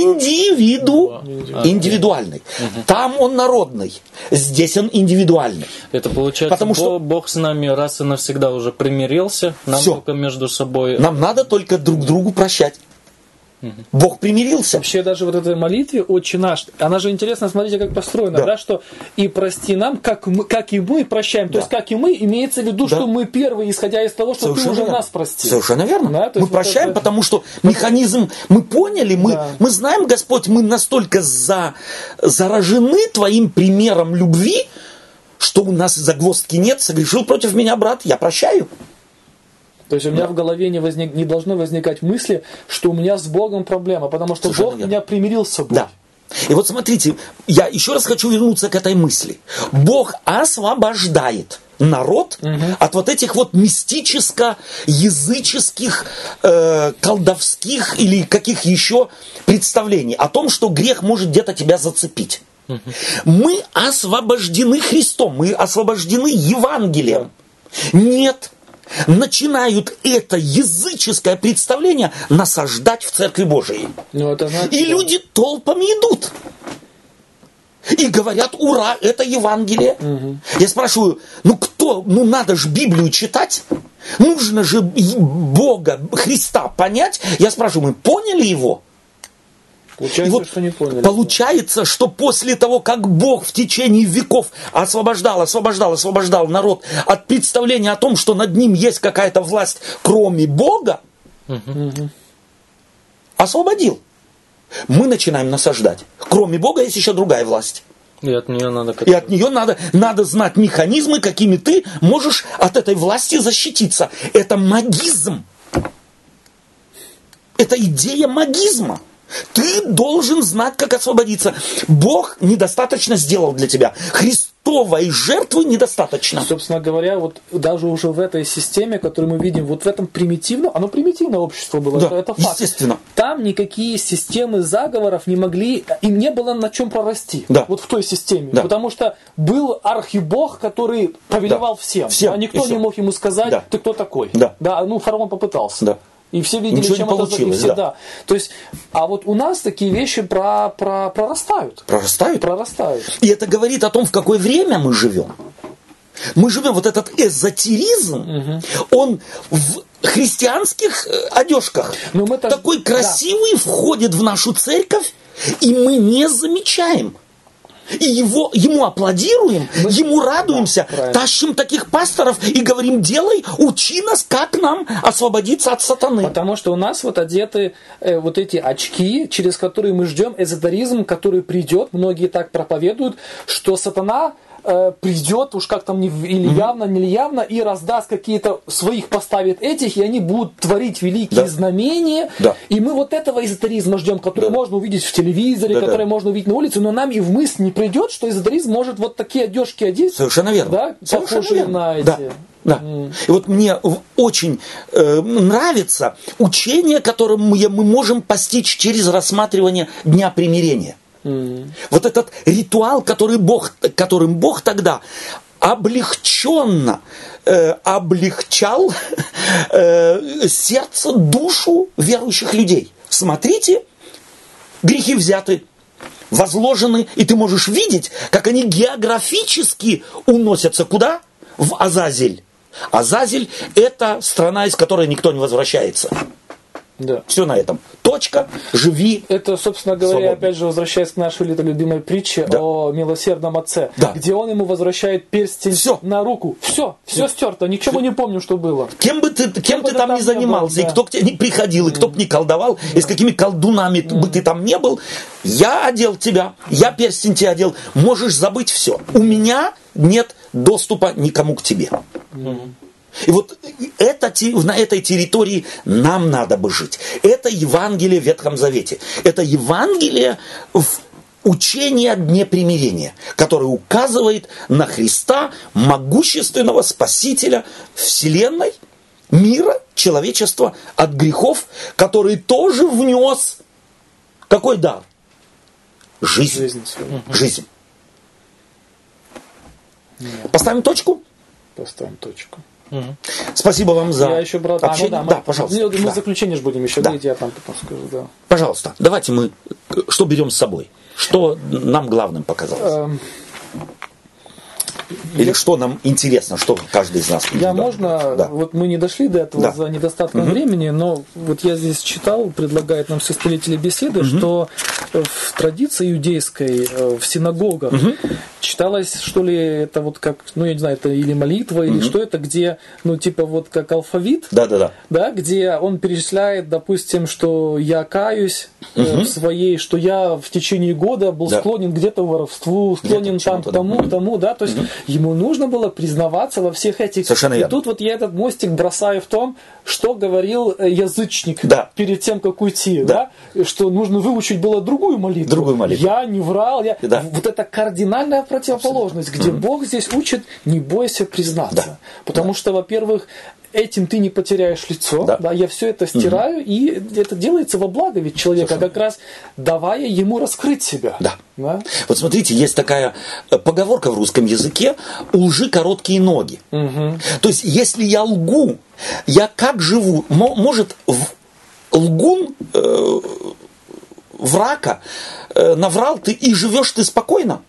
индивидуальный. Там он народный, здесь он индивидуальный. Это получается, потому что Бог с нами раз и навсегда уже примирился, нам только между собой. Нам надо только друг другу прощать. Бог примирился. Вообще даже вот этой молитве «Отче наш», она же интересно, смотрите, как построена, да, что «и прости нам, как и мы прощаем». То есть, как и мы, имеется в виду, что мы первые, исходя из того, что совершенно ты уже нас простил. Совершенно верно. Да? Мы прощаем, потому что механизм мы поняли, мы знаем, Господь, мы настолько заражены Твоим примером любви, что у нас загвоздки нет, согрешил против меня брат, я прощаю. То есть у меня в голове не должно возникать мысли, что у меня с Богом проблема, потому что Бог меня примирил с собой. Да. И вот смотрите, я еще раз хочу вернуться к этой мысли. Бог освобождает народ от вот этих вот мистическо-языческих, колдовских или каких еще представлений о том, что грех может где-то тебя зацепить. Мы освобождены Христом, мы освобождены Евангелием. Нет. Начинают это языческое представление насаждать в Церкви Божией. И люди толпами идут. И говорят, ура, это Евангелие. Я спрашиваю, надо же Библию читать. Нужно же Бога, Христа понять. Я спрашиваю, мы поняли его? Получается, что не поняли. Получается, что после того, как Бог в течение веков освобождал народ от представления о том, что над ним есть какая-то власть, кроме Бога, освободил. Мы начинаем насаждать. Кроме Бога есть еще другая власть. И от нее надо знать механизмы, какими ты можешь от этой власти защититься. Это магизм. Это идея магизма. Ты должен знать, как освободиться. Бог недостаточно сделал для тебя. Христовой жертвы недостаточно. Собственно говоря, вот даже уже в этой системе, которую мы видим, вот в этом примитивном, оно примитивное общество было, Да, это факт. естественно. Там никакие системы заговоров не могли, им не было на чем прорасти. Да. Вот в той системе. Да. Потому что был архибог, который повелевал всем. Всем. А никто И не всё. мог ему сказать, Да. ты кто такой. Да. Ну фараон попытался. Да. И все видели, Ничего чем не это получилось, и все, да. То есть, а вот у нас такие вещи прорастают. Прорастают. Прорастают. И это говорит о том, в какое время мы живем. Мы живем, вот этот эзотеризм, он в христианских одежках Но мы такой красивый входит в нашу церковь, и мы не замечаем. И ему аплодируем, ему радуемся, правильно. тащим таких пасторов и говорим, делай, учи нас, как нам освободиться от сатаны. Потому что у нас вот одеты вот эти очки, через которые мы ждем эзотеризм, который придет. Многие так проповедуют, что сатана придет, уж как там или явно, не явно, и раздаст какие-то своих, поставит этих, и они будут творить великие знамения. Да. И мы вот этого эзотеризма ждем, который можно увидеть в телевизоре, Да, который да. можно увидеть на улице, но нам и в мысль не придет, что эзотеризм может вот такие одежки одеть. Совершенно верно. Да, Совершенно похожие верно. на эти. Да. Да. И вот мне очень нравится учение, которое мы можем постичь через рассматривание Дня Примирения. Вот этот ритуал, которым Бог тогда облегченно облегчал сердце, душу верующих людей. Смотрите, грехи взяты, возложены, и ты можешь видеть, как они географически уносятся куда? В Азазель. Азазель – это страна, из которой никто не возвращается. Да. Все на этом. Точка, живи. Это, собственно говоря, свободно. опять же, возвращаясь к нашей любимой притче о милосердном отце, Да. где он ему возвращает перстень Всё. на руку. Все стерто, ничего не помню, что было. Кем ты там не занимался, был, да. и кто к тебе не приходил, и кто бы не колдовал, и с какими колдунами бы ты там не был, я одел тебя, я перстень тебе одел, можешь забыть все. У меня нет доступа никому к тебе. И вот на этой территории нам надо бы жить. Это Евангелие в Ветхом Завете. Это Евангелие в учении о Дне Примирения, которое указывает на Христа, могущественного Спасителя Вселенной, мира, человечества от грехов, который тоже внес какой дар? Жизнь. Жизнь. Поставим точку? Поставим точку. Спасибо вам за Я еще, брат, общение. Да, пожалуйста. Мы Да. заключение же будем еще Да. говорить, я там потом скажу, да. Пожалуйста, давайте мы что берем с собой? Что нам главным показалось? Или что нам интересно, что каждый из нас видит? Я можно, Да. вот мы не дошли до этого Да. за недостатком времени, но вот я здесь читал, предлагает нам составители беседы, что в традиции иудейской, в синагогах читалось, что ли, это вот как, ну я не знаю, это или молитва, или что это, где, ну типа вот как алфавит, Да. да, где он перечисляет, допустим, что я каюсь в своей, что я в течение года был Да. склонен где-то к воровству, склонен Где-то там к к чему-то, тому, да, то есть ему нужно было признаваться во всех этих. Совершенно И верно. тут вот я этот мостик бросаю в том, что говорил язычник Да. перед тем, как уйти, Да. да, что нужно выучить было другую молитву. Другую молитву. Я не врал, Да. вот это кардинальная противоположность, где Бог здесь учит, не бойся признаться, Да. потому что, во-первых, этим ты не потеряешь лицо, Да. я все это стираю, и это делается во благо ведь человека, как раз давая ему раскрыть себя. Да. Да? Вот смотрите, есть такая поговорка в русском языке: у лжи короткие ноги. То есть, если я лгу, я как живу? Может, лгун врака наврал ты, и живешь ты спокойно?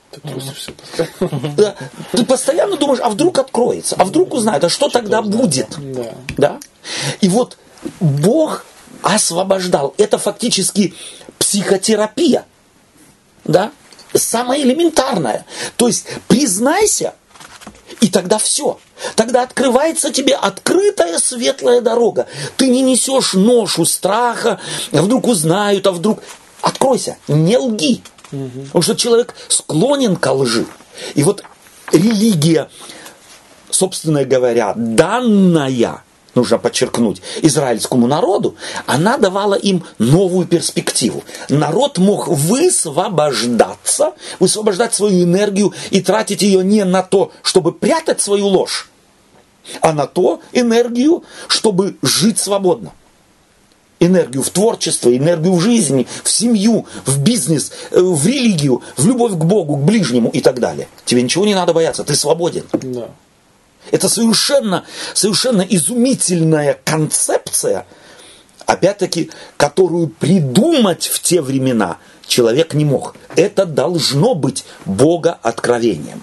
Да. Ты постоянно думаешь, а вдруг откроется, а вдруг узнает, а что тогда будет? Да? И вот Бог освобождал. Это фактически психотерапия. Да? Самое элементарное. То есть признайся, и тогда все. Тогда открывается тебе открытая светлая дорога. Ты не несешь ношу страха, а вдруг узнают, а вдруг... Откройся, не лги. Потому что человек склонен ко лжи. И вот религия, собственно говоря, данная нужно подчеркнуть, израильскому народу, она давала им новую перспективу. Народ мог высвобождать свою энергию и тратить ее не на то, чтобы прятать свою ложь, а на то энергию, чтобы жить свободно. Энергию в творчество, энергию в жизни, в семью, в бизнес, в религию, в любовь к Богу, к ближнему и так далее. Тебе ничего не надо бояться, ты свободен. Да. Это совершенно изумительная концепция, опять-таки, которую придумать в те времена человек не мог. Это должно быть богооткровением.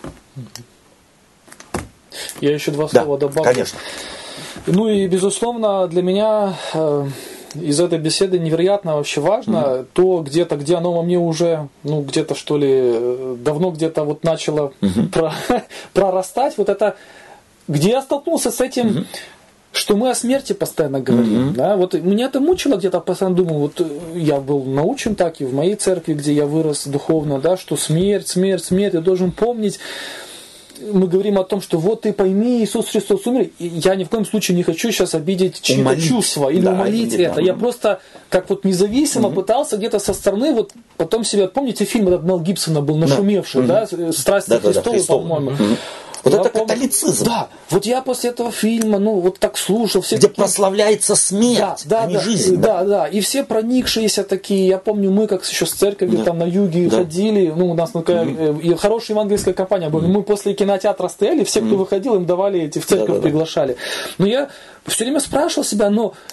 Я еще два слова добавлю. Конечно. Ну и, безусловно, для меня из этой беседы невероятно вообще важно то, где-то, где оно во мне уже, где-то, что ли, давно где-то вот начало прорастать, вот это, где я столкнулся с этим, что мы о смерти постоянно говорим. Да? Вот меня это мучило где-то, постоянно думал, вот я был научен так и в моей церкви, где я вырос духовно, да, что смерть, я должен помнить. Мы говорим о том, что вот ты пойми, Иисус Христос умер. И я ни в коем случае не хочу сейчас обидеть чьи-то чувства или умолить это. Я просто как вот независимо пытался где-то со стороны, вот потом себе, помните, фильм этот Мел Гибсона был нашумевший, да, «Страсти Христовы», по-моему. Вот это католицизм. Да, вот я после этого фильма, вот так слушал. Все где такие... прославляется смерть, а не жизнь. Да. И все проникшиеся такие. Я помню, мы как еще с церковью там на юге ходили. У нас такая хорошая евангельская компания была. Мы после кинотеатра стояли, все, кто выходил, им давали эти, в церковь приглашали. Но я все время спрашивал себя,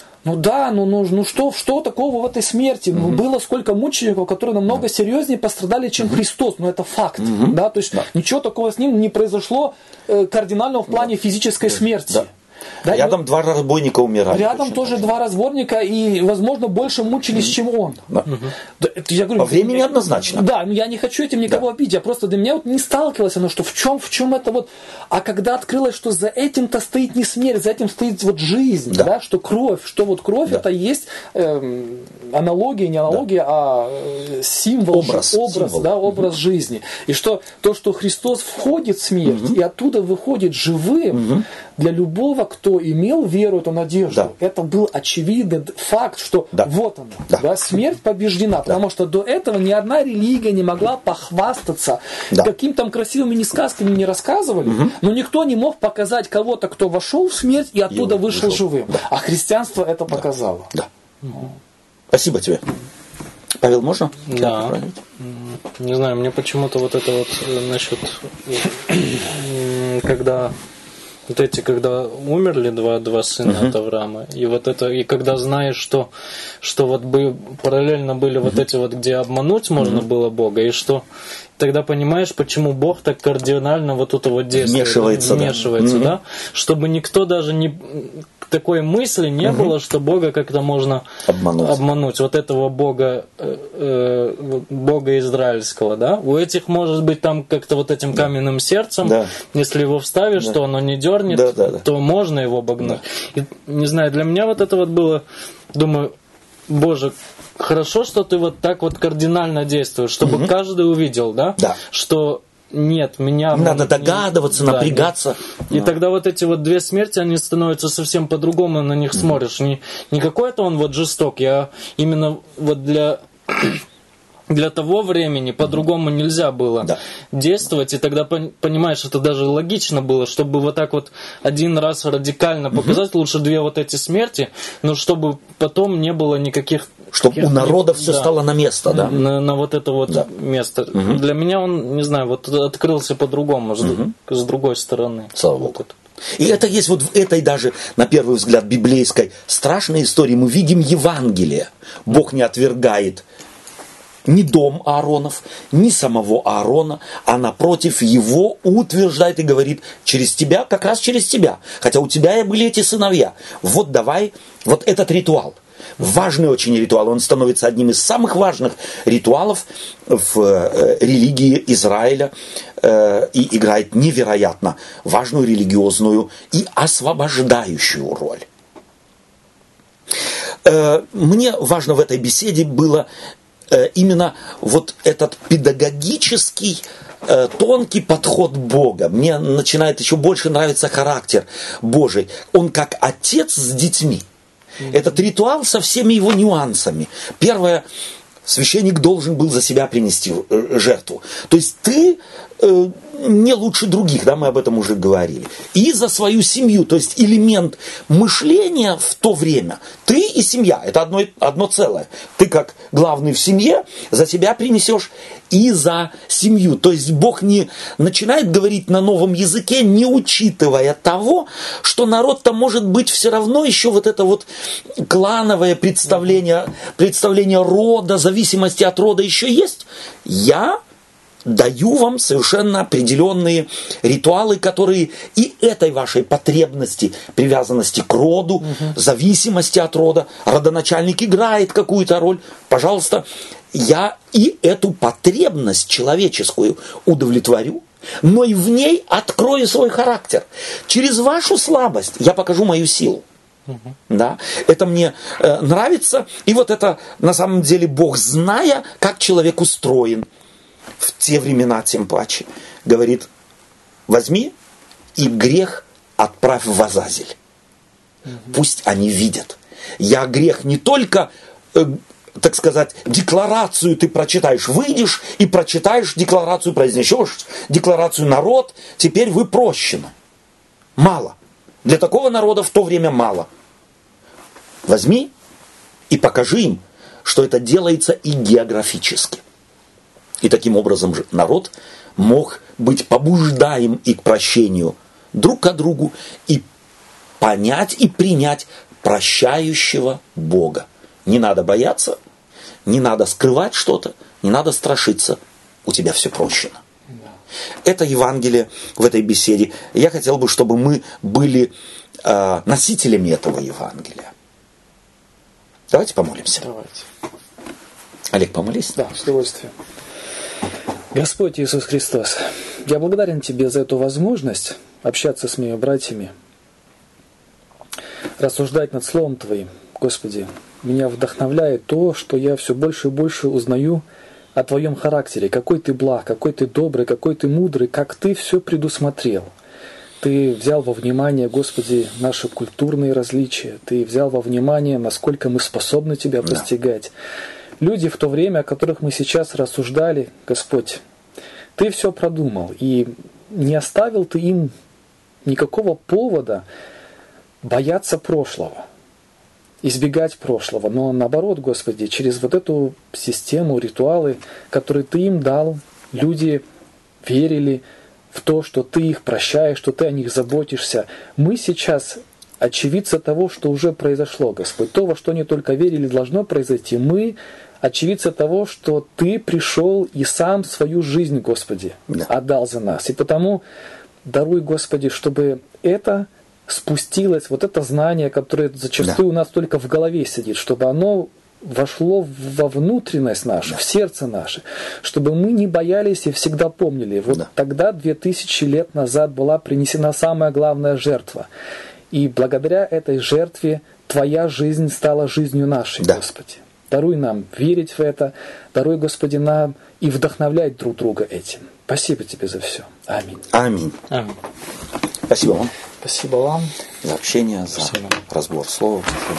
что такого в этой смерти? Было сколько мучеников, которые намного серьезнее пострадали, чем Христос. Но это факт. Да? То есть ничего такого с ним не произошло кардинального в плане физической смерти. Да. Да, рядом два разбойника умирали. Рядом тоже два разбойника, и, возможно, больше мучились, чем он. Да. Я говорю, по времени однозначно. Да, я не хочу этим никого обидеть. Я просто для меня вот не сталкивалось оно, что в чем это вот. А когда открылось, что за этим-то стоит не смерть, за этим стоит вот жизнь, да, что кровь, это есть аналогия, не аналогия, а символ, образ жизни. И что то, что Христос входит в смерть и оттуда выходит живым, для любого, кто имел веру, эту надежду, это был очевидный факт, что вот она, смерть побеждена, потому что до этого ни одна религия не могла похвастаться, каким там красивыми не сказками не рассказывали, но никто не мог показать кого-то, кто вошел в смерть и оттуда вышел живым. А христианство это показало. Спасибо тебе. Павел, можно? Да. Не знаю, мне почему-то вот это вот насчет, когда когда умерли два сына от Авраама, и вот это, и когда знаешь, что вот параллельно были вот эти вот, где обмануть можно было Бога, и что тогда понимаешь, почему Бог так кардинально вот это вот действует, вмешивается, да? Чтобы никто даже такой мысли не было, что Бога как-то можно обмануть. Вот этого Бога израильского, да? У этих может быть там как-то вот этим каменным сердцем, если его вставишь, что оно не дернет, то можно его обогнуть. И, не знаю, для меня вот это вот было, думаю, Боже, хорошо, что ты вот так вот кардинально действуешь, чтобы каждый увидел, что нет, меня... Надо догадываться, напрягаться. И тогда вот эти вот две смерти, они становятся совсем по-другому, на них смотришь. Не какой-то он вот жесток, я именно вот для того времени по-другому нельзя было действовать, и тогда понимаешь, это даже логично было, чтобы вот так вот один раз радикально показать, лучше две вот эти смерти, но чтобы потом не было никаких... Чтобы у народа все стало на место, на вот это вот место. Для меня он, не знаю, вот открылся по-другому, с другой стороны. Слава Богу. И это есть вот в этой даже, на первый взгляд, библейской страшной истории. Мы видим Евангелие. Бог не отвергает ни дом Ааронов, ни самого Аарона, а напротив его утверждает и говорит: через тебя, как раз через тебя. Хотя у тебя и были эти сыновья. Вот давай, вот этот ритуал. Важный очень ритуал. Он становится одним из самых важных ритуалов в религии Израиля и играет невероятно важную религиозную и освобождающую роль. Мне важно в этой беседе было именно вот этот педагогический тонкий подход Бога. Мне начинает еще больше нравиться характер Божий. Он как отец с детьми. Этот ритуал со всеми его нюансами. Первое, священник должен был за себя принести жертву. То есть ты не лучше других, да, мы об этом уже говорили. И за свою семью, то есть элемент мышления в то время. Ты и семья, это одно целое. Ты как главный в семье за себя принесешь и за семью. То есть Бог не начинает говорить на новом языке, не учитывая того, что народ-то может быть все равно еще вот это вот клановое представление рода, зависимости от рода еще есть. Я даю вам совершенно определенные ритуалы, которые и этой вашей потребности, привязанности к роду, зависимости от рода, родоначальник играет какую-то роль. Пожалуйста, я и эту потребность человеческую удовлетворю, но и в ней открою свой характер. Через вашу слабость я покажу мою силу. Да? Это мне нравится. И вот это на самом деле Бог, зная, как человек устроен, в те времена тем паче, говорит: возьми и грех отправь в Азазель. Пусть они видят. Я грех не только, так сказать, декларацию ты прочитаешь, выйдешь и прочитаешь декларацию, произнесешь декларацию: народ, теперь вы прощены. Мало. Для такого народа в то время мало. Возьми и покажи им, что это делается и географически. И таким образом же народ мог быть побуждаем и к прощению друг к другу, и понять и принять прощающего Бога. Не надо бояться, не надо скрывать что-то, не надо страшиться. У тебя все прощено. Это Евангелие в этой беседе. Я хотел бы, чтобы мы были носителями этого Евангелия. Давайте помолимся. Давайте. Олег, помолись. Да, с удовольствием. Господь Иисус Христос, я благодарен Тебе за эту возможность общаться с моими братьями, рассуждать над Словом Твоим. Господи, меня вдохновляет то, что я все больше и больше узнаю о Твоем характере, какой Ты благ, какой Ты добрый, какой Ты мудрый, как Ты все предусмотрел. Ты взял во внимание, Господи, наши культурные различия, Ты взял во внимание, насколько мы способны Тебя постигать. Люди в то время, о которых мы сейчас рассуждали, Господь, Ты все продумал, и не оставил Ты им никакого повода бояться прошлого, избегать прошлого, но наоборот, Господи, через вот эту систему, ритуалы, которые Ты им дал, люди верили в то, что Ты их прощаешь, что Ты о них заботишься. Мы сейчас очевидцы того, что уже произошло, Господь. То, во что они только верили, должно произойти. Мы очевидцы того, что Ты пришел и сам свою жизнь, Господи, отдал за нас. И потому даруй, Господи, чтобы это спустилось, вот это знание, которое зачастую у нас только в голове сидит, чтобы оно вошло во внутренность нашу, в сердце наше, чтобы мы не боялись и всегда помнили. Вот тогда, 2000 лет назад, была принесена самая главная жертва. И благодаря этой жертве Твоя жизнь стала жизнью нашей, Господи. Даруй нам верить в это, даруй, Господи, нам и вдохновлять друг друга этим. Спасибо Тебе за все. Аминь. Аминь. Аминь. Спасибо вам. Спасибо вам. За общение, за разбор слова.